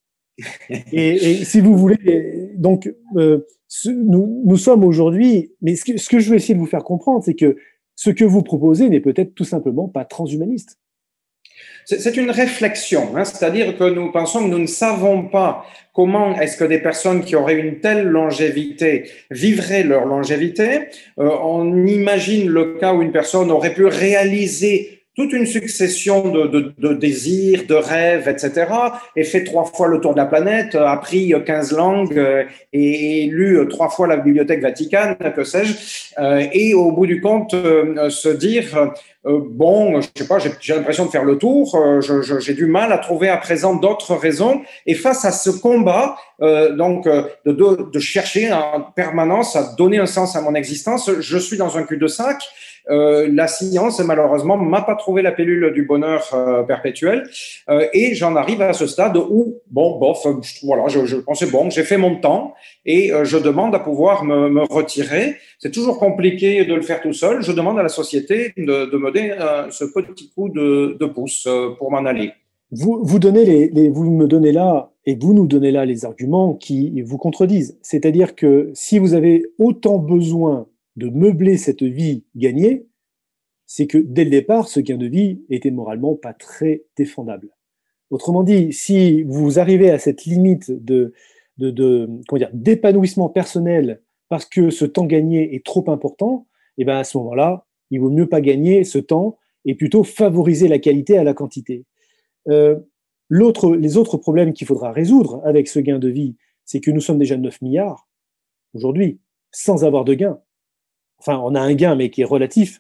et, et si vous voulez, donc, euh, ce, nous, nous sommes aujourd'hui, mais ce que, ce que je vais essayer de vous faire comprendre, c'est que ce que vous proposez n'est peut-être tout simplement pas transhumaniste. C'est une réflexion, hein, c'est-à-dire que nous pensons que nous ne savons pas comment est-ce que des personnes qui auraient une telle longévité vivraient leur longévité. Euh, on imagine le cas où une personne aurait pu réaliser toute une succession de, de, de désirs, de rêves, et cetera, et fait trois fois le tour de la planète, appris quinze langues et lu trois fois la Bibliothèque Vaticane, que sais-je, et au bout du compte, se dire euh, bon, je sais pas, j'ai, j'ai l'impression de faire le tour, je, je, j'ai du mal à trouver à présent d'autres raisons, et face à ce combat, euh, donc de, de, de chercher en permanence à donner un sens à mon existence, je suis dans un cul-de-sac. Euh, la science, malheureusement, m'a pas trouvé la pilule du bonheur euh, perpétuel, euh, et j'en arrive à ce stade où, bon, bof, voilà, je, je pensais bon, j'ai fait mon temps, et euh, je demande à pouvoir me, me retirer. C'est toujours compliqué de le faire tout seul. Je demande à la société de, de me donner euh, ce petit coup de, de pouce euh, pour m'en aller. Vous, vous, donnez les, les, vous me donnez là, et vous nous donnez là les arguments qui vous contredisent. C'est-à-dire que si vous avez autant besoin de meubler cette vie gagnée, c'est que dès le départ, ce gain de vie était moralement pas très défendable. Autrement dit, si vous arrivez à cette limite de, de, de comment dire, d'épanouissement personnel parce que ce temps gagné est trop important, et ben à ce moment-là, il vaut mieux pas gagner ce temps et plutôt favoriser la qualité à la quantité. Euh, l'autre, les autres problèmes qu'il faudra résoudre avec ce gain de vie, c'est que nous sommes déjà neuf milliards aujourd'hui, sans avoir de gain. Enfin, on a un gain, mais qui est relatif. Hein.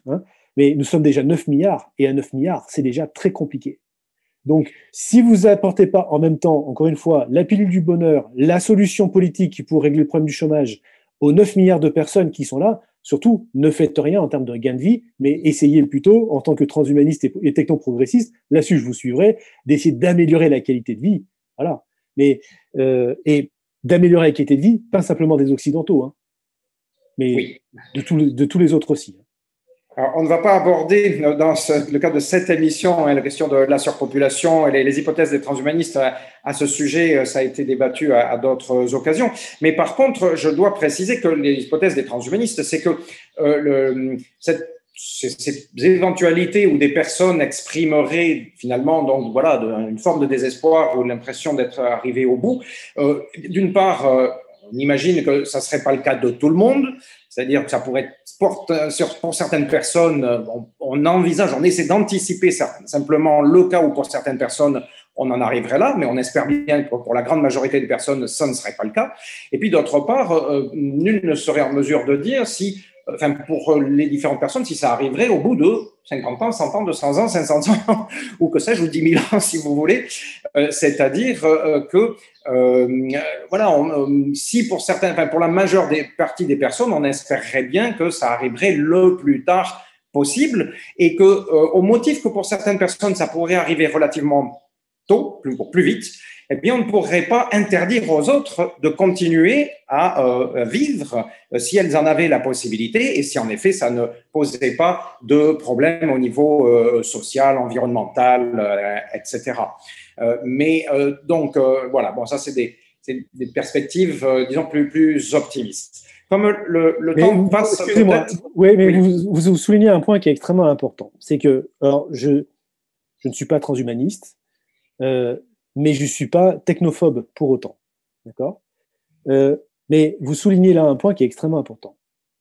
Mais nous sommes déjà neuf milliards, et à neuf milliards, c'est déjà très compliqué. Donc, si vous n'apportez pas en même temps, encore une fois, la pilule du bonheur, la solution politique pour régler le problème du chômage aux neuf milliards de personnes qui sont là, surtout, ne faites rien en termes de gain de vie, mais essayez plutôt, en tant que transhumaniste et techno-progressiste, là-dessus je vous suivrai, d'essayer d'améliorer la qualité de vie. Voilà. Mais, euh, et d'améliorer la qualité de vie, pas simplement des Occidentaux, hein, mais oui. de, tout, de tous les autres aussi. Alors, on ne va pas aborder dans ce, le cadre de cette émission hein, la question de la surpopulation et les, les hypothèses des transhumanistes à, à ce sujet. Ça a été débattu à, à d'autres occasions. Mais par contre, je dois préciser que les hypothèses des transhumanistes, c'est que euh, le, cette, ces, ces éventualités où des personnes exprimeraient finalement donc voilà de, une forme de désespoir ou l'impression d'être arrivées au bout. Euh, d'une part, euh, on imagine que ça ne serait pas le cas de tout le monde. C'est-à-dire que ça pourrait être, pour, pour certaines personnes, on, on envisage, on essaie d'anticiper simplement le cas où pour certaines personnes, on en arriverait là, mais on espère bien que pour la grande majorité des personnes, ça ne serait pas le cas. Et puis d'autre part, euh, nul ne serait en mesure de dire si, enfin pour les différentes personnes, si ça arriverait au bout de cinquante ans, cent ans, deux cents ans, cinq cents ans, ou que sais-je, ou dix mille ans si vous voulez. Euh, c'est-à-dire euh, que Euh, voilà, on, euh, si pour certains, enfin pour la majeure des parties des personnes, on espérerait bien que ça arriverait le plus tard possible et que, euh, au motif que pour certaines personnes ça pourrait arriver relativement tôt, plus, plus vite, eh bien on ne pourrait pas interdire aux autres de continuer à euh, vivre euh, si elles en avaient la possibilité et si en effet ça ne posait pas de problème au niveau euh, social, environnemental, euh, et cetera. Euh, mais euh, donc euh, voilà, bon ça c'est des, des perspectives euh, disons plus plus optimistes. Comme le, le temps vous, passe. Excusez-moi. Oui, mais oui. Vous, vous soulignez un point qui est extrêmement important, c'est que alors je je ne suis pas transhumaniste, euh, mais je ne suis pas technophobe pour autant, d'accord. Euh, mais vous soulignez là un point qui est extrêmement important.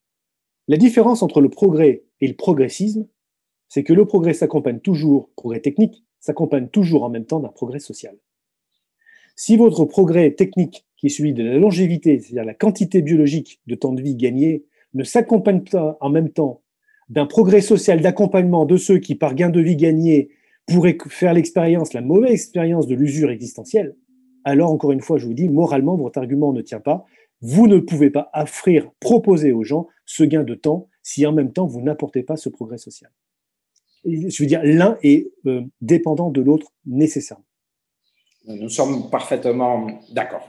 La différence entre le progrès et le progressisme, c'est que le progrès s'accompagne toujours, progrès technique, s'accompagne toujours en même temps d'un progrès social. Si votre progrès technique, qui est celui de la longévité, c'est-à-dire la quantité biologique de temps de vie gagné, ne s'accompagne pas en même temps d'un progrès social d'accompagnement de ceux qui, par gain de vie gagné, pourraient faire l'expérience, la mauvaise expérience de l'usure existentielle, alors, encore une fois, je vous dis, moralement, votre argument ne tient pas. Vous ne pouvez pas offrir, proposer aux gens ce gain de temps si en même temps vous n'apportez pas ce progrès social. Je veux dire, l'un est euh, dépendant de l'autre nécessairement. Nous sommes parfaitement d'accord.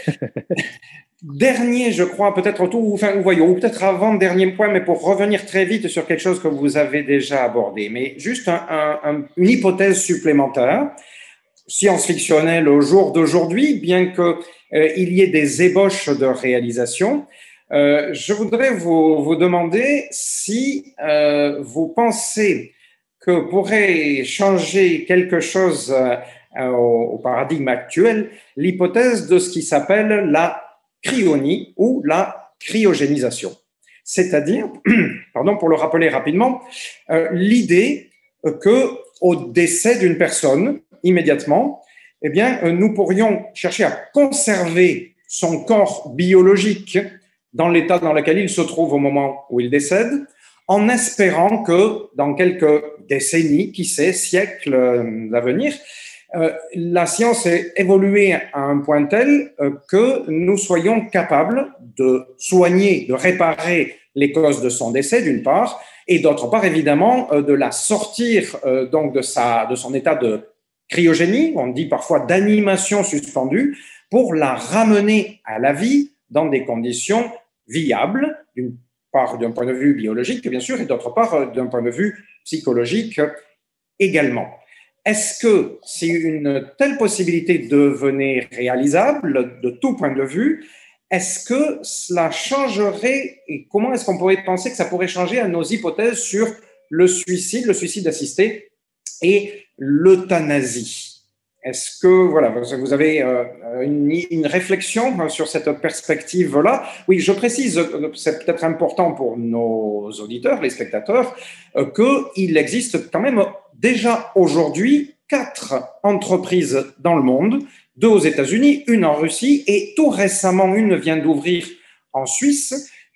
Dernier, je crois, peut-être tout, enfin, voyons, ou peut-être avant-dernier point, mais pour revenir très vite sur quelque chose que vous avez déjà abordé, mais juste un, un, un, une hypothèse supplémentaire, science-fictionnelle au jour d'aujourd'hui, bien qu'il euh, y ait des ébauches de réalisation. Euh, je voudrais vous, vous demander si euh, vous pensez que pourrait changer quelque chose euh, au, au paradigme actuel, l'hypothèse de ce qui s'appelle la cryonie ou la cryogénisation. C'est-à-dire, pardon, pour le rappeler rapidement, euh, l'idée que au décès d'une personne, immédiatement, eh bien, euh, nous pourrions chercher à conserver son corps biologique dans l'état dans lequel il se trouve au moment où il décède, en espérant que dans quelques décennies, qui sait, siècles euh, à venir, euh, la science ait évolué à un point tel euh, que nous soyons capables de soigner, de réparer les causes de son décès, d'une part, et d'autre part, évidemment, euh, de la sortir euh, donc de, sa, de son état de cryogénie, on dit parfois d'animation suspendue, pour la ramener à la vie dans des conditions viables, d'une part d'un point de vue biologique, bien sûr, et d'autre part d'un point de vue psychologique également. Est-ce que si une telle possibilité devenait réalisable de tout point de vue, est-ce que cela changerait et comment est-ce qu'on pourrait penser que ça pourrait changer à nos hypothèses sur le suicide, le suicide assisté et l'euthanasie? Est-ce que voilà, vous avez euh, une, une réflexion sur cette perspective-là? Oui, je précise, c'est peut-être important pour nos auditeurs, les spectateurs, euh, qu'il existe quand même déjà aujourd'hui quatre entreprises dans le monde, deux aux États-Unis, une en Russie et tout récemment une vient d'ouvrir en Suisse,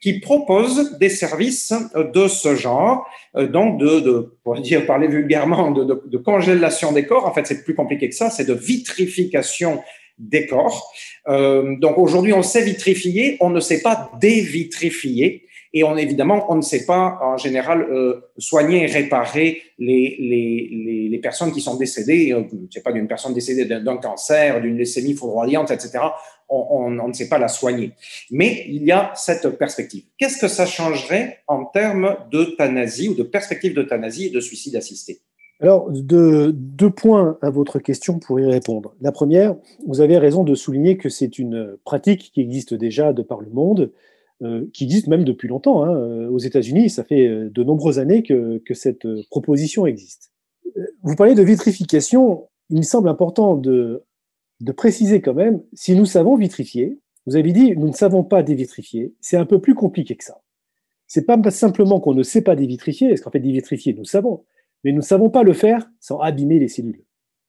qui proposent des services de ce genre, donc de, de pour dire, parler vulgairement, de, de, de congélation des corps. En fait, c'est plus compliqué que ça, c'est de vitrification des corps. Euh, donc aujourd'hui, on sait vitrifier, on ne sait pas dévitrifier. Et on, évidemment, on ne sait pas, en général, euh, soigner et réparer les, les, les, les personnes qui sont décédées. Euh, je ne sais pas, d'une personne décédée d'un, d'un cancer, d'une leucémie foudroyante, et cetera. On, on, on ne sait pas la soigner. Mais il y a cette perspective. Qu'est-ce que ça changerait en termes d'euthanasie ou de perspective d'euthanasie et de suicide assisté? Alors, de, deux points à votre question pour y répondre. La première, vous avez raison de souligner que c'est une pratique qui existe déjà de par le monde, Euh, qui existe même depuis longtemps. Hein. Aux États-Unis, ça fait de nombreuses années que, que cette proposition existe. Vous parlez de vitrification. Il me semble important de, de préciser quand même, si nous savons vitrifier, vous avez dit, nous ne savons pas dévitrifier, c'est un peu plus compliqué que ça. C'est pas simplement qu'on ne sait pas dévitrifier, parce qu'en fait, dévitrifier, nous savons, mais nous ne savons pas le faire sans abîmer les cellules.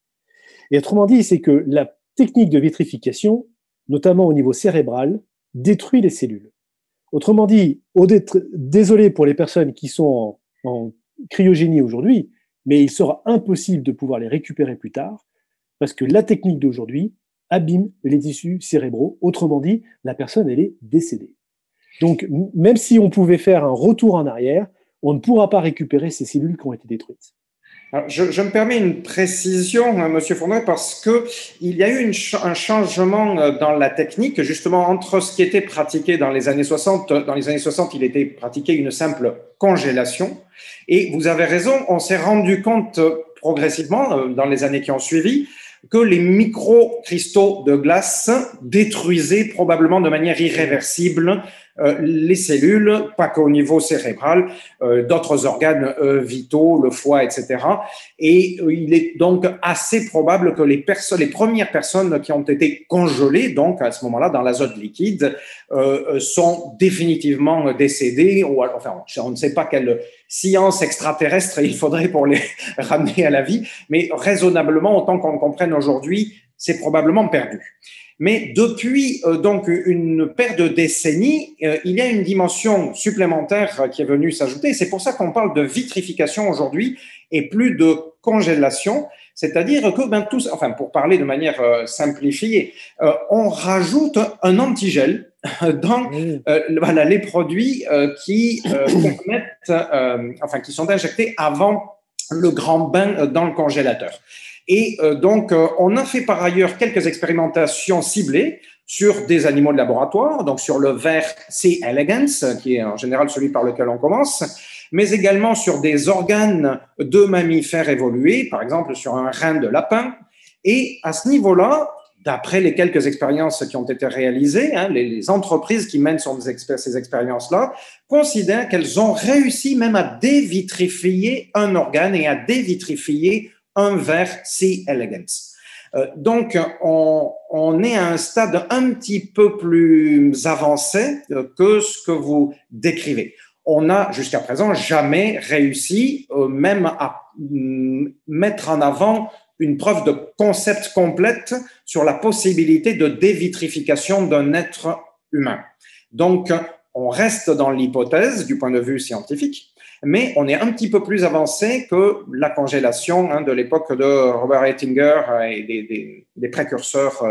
Et autrement dit, c'est que la technique de vitrification, notamment au niveau cérébral, détruit les cellules. Autrement dit, au dé- désolé pour les personnes qui sont en, en cryogénie aujourd'hui, mais il sera impossible de pouvoir les récupérer plus tard parce que la technique d'aujourd'hui abîme les tissus cérébraux. Autrement dit, la personne, elle est décédée. Donc, m- même si on pouvait faire un retour en arrière, on ne pourra pas récupérer ces cellules qui ont été détruites. Alors, je, je me permets une précision, hein, Monsieur Fournier, parce que il y a eu une, un changement dans la technique, justement, entre ce qui était pratiqué dans les années soixante. Dans les années soixante, il était pratiqué une simple congélation. Et vous avez raison, on s'est rendu compte progressivement, dans les années qui ont suivi, que les microcristaux de glace détruisaient probablement de manière irréversible euh, les cellules, pas qu'au niveau cérébral, euh, d'autres organes euh, vitaux, le foie, et cetera. Et euh, il est donc assez probable que les personnes, les premières personnes qui ont été congelées, donc à ce moment-là dans l'azote liquide, euh, sont définitivement décédées. Ou enfin, on ne sait pas quelle science extraterrestre il faudrait pour les ramener à la vie, mais raisonnablement, autant qu'on le comprenne aujourd'hui, c'est probablement perdu. Mais depuis euh, donc une paire de décennies, euh, il y a une dimension supplémentaire qui est venue s'ajouter. C'est pour ça qu'on parle de vitrification aujourd'hui et plus de congélation. C'est-à-dire que, ben, tous, enfin, pour parler de manière euh, simplifiée, euh, on rajoute un antigel dans euh, voilà, les produits euh, qui euh, permettent, euh, enfin, qui sont injectés avant le grand bain dans le congélateur. Et euh, donc, euh, on a fait par ailleurs quelques expérimentations ciblées sur des animaux de laboratoire, donc sur le ver C. elegans, qui est en général celui par lequel on commence, mais également sur des organes de mammifères évolués, par exemple sur un rein de lapin. Et à ce niveau-là, d'après les quelques expériences qui ont été réalisées, hein, les, les entreprises qui mènent sur des expé- ces expériences-là considèrent qu'elles ont réussi même à dévitrifier un organe et à dévitrifier un ver C. elegans. Euh, donc, on, on est à un stade un petit peu plus avancé que ce que vous décrivez. On n'a jusqu'à présent jamais réussi euh, même à mm, mettre en avant une preuve de concept complète sur la possibilité de dévitrification d'un être humain. Donc, on reste dans l'hypothèse du point de vue scientifique, mais on est un petit peu plus avancé que la congélation hein, de l'époque de Robert Ettinger et des, des, des précurseurs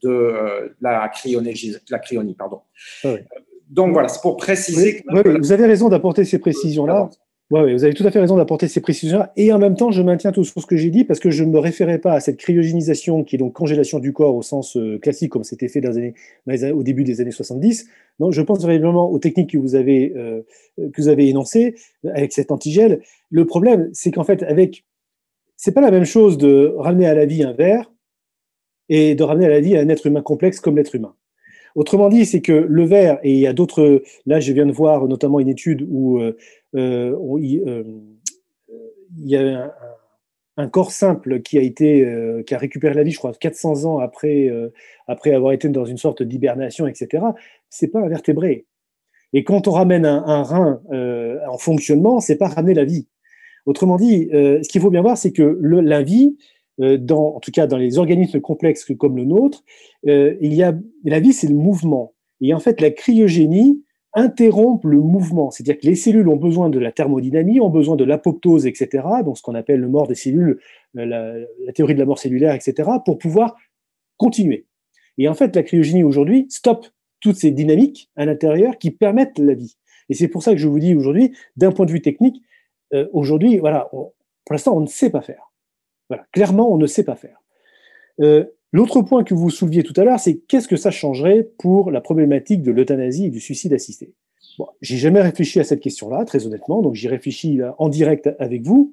de la cryonie. La cryonie pardon. Ah oui. Donc voilà, c'est pour préciser. Oui, que oui, vous avez raison d'apporter ces précisions-là. Oui, oui, vous avez tout à fait raison d'apporter ces précisions-là. Et en même temps, je maintiens tout sur ce que j'ai dit parce que je ne me référais pas à cette cryogénisation qui est donc congélation du corps au sens euh, classique comme c'était fait dans les années, dans les, au début des années soixante-dix. Non, je pense vraiment aux techniques que vous avez, euh, que vous avez énoncées avec cet antigel. Le problème, c'est qu'en fait, avec, c'est pas la même chose de ramener à la vie un ver et de ramener à la vie un être humain complexe comme l'être humain. Autrement dit, c'est que le ver, et il y a d'autres, là je viens de voir notamment une étude où euh, euh, il, euh, il y a un, un corps simple qui a été, euh, qui a récupéré la vie, je crois, quatre cents ans après, euh, après avoir été dans une sorte d'hibernation, et cetera. C'est pas un vertébré. Et quand on ramène un, un rein euh, en fonctionnement, c'est pas ramener la vie. Autrement dit, euh, ce qu'il faut bien voir, c'est que le, la vie, dans, en tout cas dans les organismes complexes comme le nôtre, euh, il y a, la vie, c'est le mouvement. Et en fait, la cryogénie interrompre le mouvement. C'est-à-dire que les cellules ont besoin de la thermodynamie, ont besoin de l'apoptose, et cetera, donc ce qu'on appelle le mort des cellules, la, la théorie de la mort cellulaire, et cetera, pour pouvoir continuer. Et en fait, la cryogénie aujourd'hui stoppe toutes ces dynamiques à l'intérieur qui permettent la vie. Et c'est pour ça que je vous dis aujourd'hui, d'un point de vue technique, euh, aujourd'hui, voilà, on, pour l'instant, on ne sait pas faire. Voilà, clairement, on ne sait pas faire. Euh, L'autre point que vous souleviez tout à l'heure, c'est qu'est-ce que ça changerait pour la problématique de l'euthanasie et du suicide assisté. Bon, j'ai jamais réfléchi à cette question-là, très honnêtement, donc j'y réfléchis là, en direct avec vous.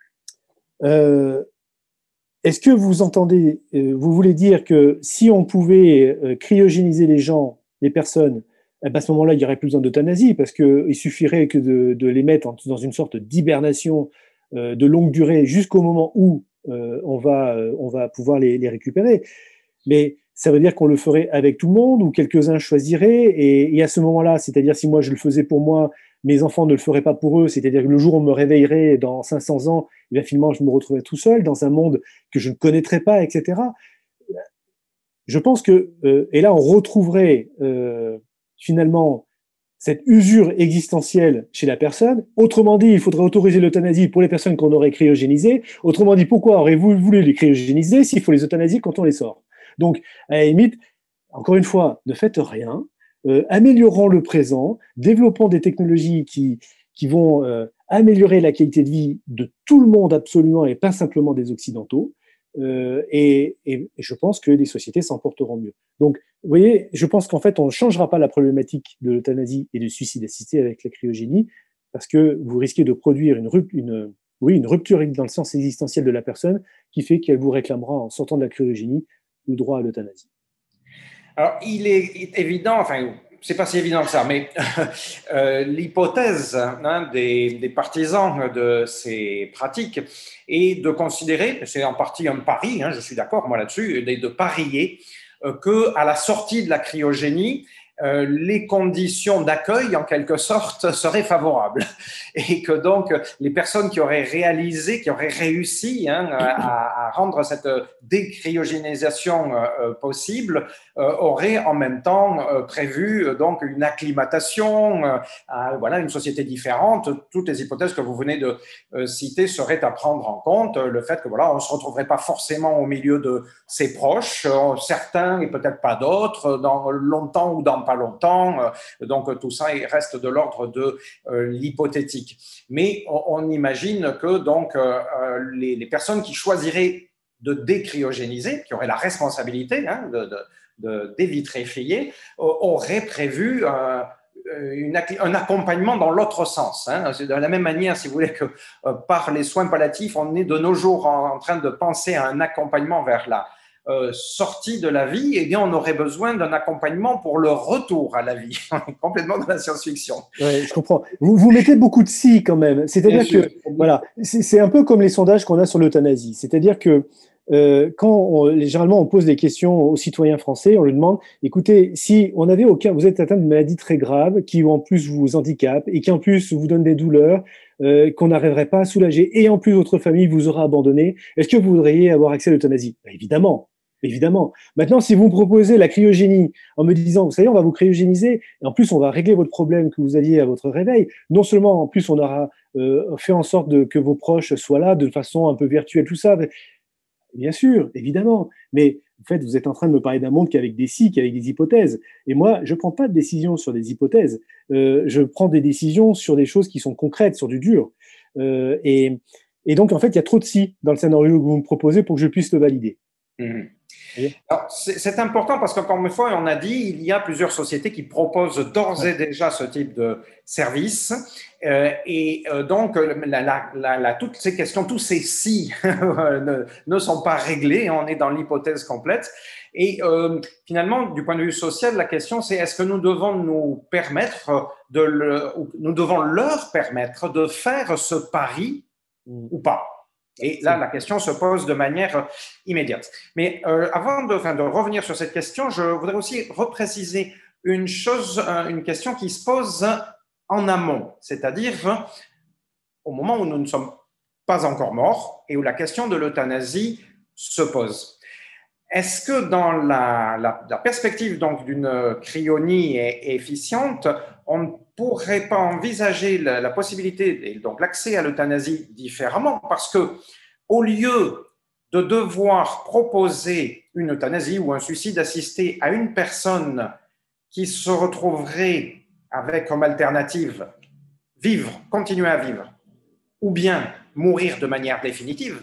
Euh, Est-ce que vous entendez, euh, vous voulez dire que si on pouvait euh, cryogéniser les gens, les personnes, eh ben à ce moment-là, il n'y aurait plus besoin d'euthanasie parce qu'il suffirait que de, de les mettre en, dans une sorte d'hibernation euh, de longue durée jusqu'au moment où euh, on, va, euh, on va pouvoir les, les récupérer. Mais ça veut dire qu'on le ferait avec tout le monde ou quelques-uns choisiraient et, et à ce moment-là, c'est-à-dire si moi je le faisais pour moi, mes enfants ne le feraient pas pour eux, c'est-à-dire que le jour où on me réveillerait dans cinq cents ans, eh bien, finalement, je me retrouverais tout seul dans un monde que je ne connaîtrais pas, et cetera. Je pense que, euh, et là, on retrouverait euh, finalement cette usure existentielle chez la personne. Autrement dit, il faudrait autoriser l'euthanasie pour les personnes qu'on aurait cryogénisées. Autrement dit, pourquoi aurez-vous voulu les cryogéniser s'il faut les euthanasier quand on les sort? Donc, à la limite, encore une fois, ne faites rien. Euh, améliorons le présent, développons des technologies qui, qui vont euh, améliorer la qualité de vie de tout le monde absolument et pas simplement des Occidentaux. Euh, et, et, et je pense que les sociétés s'en porteront mieux. Donc, vous voyez, je pense qu'en fait, on ne changera pas la problématique de l'euthanasie et du suicide assisté avec la cryogénie parce que vous risquez de produire une, une, oui, une rupture dans le sens existentiel de la personne qui fait qu'elle vous réclamera en sortant de la cryogénie le droit à l'euthanasie. Alors, il est évident, enfin, c'est pas si évident que ça, mais euh, l'hypothèse hein, des, des partisans de ces pratiques est de considérer, c'est en partie un pari, hein, je suis d'accord moi là-dessus, de parier euh, qu'à la sortie de la cryogénie, Euh, les conditions d'accueil, en quelque sorte, seraient favorables. Et que donc, les personnes qui auraient réalisé, qui auraient réussi hein, à, à rendre cette décryogénisation euh, possible, euh, auraient en même temps euh, prévu euh, donc une acclimatation, euh, à, voilà, une société différente. Toutes les hypothèses que vous venez de euh, citer seraient à prendre en compte. Le fait que voilà, on ne se retrouverait pas forcément au milieu de ses proches, euh, certains et peut-être pas d'autres, dans longtemps ou dans pas longtemps. Donc, tout ça reste de l'ordre de euh, l'hypothétique. Mais on, on imagine que donc, euh, les, les personnes qui choisiraient de décryogéniser, qui auraient la responsabilité hein, de, de, de dévitréfier, euh, auraient prévu euh, une, un accompagnement dans l'autre sens. Hein. C'est de la même manière, si vous voulez, que euh, par les soins palliatifs, on est de nos jours en, en train de penser à un accompagnement vers la Euh, sortie de la vie, eh bien, on aurait besoin d'un accompagnement pour le retour à la vie. Complètement de la science-fiction. Oui, je comprends. Vous, vous mettez beaucoup de si quand même. C'est-à-dire que, voilà, c'est un peu comme les sondages qu'on a sur l'euthanasie. C'est-à-dire que euh, quand on, généralement on pose des questions aux citoyens français, on leur demande, écoutez, si on avait aucun, vous êtes atteint de maladies très graves qui en plus vous handicapent et qui en plus vous donnent des douleurs, euh, qu'on n'arriverait pas à soulager et en plus votre famille vous aura abandonné, est-ce que vous voudriez avoir accès à l'euthanasie? Ben, évidemment. Évidemment. Maintenant, si vous me proposez la cryogénie en me disant, vous savez, on va vous cryogéniser et en plus, on va régler votre problème que vous aviez à votre réveil, non seulement en plus, on aura euh, fait en sorte de, que vos proches soient là de façon un peu virtuelle, tout ça, bien sûr, évidemment. Mais en fait, vous êtes en train de me parler d'un monde qui est avec des si, qui est avec des hypothèses. Et moi, je ne prends pas de décision sur des hypothèses. Euh, je prends des décisions sur des choses qui sont concrètes, sur du dur. Euh, et, et donc, en fait, il y a trop de si dans le scénario que vous me proposez pour que je puisse le valider. Mmh. C'est important parce qu'encore une fois, on a dit, il y a plusieurs sociétés qui proposent d'ores et déjà ce type de service. Euh, et euh, donc, la, la, la, la, toutes ces questions, tous ces si ne, ne sont pas réglés. On est dans l'hypothèse complète. Et euh, finalement, du point de vue social, la question, c'est est-ce que nous devons nous permettre de le, nous devons leur permettre de faire ce pari mmh. ou pas? Et là, la question se pose de manière immédiate. Mais euh, avant de, enfin, de revenir sur cette question, je voudrais aussi repréciser une chose, une question qui se pose en amont, c'est-à-dire au moment où nous ne sommes pas encore morts et où la question de l'euthanasie se pose. est-ce que dans la, la, la perspective donc d'une cryonie efficiente, on ne pourrait pas envisager la, la possibilité et donc l'accès à l'euthanasie différemment? Parce que au lieu de devoir proposer une euthanasie ou un suicide assisté à une personne qui se retrouverait avec comme alternative vivre, continuer à vivre, ou bien mourir de manière définitive,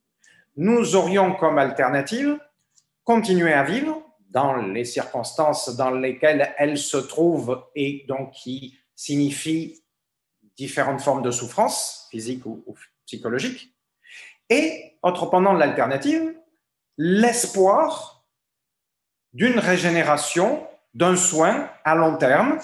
nous aurions comme alternative continuer à vivre dans les circonstances dans lesquelles elle se trouve et donc qui signifient différentes formes de souffrance, physique ou, ou psychologique. Et, autre pendant de l'alternative, l'espoir d'une régénération, d'un soin à long terme,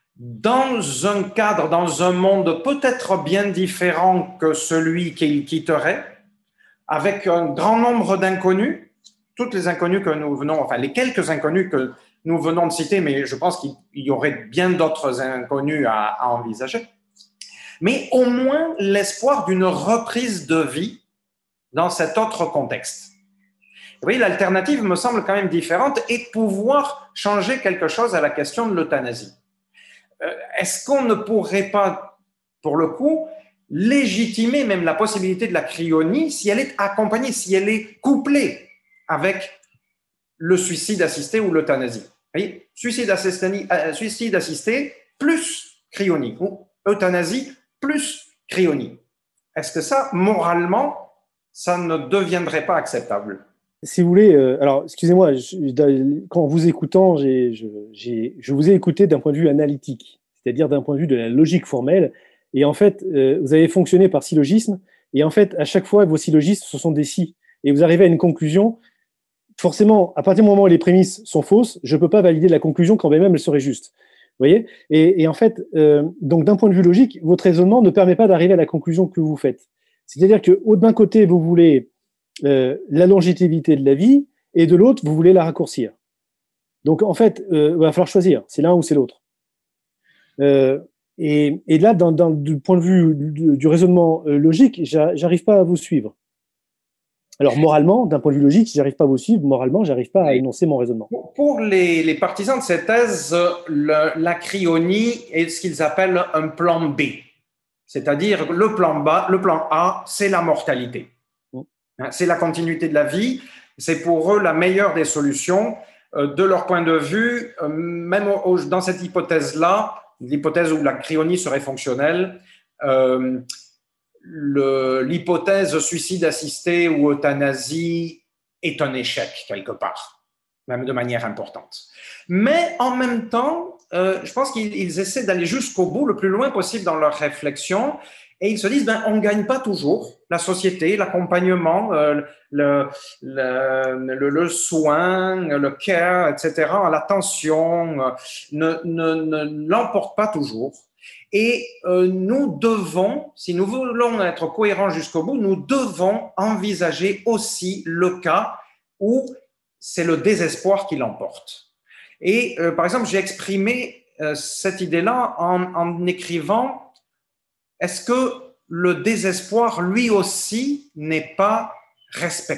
dans un cadre, dans un monde peut-être bien différent que celui qu'il quitterait, avec un grand nombre d'inconnus, toutes les inconnus que nous venons, enfin les quelques inconnus que nous venons de citer, mais je pense qu'il y aurait bien d'autres inconnus à, à envisager, mais au moins l'espoir d'une reprise de vie dans cet autre contexte. Vous voyez, l'alternative me semble quand même différente et de pouvoir changer quelque chose à la question de l'euthanasie. Euh, est-ce qu'on ne pourrait pas, pour le coup, légitimer même la possibilité de la cryonie si elle est accompagnée, si elle est couplée avec le suicide assisté ou l'euthanasie? Vous voyez, suicide assisté, euh, suicide assisté plus cryonie ou euthanasie plus cryonie. Est-ce que ça, moralement, ça ne deviendrait pas acceptable? Si vous voulez, euh, alors excusez-moi, je, quand vous écoutant, j'ai, je, j'ai, je vous ai écouté d'un point de vue analytique, c'est-à-dire d'un point de vue de la logique formelle. Et en fait, euh, vous avez fonctionné par syllogisme. Et en fait, à chaque fois, vos syllogismes, ce sont des si. Et vous arrivez à une conclusion. Forcément, à partir du moment où les prémices sont fausses, je ne peux pas valider la conclusion quand même elle serait juste. Vous voyez? Et, et en fait, euh, donc d'un point de vue logique, votre raisonnement ne permet pas d'arriver à la conclusion que vous faites. C'est-à-dire que d'un côté, vous voulez euh, la longévité de la vie, et de l'autre, vous voulez la raccourcir. Donc en fait, euh, il va falloir choisir. C'est l'un ou c'est l'autre. Euh, et, et là, dans, dans, du point de vue du, du raisonnement euh, logique, j'arrive pas à vous suivre. Alors, moralement, d'un point de vue logique, si j'arrive pas à vous suivre, moralement, j'arrive pas à énoncer mon raisonnement. Pour les, les partisans de cette thèse, le, la cryonie est ce qu'ils appellent un plan B. C'est-à-dire, le plan B, le plan A, c'est la mortalité. Mmh. C'est la continuité de la vie. C'est pour eux la meilleure des solutions. De leur point de vue, même dans cette hypothèse-là, l'hypothèse où la cryonie serait fonctionnelle, euh, l'hypothèse suicide assisté ou euthanasie est un échec quelque part, même de manière importante. Mais en même temps, euh, je pense qu'ils essaient d'aller jusqu'au bout, le plus loin possible dans leur réflexion, et ils se disent, ben, on ne gagne pas toujours. La société, l'accompagnement, euh, le, le, le, le soin, le care, et cetera, l'attention, euh, ne, ne, ne l'emporte pas toujours. Et euh, nous devons, si nous voulons être cohérents jusqu'au bout, nous devons envisager aussi le cas où c'est le désespoir qui l'emporte. Et euh, par exemple, j'ai exprimé euh, cette idée-là en, en écrivant « Est-ce que le désespoir, lui aussi, n'est pas respectable ?»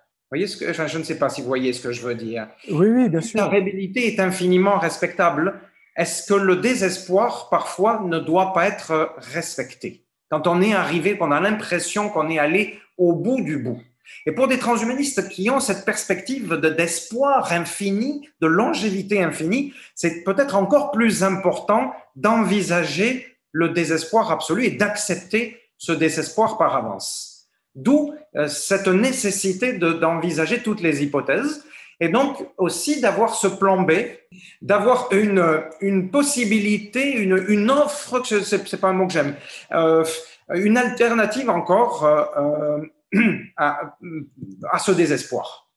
Vous voyez ce que je, je ne sais pas si vous voyez ce que je veux dire. Oui, oui, bien sûr. La réalité est infiniment respectable. Est-ce que le désespoir, parfois, ne doit pas être respecté? Quand on est arrivé, qu'on a l'impression qu'on est allé au bout du bout. Et pour des transhumanistes qui ont cette perspective d'espoir infini, de longévité infinie, c'est peut-être encore plus important d'envisager le désespoir absolu et d'accepter ce désespoir par avance. D'où euh, cette nécessité de, d'envisager toutes les hypothèses. Et donc aussi d'avoir ce plan B, d'avoir une, une possibilité, une, une offre, ce n'est pas un mot que j'aime, euh, une alternative encore euh, à, à ce désespoir.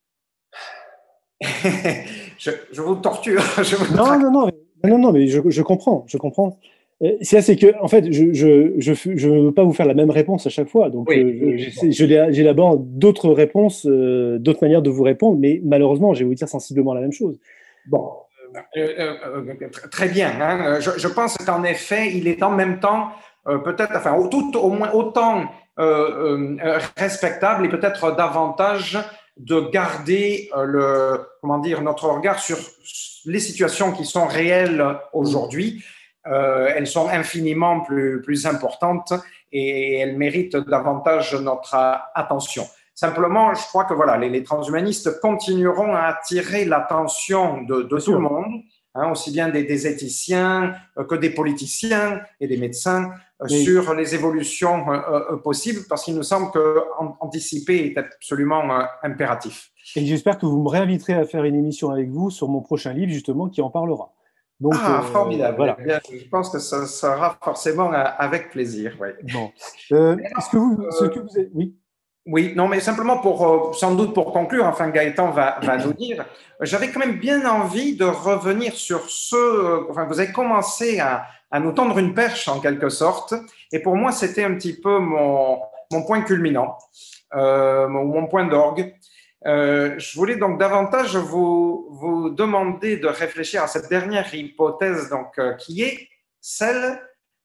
je, je vous torture. Je vous non, non, non, non, non, non, mais je, je comprends, je comprends. C'est c'est que, en fait, je je je je veux pas vous faire la même réponse à chaque fois, donc oui, euh, oui, je, je, j'élabore d'autres réponses, euh, d'autres manières de vous répondre, mais malheureusement, je vais vous dire sensiblement la même chose. Bon, euh, euh, très bien. Hein. Je, je pense qu'en effet, il est en même temps euh, peut-être, enfin, tout au moins autant euh, euh, respectable et peut-être davantage de garder euh, le, comment dire, notre regard sur les situations qui sont réelles aujourd'hui. Euh, elles sont infiniment plus, plus importantes et elles méritent davantage notre attention. Simplement, je crois que voilà, les, les transhumanistes continueront à attirer l'attention de, de tout le monde, hein, aussi bien des, des éthiciens euh, que des politiciens et des médecins, euh, oui. sur les évolutions euh, euh, possibles, parce qu'il nous semble qu'anticiper est absolument euh, impératif. Et j'espère que vous me réinviterez à faire une émission avec vous sur mon prochain livre, justement, qui en parlera. Donc, ah, euh, formidable. Voilà. Bien, je pense que ça sera forcément avec plaisir. Oui. Bon. Euh, Est-ce que vous, ce que vous avez... Oui. Oui, non, mais simplement pour, euh, sans doute pour conclure, enfin Gaëtan va, va nous dire, j'avais quand même bien envie de revenir sur ce, euh, enfin vous avez commencé à, à nous tendre une perche en quelque sorte, et pour moi c'était un petit peu mon, mon point culminant, euh, mon, mon point d'orgue. Euh, je voulais donc davantage vous, vous demander de réfléchir à cette dernière hypothèse donc, euh, qui est celle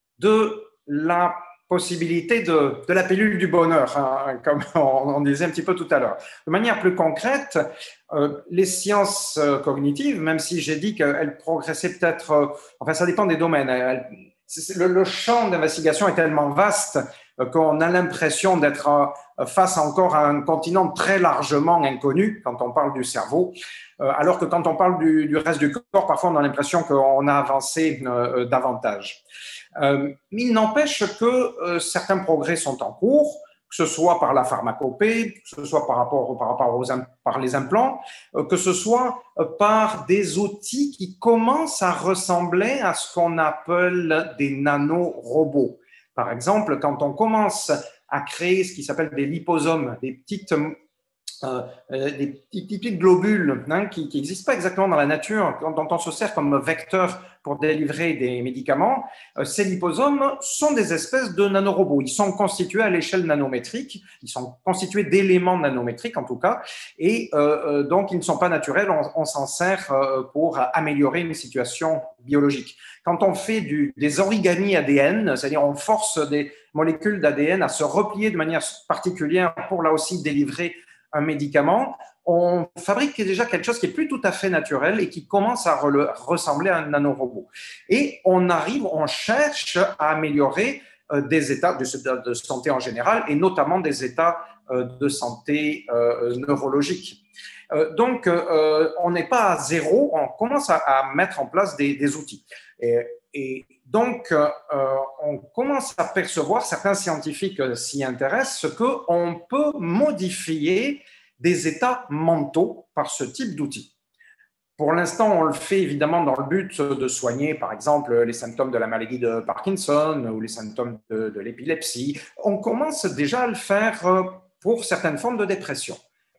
de la possibilité de, de la pilule du bonheur, hein, comme on, on disait un petit peu tout à l'heure. De manière plus concrète, euh, les sciences cognitives, même si j'ai dit qu'elles progressaient peut-être, euh, enfin ça dépend des domaines, elles, le, le champ d'investigation est tellement vaste euh, qu'on a l'impression d'être euh, face encore à un continent très largement inconnu quand on parle du cerveau, euh, alors que quand on parle du, du reste du corps, parfois on a l'impression qu'on a avancé euh, davantage. Euh, mais il n'empêche que euh, certains progrès sont en cours, que ce soit par la pharmacopée, que ce soit par rapport, par rapport aux par les implants, euh, que ce soit euh, par des outils qui commencent à ressembler à ce qu'on appelle des nanorobots. Par exemple, quand on commence à créer ce qui s'appelle des liposomes, des petites Euh, euh, des petits, petits globules hein, qui n'existent pas exactement dans la nature, dont on se sert comme vecteur pour délivrer des médicaments. Euh, ces liposomes sont des espèces de nanorobots. Ils sont constitués à l'échelle nanométrique, ils sont constitués d'éléments nanométriques en tout cas, et euh, donc ils ne sont pas naturels, on, on s'en sert euh, pour améliorer une situation biologique. Quand on fait du, des origamis A D N, c'est-à-dire on force des molécules d'A D N à se replier de manière particulière pour là aussi délivrer un médicament, on fabrique déjà quelque chose qui est plus tout à fait naturel et qui commence à re ressembler à un nanorobot. Et on arrive, on cherche à améliorer euh, des états de, de santé en général et notamment des états euh, de santé euh, neurologique. Euh, donc, euh, on n'est pas à zéro, on commence à, à mettre en place des, des outils. Et, et donc, euh, on commence à percevoir, certains scientifiques s'y intéressent, qu'on peut modifier des états mentaux par ce type d'outils. Pour l'instant, on le fait évidemment dans le but de soigner, par exemple, les symptômes de la maladie de Parkinson ou les symptômes de, de l'épilepsie. On commence déjà à le faire pour certaines formes de dépression.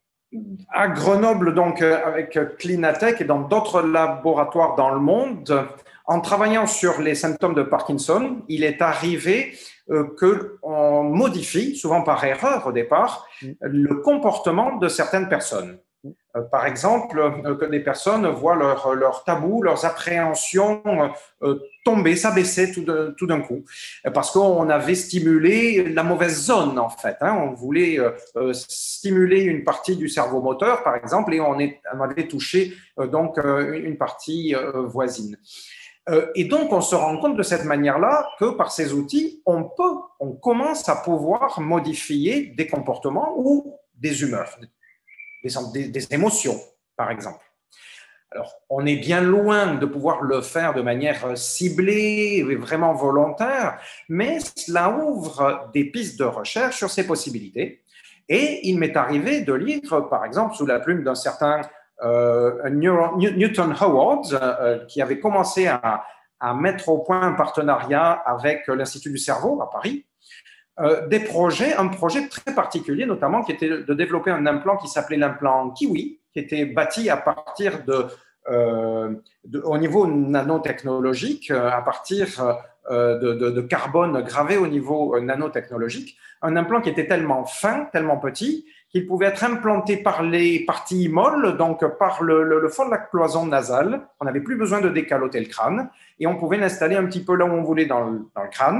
À Grenoble, donc, avec Clinatech et dans d'autres laboratoires dans le monde, en travaillant sur les symptômes de Parkinson, il est arrivé euh, qu'on modifie, souvent par erreur au départ, le comportement de certaines personnes. Euh, par exemple, euh, que des personnes voient leurs leur tabous, leurs appréhensions euh, tomber, s'abaisser tout d'un tout d'un coup, parce qu'on avait stimulé la mauvaise zone en fait. Hein. On voulait euh, stimuler une partie du cerveau moteur, par exemple, et on, est, on avait touché euh, donc euh, une partie euh, voisine. Et donc, on se rend compte de cette manière-là que par ces outils, on peut, on commence à pouvoir modifier des comportements ou des humeurs, des, des, des émotions, par exemple. Alors, on est bien loin de pouvoir le faire de manière ciblée et vraiment volontaire, mais cela ouvre des pistes de recherche sur ces possibilités. Et il m'est arrivé de lire, par exemple, sous la plume d'un certain Euh, Newton Howard, euh, qui avait commencé à, à mettre au point un partenariat avec l'Institut du cerveau à Paris, euh, des projets, un projet très particulier notamment qui était de développer un implant qui s'appelait l'implant Kiwi, qui était bâti à partir de, euh, de au niveau nanotechnologique, à partir euh, de, de, de carbone gravé au niveau nanotechnologique, un implant qui était tellement fin, tellement petit, qu'il pouvait être implanté par les parties molles, donc par le, le, le fond de la cloison nasale. On n'avait plus besoin de décaloter le crâne et on pouvait l'installer un petit peu là où on voulait dans le, dans le crâne.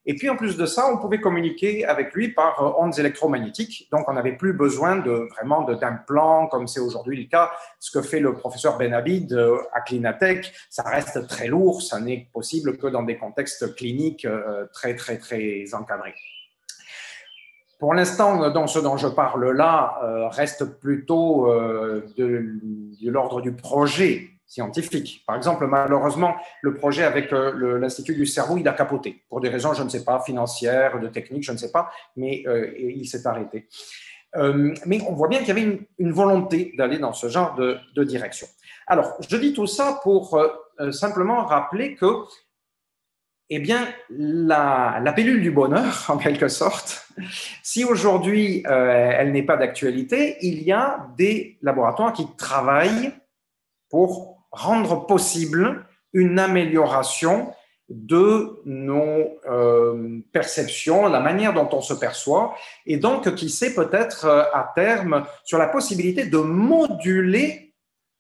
Et puis, en plus de ça, on pouvait communiquer avec lui par ondes électromagnétiques. Donc, on n'avait plus besoin de vraiment de, d'implants, comme c'est aujourd'hui le cas. Ce que fait le professeur Benhabid à Clinatech, ça reste très lourd. Ça n'est possible que dans des contextes cliniques très, très, très encadrés. Pour l'instant, donc, ce dont je parle là euh, reste plutôt euh, de, de l'ordre du projet scientifique. Par exemple, malheureusement, le projet avec euh, l'Institut du cerveau, il a capoté. Pour des raisons, je ne sais pas, financières, de technique, je ne sais pas, mais euh, il s'est arrêté. Euh, mais on voit bien qu'il y avait une, une volonté d'aller dans ce genre de, de direction. Alors, je dis tout ça pour euh, simplement rappeler que eh bien, la, la pilule du bonheur, en quelque sorte, si aujourd'hui euh, elle n'est pas d'actualité, il y a des laboratoires qui travaillent pour rendre possible une amélioration de nos euh, perceptions, la manière dont on se perçoit, et donc qui sait peut-être euh, à terme sur la possibilité de moduler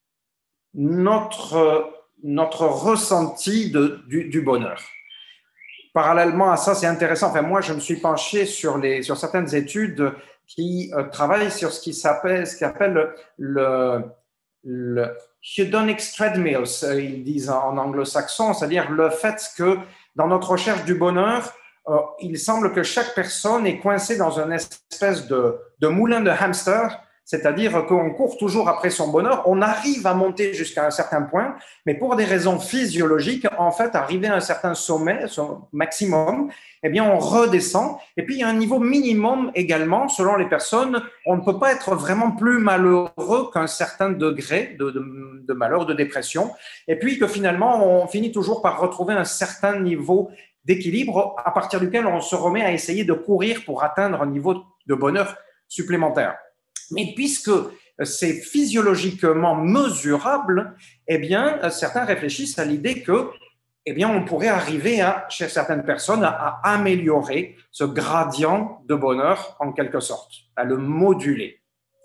notre, notre ressenti de, du, du bonheur. Parallèlement à ça, c'est intéressant. Enfin, moi, je me suis penché sur, les, sur certaines études qui euh, travaillent sur ce qui s'appelle, ce qu'appelle le, le hedonic treadmills, ils disent en anglo-saxon, c'est-à-dire le fait que dans notre recherche du bonheur, euh, il semble que chaque personne est coincée dans une espèce de, de moulin de hamster, c'est-à-dire qu'on court toujours après son bonheur, on arrive à monter jusqu'à un certain point, mais pour des raisons physiologiques, en fait, arriver à un certain sommet, son maximum, eh bien, on redescend. Et puis, il y a un niveau minimum également, selon les personnes. On ne peut pas être vraiment plus malheureux qu'un certain degré de, de, de malheur, de dépression. Et puis, que finalement, on finit toujours par retrouver un certain niveau d'équilibre à partir duquel on se remet à essayer de courir pour atteindre un niveau de bonheur supplémentaire. Mais puisque c'est physiologiquement mesurable, eh bien, certains réfléchissent à l'idée que, eh bien, on pourrait arriver à, chez certaines personnes, à, à améliorer ce gradient de bonheur en quelque sorte, à le moduler.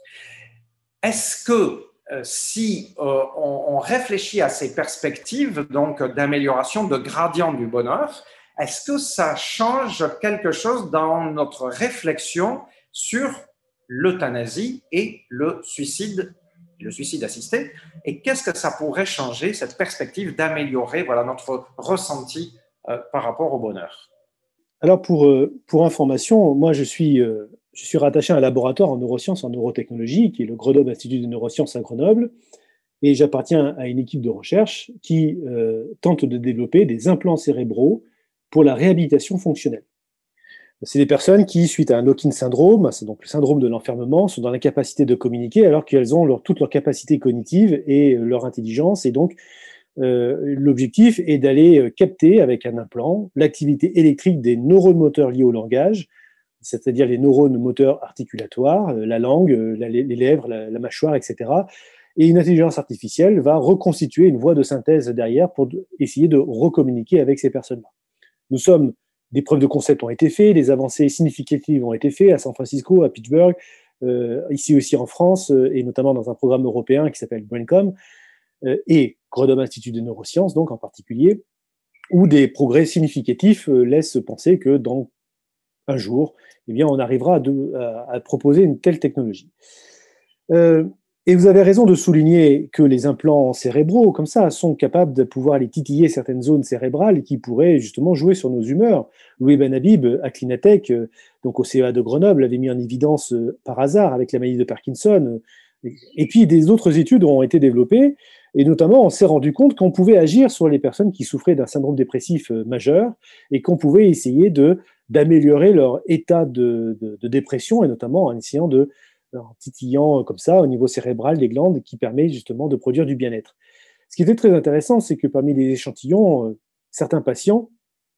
Est-ce que euh, si euh, on, on réfléchit à ces perspectives donc d'amélioration de gradient du bonheur, est-ce que ça change quelque chose dans notre réflexion sur l'euthanasie et le suicide, le suicide assisté, et qu'est-ce que ça pourrait changer, cette perspective d'améliorer voilà, notre ressenti euh, par rapport au bonheur? Alors, pour, euh, pour information, moi, je suis, euh, je suis rattaché à un laboratoire en neurosciences et en neurotechnologie, qui est le Grenoble Institut de neurosciences à Grenoble, et j'appartiens à une équipe de recherche qui euh, tente de développer des implants cérébraux pour la réhabilitation fonctionnelle. C'est des personnes qui, suite à un lock-in syndrome, c'est donc le syndrome de l'enfermement, sont dans l'incapacité de communiquer alors qu'elles ont leur, toute leur capacité cognitive et leur intelligence. Et donc, euh, l'objectif est d'aller capter avec un implant l'activité électrique des neurones moteurs liés au langage, c'est-à-dire les neurones moteurs articulatoires, la langue, la, les lèvres, la, la mâchoire, et cetera. Et une intelligence artificielle va reconstituer une voie de synthèse derrière pour essayer de recommuniquer avec ces personnes-là. Nous sommes Des preuves de concept ont été faites, des avancées significatives ont été faites à San Francisco, à Pittsburgh, euh, ici aussi en France, euh, et notamment dans un programme européen qui s'appelle BrainCom, euh, et Grenoble Institut de neurosciences, donc en particulier, où des progrès significatifs euh, laissent penser que dans un jour, eh bien, on arrivera à, de, à, à proposer une telle technologie. Euh, Et vous avez raison de souligner que les implants cérébraux, comme ça, sont capables de pouvoir aller titiller certaines zones cérébrales qui pourraient justement jouer sur nos humeurs. Louis Benhabib, à Clinatech, donc au C E A de Grenoble, l'avait mis en évidence par hasard avec la maladie de Parkinson. Et puis, des autres études ont été développées, et notamment, on s'est rendu compte qu'on pouvait agir sur les personnes qui souffraient d'un syndrome dépressif majeur et qu'on pouvait essayer de, d'améliorer leur état de, de, de dépression, et notamment en essayant de en titillant comme ça au niveau cérébral des glandes qui permet justement de produire du bien-être. Ce qui était très intéressant, c'est que parmi les échantillons, euh, certains patients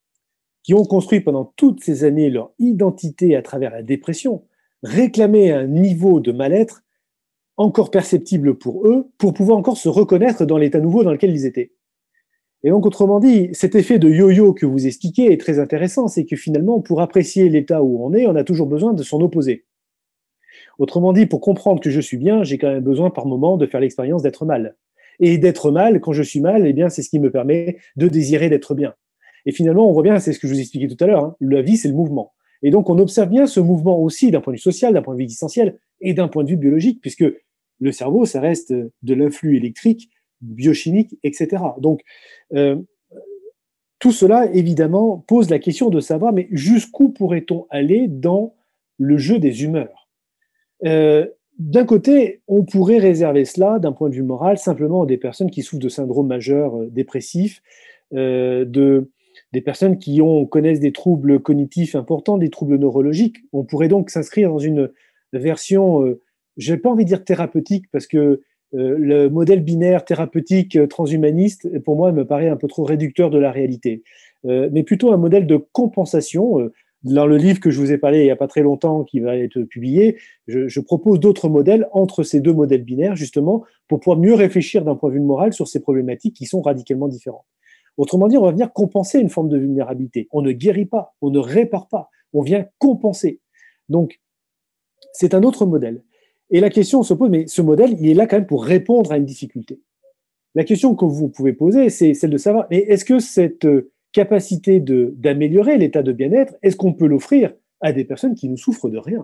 qui ont construit pendant toutes ces années leur identité à travers la dépression réclamaient un niveau de mal-être encore perceptible pour eux pour pouvoir encore se reconnaître dans l'état nouveau dans lequel ils étaient. Et donc, autrement dit, cet effet de yo-yo que vous expliquez est très intéressant, c'est que finalement, pour apprécier l'état où on est, on a toujours besoin de son opposé. Autrement dit, pour comprendre que je suis bien, j'ai quand même besoin par moment de faire l'expérience d'être mal. Et d'être mal, quand je suis mal, eh bien, c'est ce qui me permet de désirer d'être bien. Et finalement, on voit bien, c'est ce que je vous expliquais tout à l'heure, hein, la vie, c'est le mouvement. Et donc, on observe bien ce mouvement aussi d'un point de vue social, d'un point de vue existentiel et d'un point de vue biologique, puisque le cerveau, ça reste de l'influx électrique, biochimique, et cetera. Donc, euh, tout cela, évidemment, pose la question de savoir, mais jusqu'où pourrait-on aller dans le jeu des humeurs? euh, D'un côté, on pourrait réserver cela, d'un point de vue moral, simplement à des personnes qui souffrent de syndrome majeur euh, dépressif, euh, de, des personnes qui ont, connaissent des troubles cognitifs importants, des troubles neurologiques. On pourrait donc s'inscrire dans une version, euh, je n'ai pas envie de dire thérapeutique, parce que euh, le modèle binaire thérapeutique euh, transhumaniste, pour moi, me paraît un peu trop réducteur de la réalité, euh, mais plutôt un modèle de compensation. Euh, dans le livre que je vous ai parlé il n'y a pas très longtemps, qui va être publié, je, je propose d'autres modèles entre ces deux modèles binaires, justement, pour pouvoir mieux réfléchir d'un point de vue moral sur ces problématiques qui sont radicalement différentes. Autrement dit, on va venir compenser une forme de vulnérabilité. On ne guérit pas, on ne répare pas, on vient compenser. Donc, c'est un autre modèle. Et la question se pose, mais ce modèle, il est là quand même pour répondre à une difficulté. La question que vous pouvez poser, c'est celle de savoir, mais est-ce que cette capacité de, d'améliorer l'état de bien-être, est-ce qu'on peut l'offrir à des personnes qui ne souffrent de rien?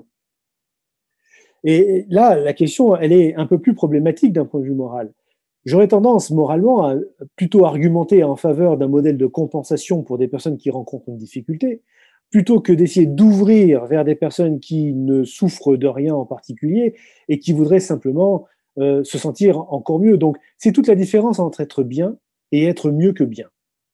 Et là, la question, elle est un peu plus problématique d'un point de vue moral. J'aurais tendance, moralement, à plutôt argumenter en faveur d'un modèle de compensation pour des personnes qui rencontrent une difficulté, plutôt que d'essayer d'ouvrir vers des personnes qui ne souffrent de rien en particulier et qui voudraient simplement euh, se sentir encore mieux. Donc, c'est toute la différence entre être bien et être mieux que bien.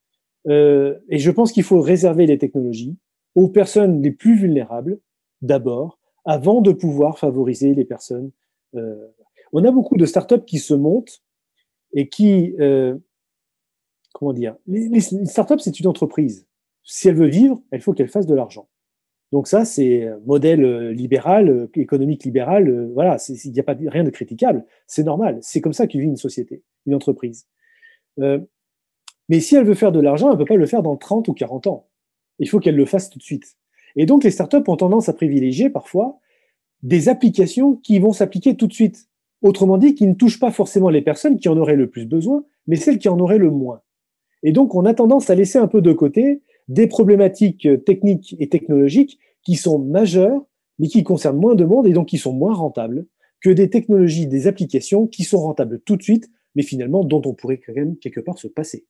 Euh, et je pense qu'il faut réserver les technologies aux personnes les plus vulnérables, d'abord, avant de pouvoir favoriser les personnes. Euh, on a beaucoup de startups qui se montent et qui, euh, comment dire, les, les startups, c'est une entreprise. Si elle veut vivre, il faut qu'elle fasse de l'argent. Donc ça, c'est un modèle libéral, économique libéral, voilà, il n'y a pas rien de critiquable, c'est normal, c'est comme ça que vit une société, une entreprise. Euh, mais si elle veut faire de l'argent, elle ne peut pas le faire dans trente ou quarante ans. Il faut qu'elle le fasse tout de suite. Et donc les startups ont tendance à privilégier parfois des applications qui vont s'appliquer tout de suite. Autrement dit, qui ne touchent pas forcément les personnes qui en auraient le plus besoin, mais celles qui en auraient le moins. Et donc on a tendance à laisser un peu de côté des problématiques techniques et technologiques qui sont majeures, mais qui concernent moins de monde et donc qui sont moins rentables que des technologies, des applications qui sont rentables tout de suite, mais finalement dont on pourrait quand même quelque part se passer.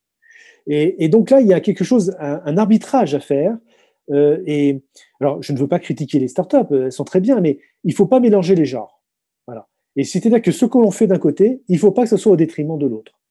Et, et donc là, il y a quelque chose, un, un arbitrage à faire. Euh, et alors, je ne veux pas critiquer les startups, elles sont très bien, mais il ne faut pas mélanger les genres. Voilà. Et c'est-à-dire que ce que l'on fait d'un côté, il ne faut pas que ce soit au détriment de l'autre.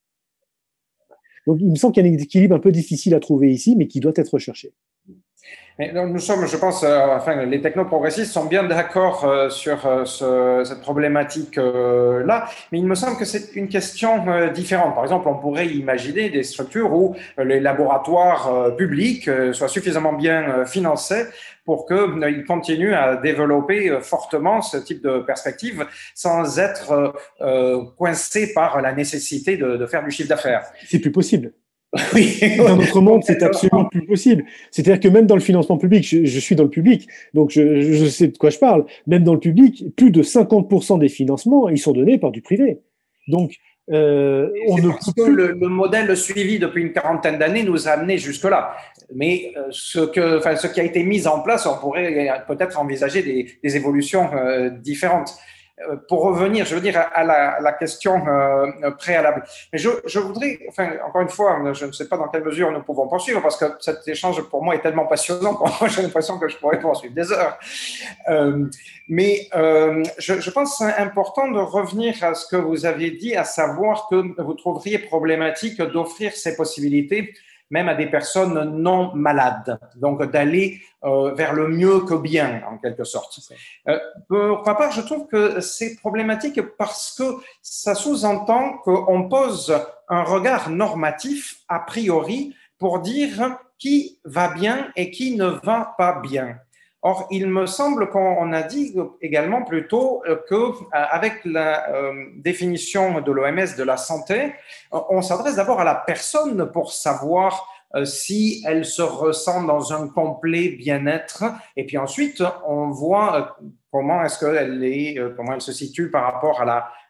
Donc, il me semble qu'il y a un équilibre un peu difficile à trouver ici, mais qui doit être recherché. Mais nous sommes, je pense, euh, enfin, les technoprogressistes sont bien d'accord euh, sur euh, ce, cette problématique-là, euh, mais il me semble que c'est une question euh, différente. Par exemple, on pourrait imaginer des structures où euh, les laboratoires euh, publics euh, soient suffisamment bien euh, financés pour qu'ils euh, continuent à développer euh, fortement ce type de perspective sans être euh, coincés par la nécessité de, de faire du chiffre d'affaires. C'est plus possible. Oui. Dans notre monde, c'est absolument plus possible. C'est-à-dire que même dans le financement public, je, je suis dans le public, donc je, je sais de quoi je parle, même dans le public, plus de cinquante pour cent des financements, ils sont donnés par du privé. Donc, euh, on ne parce que le, le modèle suivi depuis une quarantaine d'années nous a amené jusque-là. Mais ce, que, enfin, ce qui a été mis en place, on pourrait peut-être envisager des, des évolutions euh, différentes. Pour revenir, je veux dire, à la, à la question euh, préalable. Mais je, je voudrais, enfin, encore une fois, je ne sais pas dans quelle mesure nous pouvons poursuivre, parce que cet échange, pour moi, est tellement passionnant que j'ai l'impression que je pourrais poursuivre des heures. Euh, mais euh, je, je pense que c'est important de revenir à ce que vous aviez dit, à savoir que vous trouveriez problématique d'offrir ces possibilités même à des personnes non malades, donc d'aller euh, vers le mieux que bien, en quelque sorte. Euh, pour ma part, je trouve que c'est problématique parce que ça sous-entend qu'on pose un regard normatif, a priori, pour dire qui va bien et qui ne va pas bien. Or, il me semble qu'on a dit également plutôt qu'avec la euh, définition de l'O M S de la santé, on s'adresse d'abord à la personne pour savoir euh, si elle se ressent dans un complet bien-être, et puis ensuite on voit comment est-ce qu'elle est, comment elle se situe par rapport à la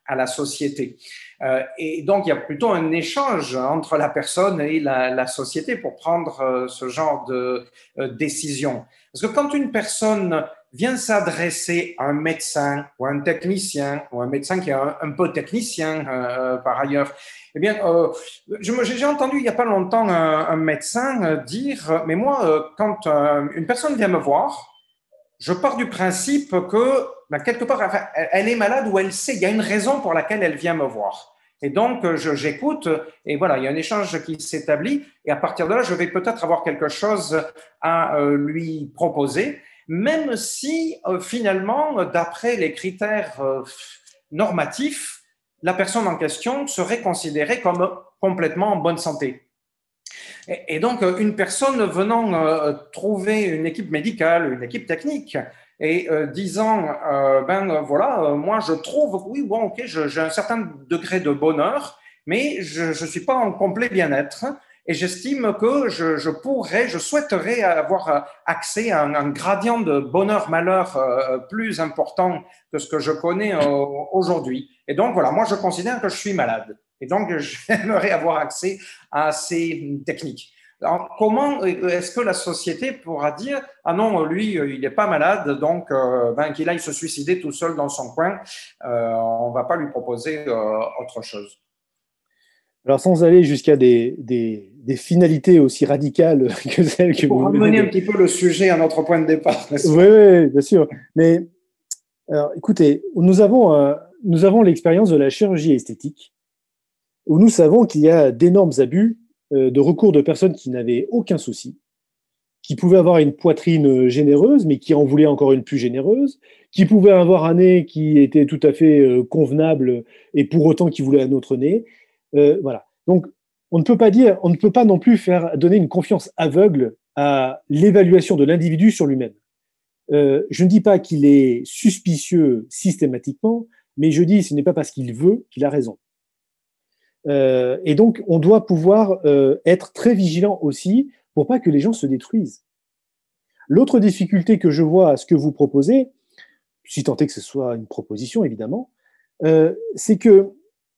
à la société. Euh, et donc, il y a plutôt un échange entre la personne et la, la société pour prendre euh, ce genre de euh, décision. Parce que quand une personne vient s'adresser à un médecin ou à un technicien, ou un médecin qui est un, un peu technicien euh, par ailleurs, eh bien, euh, j'ai entendu il n'y a pas longtemps un, un médecin dire, mais moi, euh, quand euh, une personne vient me voir, je pars du principe que, ben, quelque part, enfin, elle est malade ou elle sait, il y a une raison pour laquelle elle vient me voir. Et donc, j'écoute et voilà, il y a un échange qui s'établit et à partir de là, je vais peut-être avoir quelque chose à euh, lui proposer, même si euh, finalement, d'après les critères euh, normatifs, la personne en question serait considérée comme complètement en bonne santé. Et donc, une personne venant euh, trouver une équipe médicale, une équipe technique, et euh, disant, euh, ben voilà, euh, moi je trouve, oui, bon, ok, j'ai un certain degré de bonheur, mais je ne suis pas en complet bien-être, et j'estime que je, je pourrais, je souhaiterais avoir accès à un, un gradient de bonheur-malheur euh, plus important que ce que je connais euh, aujourd'hui. Et donc, voilà, moi je considère que je suis malade. Et donc, j'aimerais avoir accès à ces techniques. Alors, comment est-ce que la société pourra dire « Ah non, lui, il n'est pas malade, donc euh, ben, qu'il aille se suicider tout seul dans son coin, euh, on ne va pas lui proposer euh, autre chose ». Alors, sans aller jusqu'à des, des, des finalités aussi radicales que celles que pour vous... Pour ramener un petit peu le sujet à notre point de départ. Oui, oui, bien sûr. Mais, alors, écoutez, nous avons, euh, nous avons l'expérience de la chirurgie esthétique, où nous savons qu'il y a d'énormes abus de recours de personnes qui n'avaient aucun souci, qui pouvaient avoir une poitrine généreuse, mais qui en voulaient encore une plus généreuse, qui pouvaient avoir un nez qui était tout à fait convenable et pour autant qui voulaient un autre nez. Euh, voilà. Donc, on ne peut pas dire, on ne peut pas non plus faire donner une confiance aveugle à l'évaluation de l'individu sur lui-même. Euh, je ne dis pas qu'il est suspicieux systématiquement, mais je dis ce n'est pas parce qu'il veut qu'il a raison. Euh, et donc, on doit pouvoir euh, être très vigilant aussi pour pas que les gens se détruisent. L'autre difficulté que je vois à ce que vous proposez, si tant est que ce soit une proposition, évidemment, euh, c'est que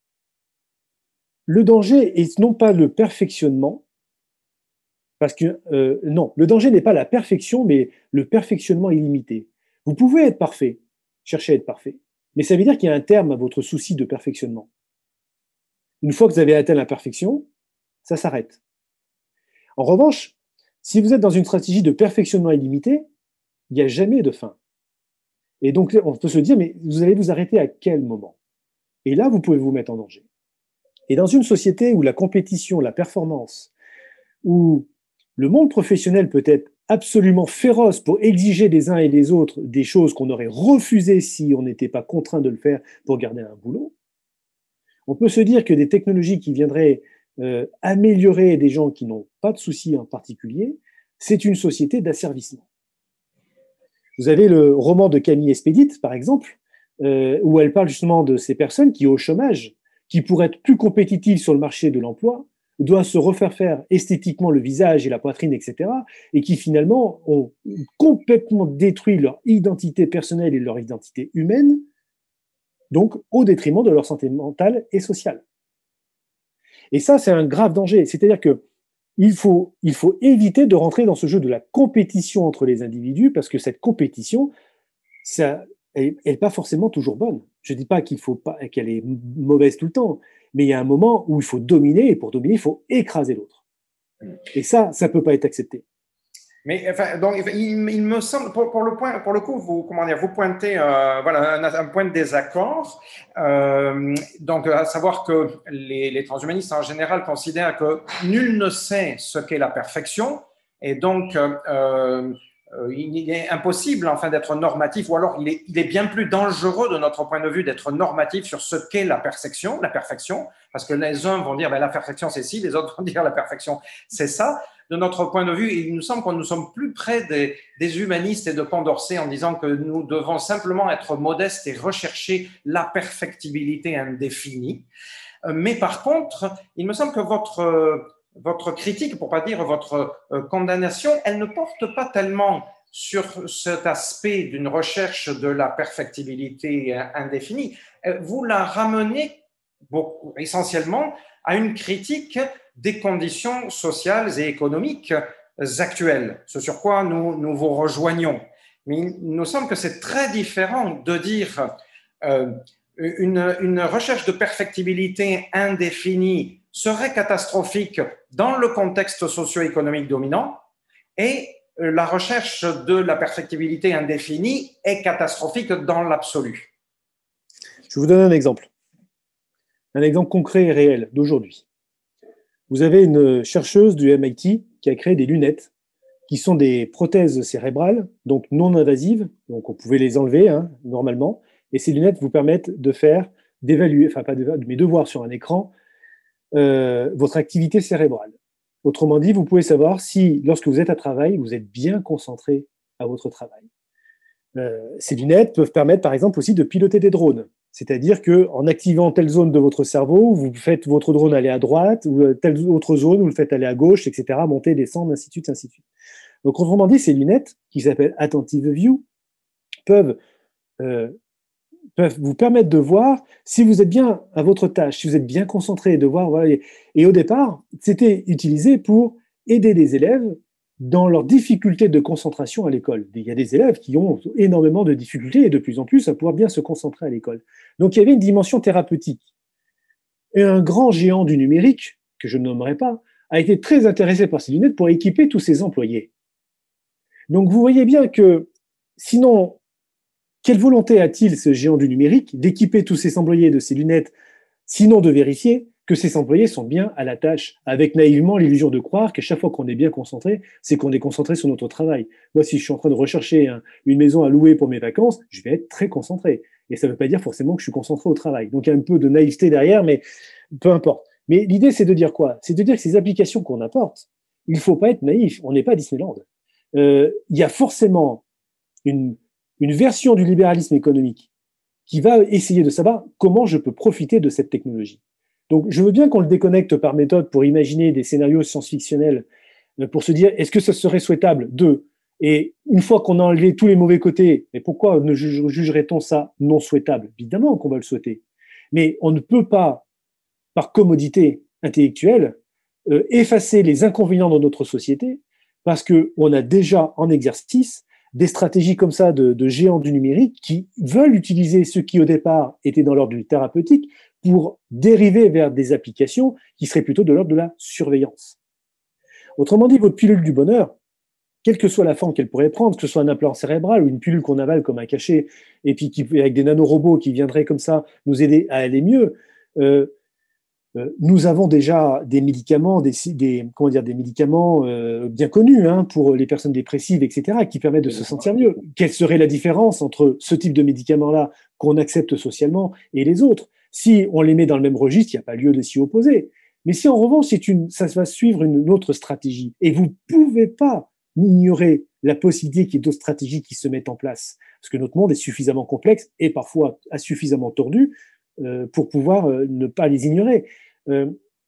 le danger est non pas le perfectionnement, parce que euh, non, le danger n'est pas la perfection, mais le perfectionnement illimité. Vous pouvez être parfait, chercher à être parfait, mais ça veut dire qu'il y a un terme à votre souci de perfectionnement. Une fois que vous avez atteint la perfection, ça s'arrête. En revanche, si vous êtes dans une stratégie de perfectionnement illimité, il n'y a jamais de fin. Et donc, on peut se dire, mais vous allez vous arrêter à quel moment? Et là, vous pouvez vous mettre en danger. Et dans une société où la compétition, la performance, où le monde professionnel peut être absolument féroce pour exiger des uns et des autres des choses qu'on aurait refusées si on n'était pas contraint de le faire pour garder un boulot, on peut se dire que des technologies qui viendraient euh, améliorer des gens qui n'ont pas de soucis en particulier, c'est une société d'asservissement. Vous avez le roman de Camille Expédite, par exemple, euh, où elle parle justement de ces personnes qui, au chômage, qui pour être plus compétitives sur le marché de l'emploi, doivent se refaire faire esthétiquement le visage et la poitrine, et cetera, et qui finalement ont complètement détruit leur identité personnelle et leur identité humaine, donc au détriment de leur santé mentale et sociale. Et ça, c'est un grave danger. C'est-à-dire que il faut, il faut éviter de rentrer dans ce jeu de la compétition entre les individus, parce que cette compétition, ça, elle n'est pas forcément toujours bonne. Je ne dis pas qu'il faut pas, qu'elle est mauvaise tout le temps, mais il y a un moment où il faut dominer, et pour dominer, il faut écraser l'autre. Et ça, ça ne peut pas être accepté. Mais enfin, donc, il, il me semble, pour, pour, le point, pour le coup, vous, comment dire, vous pointez euh, voilà, un, un point de désaccord. Euh, donc, à savoir que les, les transhumanistes en général considèrent que nul ne sait ce qu'est la perfection, et donc euh, il est impossible enfin d'être normatif, ou alors il est, il est bien plus dangereux de notre point de vue d'être normatif sur ce qu'est la perfection, la perfection, parce que les uns vont dire ben, la perfection c'est ci, les autres vont dire la perfection c'est ça. De notre point de vue, il nous semble que nous sommes plus près des, des humanistes et de Condorcet en disant que nous devons simplement être modestes et rechercher la perfectibilité indéfinie. Mais par contre, il me semble que votre, votre critique, pour pas dire votre condamnation, elle ne porte pas tellement sur cet aspect d'une recherche de la perfectibilité indéfinie, vous la ramenez beaucoup, essentiellement à une critique des conditions sociales et économiques actuelles, ce sur quoi nous, nous vous rejoignons. Mais il nous semble que c'est très différent de dire euh, une, une recherche de perfectibilité indéfinie serait catastrophique dans le contexte socio-économique dominant et la recherche de la perfectibilité indéfinie est catastrophique dans l'absolu. Je vous donne un exemple. Un exemple concret et réel d'aujourd'hui. Vous avez une chercheuse du M I T qui a créé des lunettes qui sont des prothèses cérébrales, donc non invasives, donc on pouvait les enlever hein, normalement, et ces lunettes vous permettent de faire, d'évaluer, enfin pas d'évaluer, mais de voir sur un écran euh, votre activité cérébrale. Autrement dit, vous pouvez savoir si, lorsque vous êtes à travail, vous êtes bien concentré à votre travail. Euh, ces lunettes peuvent permettre, par exemple, aussi de piloter des drones. C'est-à-dire qu'en activant telle zone de votre cerveau, vous faites votre drone aller à droite, ou telle autre zone, vous le faites aller à gauche, et cetera, monter, descendre, ainsi de suite, ainsi de suite. Donc, autrement dit, ces lunettes, qui s'appellent Attentive View, peuvent, euh, peuvent vous permettre de voir si vous êtes bien à votre tâche, si vous êtes bien concentré, de voir. Voilà. Et au départ, c'était utilisé pour aider les élèves dans leurs difficultés de concentration à l'école. Il y a des élèves qui ont énormément de difficultés et de plus en plus à pouvoir bien se concentrer à l'école. Donc, il y avait une dimension thérapeutique. Et un grand géant du numérique, que je ne nommerai pas, a été très intéressé par ces lunettes pour équiper tous ses employés. Donc, vous voyez bien que, sinon, quelle volonté a-t-il, ce géant du numérique, d'équiper tous ses employés de ces lunettes, sinon de vérifier que ces employés sont bien à la tâche, avec naïvement l'illusion de croire qu'à chaque fois qu'on est bien concentré, c'est qu'on est concentré sur notre travail. Moi, si je suis en train de rechercher un, une maison à louer pour mes vacances, je vais être très concentré. Et ça ne veut pas dire forcément que je suis concentré au travail. Donc, il y a un peu de naïveté derrière, mais peu importe. Mais l'idée, c'est de dire quoi? C'est de dire que ces applications qu'on apporte, il ne faut pas être naïf. On n'est pas à Disneyland. Euh, il y a forcément une, une version du libéralisme économique qui va essayer de savoir comment je peux profiter de cette technologie. Donc, je veux bien qu'on le déconnecte par méthode pour imaginer des scénarios science-fictionnels, pour se dire, est-ce que ça serait souhaitable de, et une fois qu'on a enlevé tous les mauvais côtés, mais pourquoi ne jugerait-on ça non souhaitable? Évidemment qu'on va le souhaiter. Mais on ne peut pas, par commodité intellectuelle, euh, effacer les inconvénients de notre société, parce qu'on a déjà en exercice des stratégies comme ça de, de géants du numérique qui veulent utiliser ce qui, au départ, était dans l'ordre du thérapeutique pour dériver vers des applications qui seraient plutôt de l'ordre de la surveillance. Autrement dit, votre pilule du bonheur, quelle que soit la forme qu'elle pourrait prendre, que ce soit un implant cérébral ou une pilule qu'on avale comme un cachet, et puis qui, avec des nanorobots qui viendraient comme ça nous aider à aller mieux, euh, euh, nous avons déjà des médicaments, des, des, comment dire, des médicaments euh, bien connus hein, pour les personnes dépressives, et cetera, qui permettent de se sentir mieux. Quelle serait la différence entre ce type de médicaments-là qu'on accepte socialement et les autres? Si on les met dans le même registre, il n'y a pas lieu de s'y opposer. Mais si en revanche, c'est une, ça va suivre une autre stratégie, et vous ne pouvez pas ignorer la possibilité qu'il y ait d'autres stratégies qui se mettent en place, parce que notre monde est suffisamment complexe et parfois suffisamment tordu euh, pour pouvoir euh, ne pas les ignorer. Euh,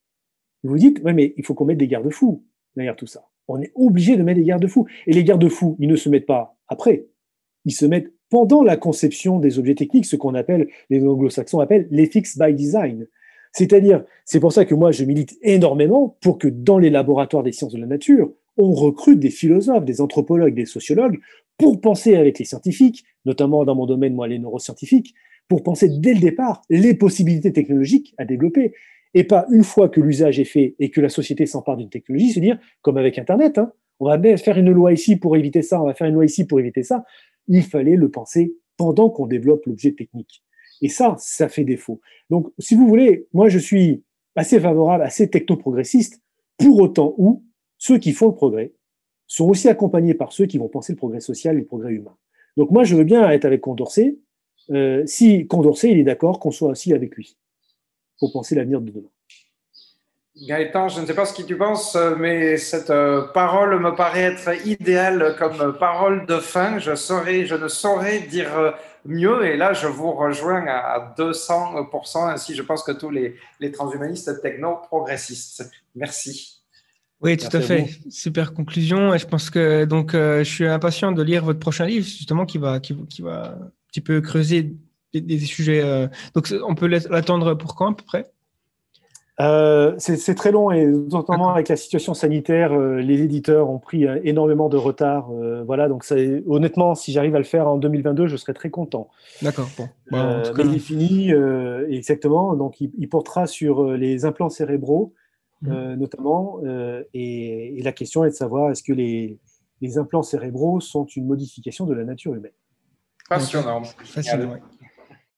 vous dites, ouais, mais il faut qu'on mette des garde-fous derrière tout ça. On est obligé de mettre des garde-fous. Et les garde-fous, ils ne se mettent pas après, ils se mettent pendant la conception des objets techniques, ce qu'on appelle, les anglo-saxons appellent l'ethics by design. C'est-à-dire, c'est pour ça que moi, je milite énormément pour que dans les laboratoires des sciences de la nature, on recrute des philosophes, des anthropologues, des sociologues pour penser avec les scientifiques, notamment dans mon domaine, moi, les neuroscientifiques, pour penser dès le départ les possibilités technologiques à développer. Et pas une fois que l'usage est fait et que la société s'empare d'une technologie, se dire, comme avec Internet, hein, on va faire une loi ici pour éviter ça, on va faire une loi ici pour éviter ça. Il fallait le penser pendant qu'on développe l'objet technique. Et ça, ça fait défaut. Donc, si vous voulez, moi, je suis assez favorable, assez techno-progressiste, pour autant où ceux qui font le progrès sont aussi accompagnés par ceux qui vont penser le progrès social et le progrès humain. Donc, moi, je veux bien être avec Condorcet, euh, si Condorcet, il est d'accord qu'on soit aussi avec lui pour penser l'avenir de demain. Gaëtan, je ne sais pas ce que tu penses, mais cette parole me paraît être idéale comme parole de fin. Je, saurais, je ne saurais dire mieux, et là, je vous rejoins à deux cents pour cent, ainsi je pense que tous les, les transhumanistes techno-progressistes. Merci. Oui, tout Merci à à fait. vous. Super conclusion. Et je pense que donc euh, je suis impatient de lire votre prochain livre, justement, qui va qui, qui va un petit peu creuser des, des sujets. euh, Donc c'est- on peut l'attendre pour quand à peu près? Euh, c'est c'est très long et notamment D'accord. avec la situation sanitaire, euh, les éditeurs ont pris euh, énormément de retard. Euh, voilà, donc ça, honnêtement, si j'arrive à le faire en deux mille vingt-deux, je serai très content. D'accord. Bon. Bah, en tout Euh, mais cas. il est fini, euh, exactement. Donc il, il portera sur euh, les implants cérébraux, Mhm. euh, notamment. Euh, et, et la question est de savoir est-ce que les, les implants cérébraux sont une modification de la nature humaine. Donc, Passionnant, fascinant, génial. ouais.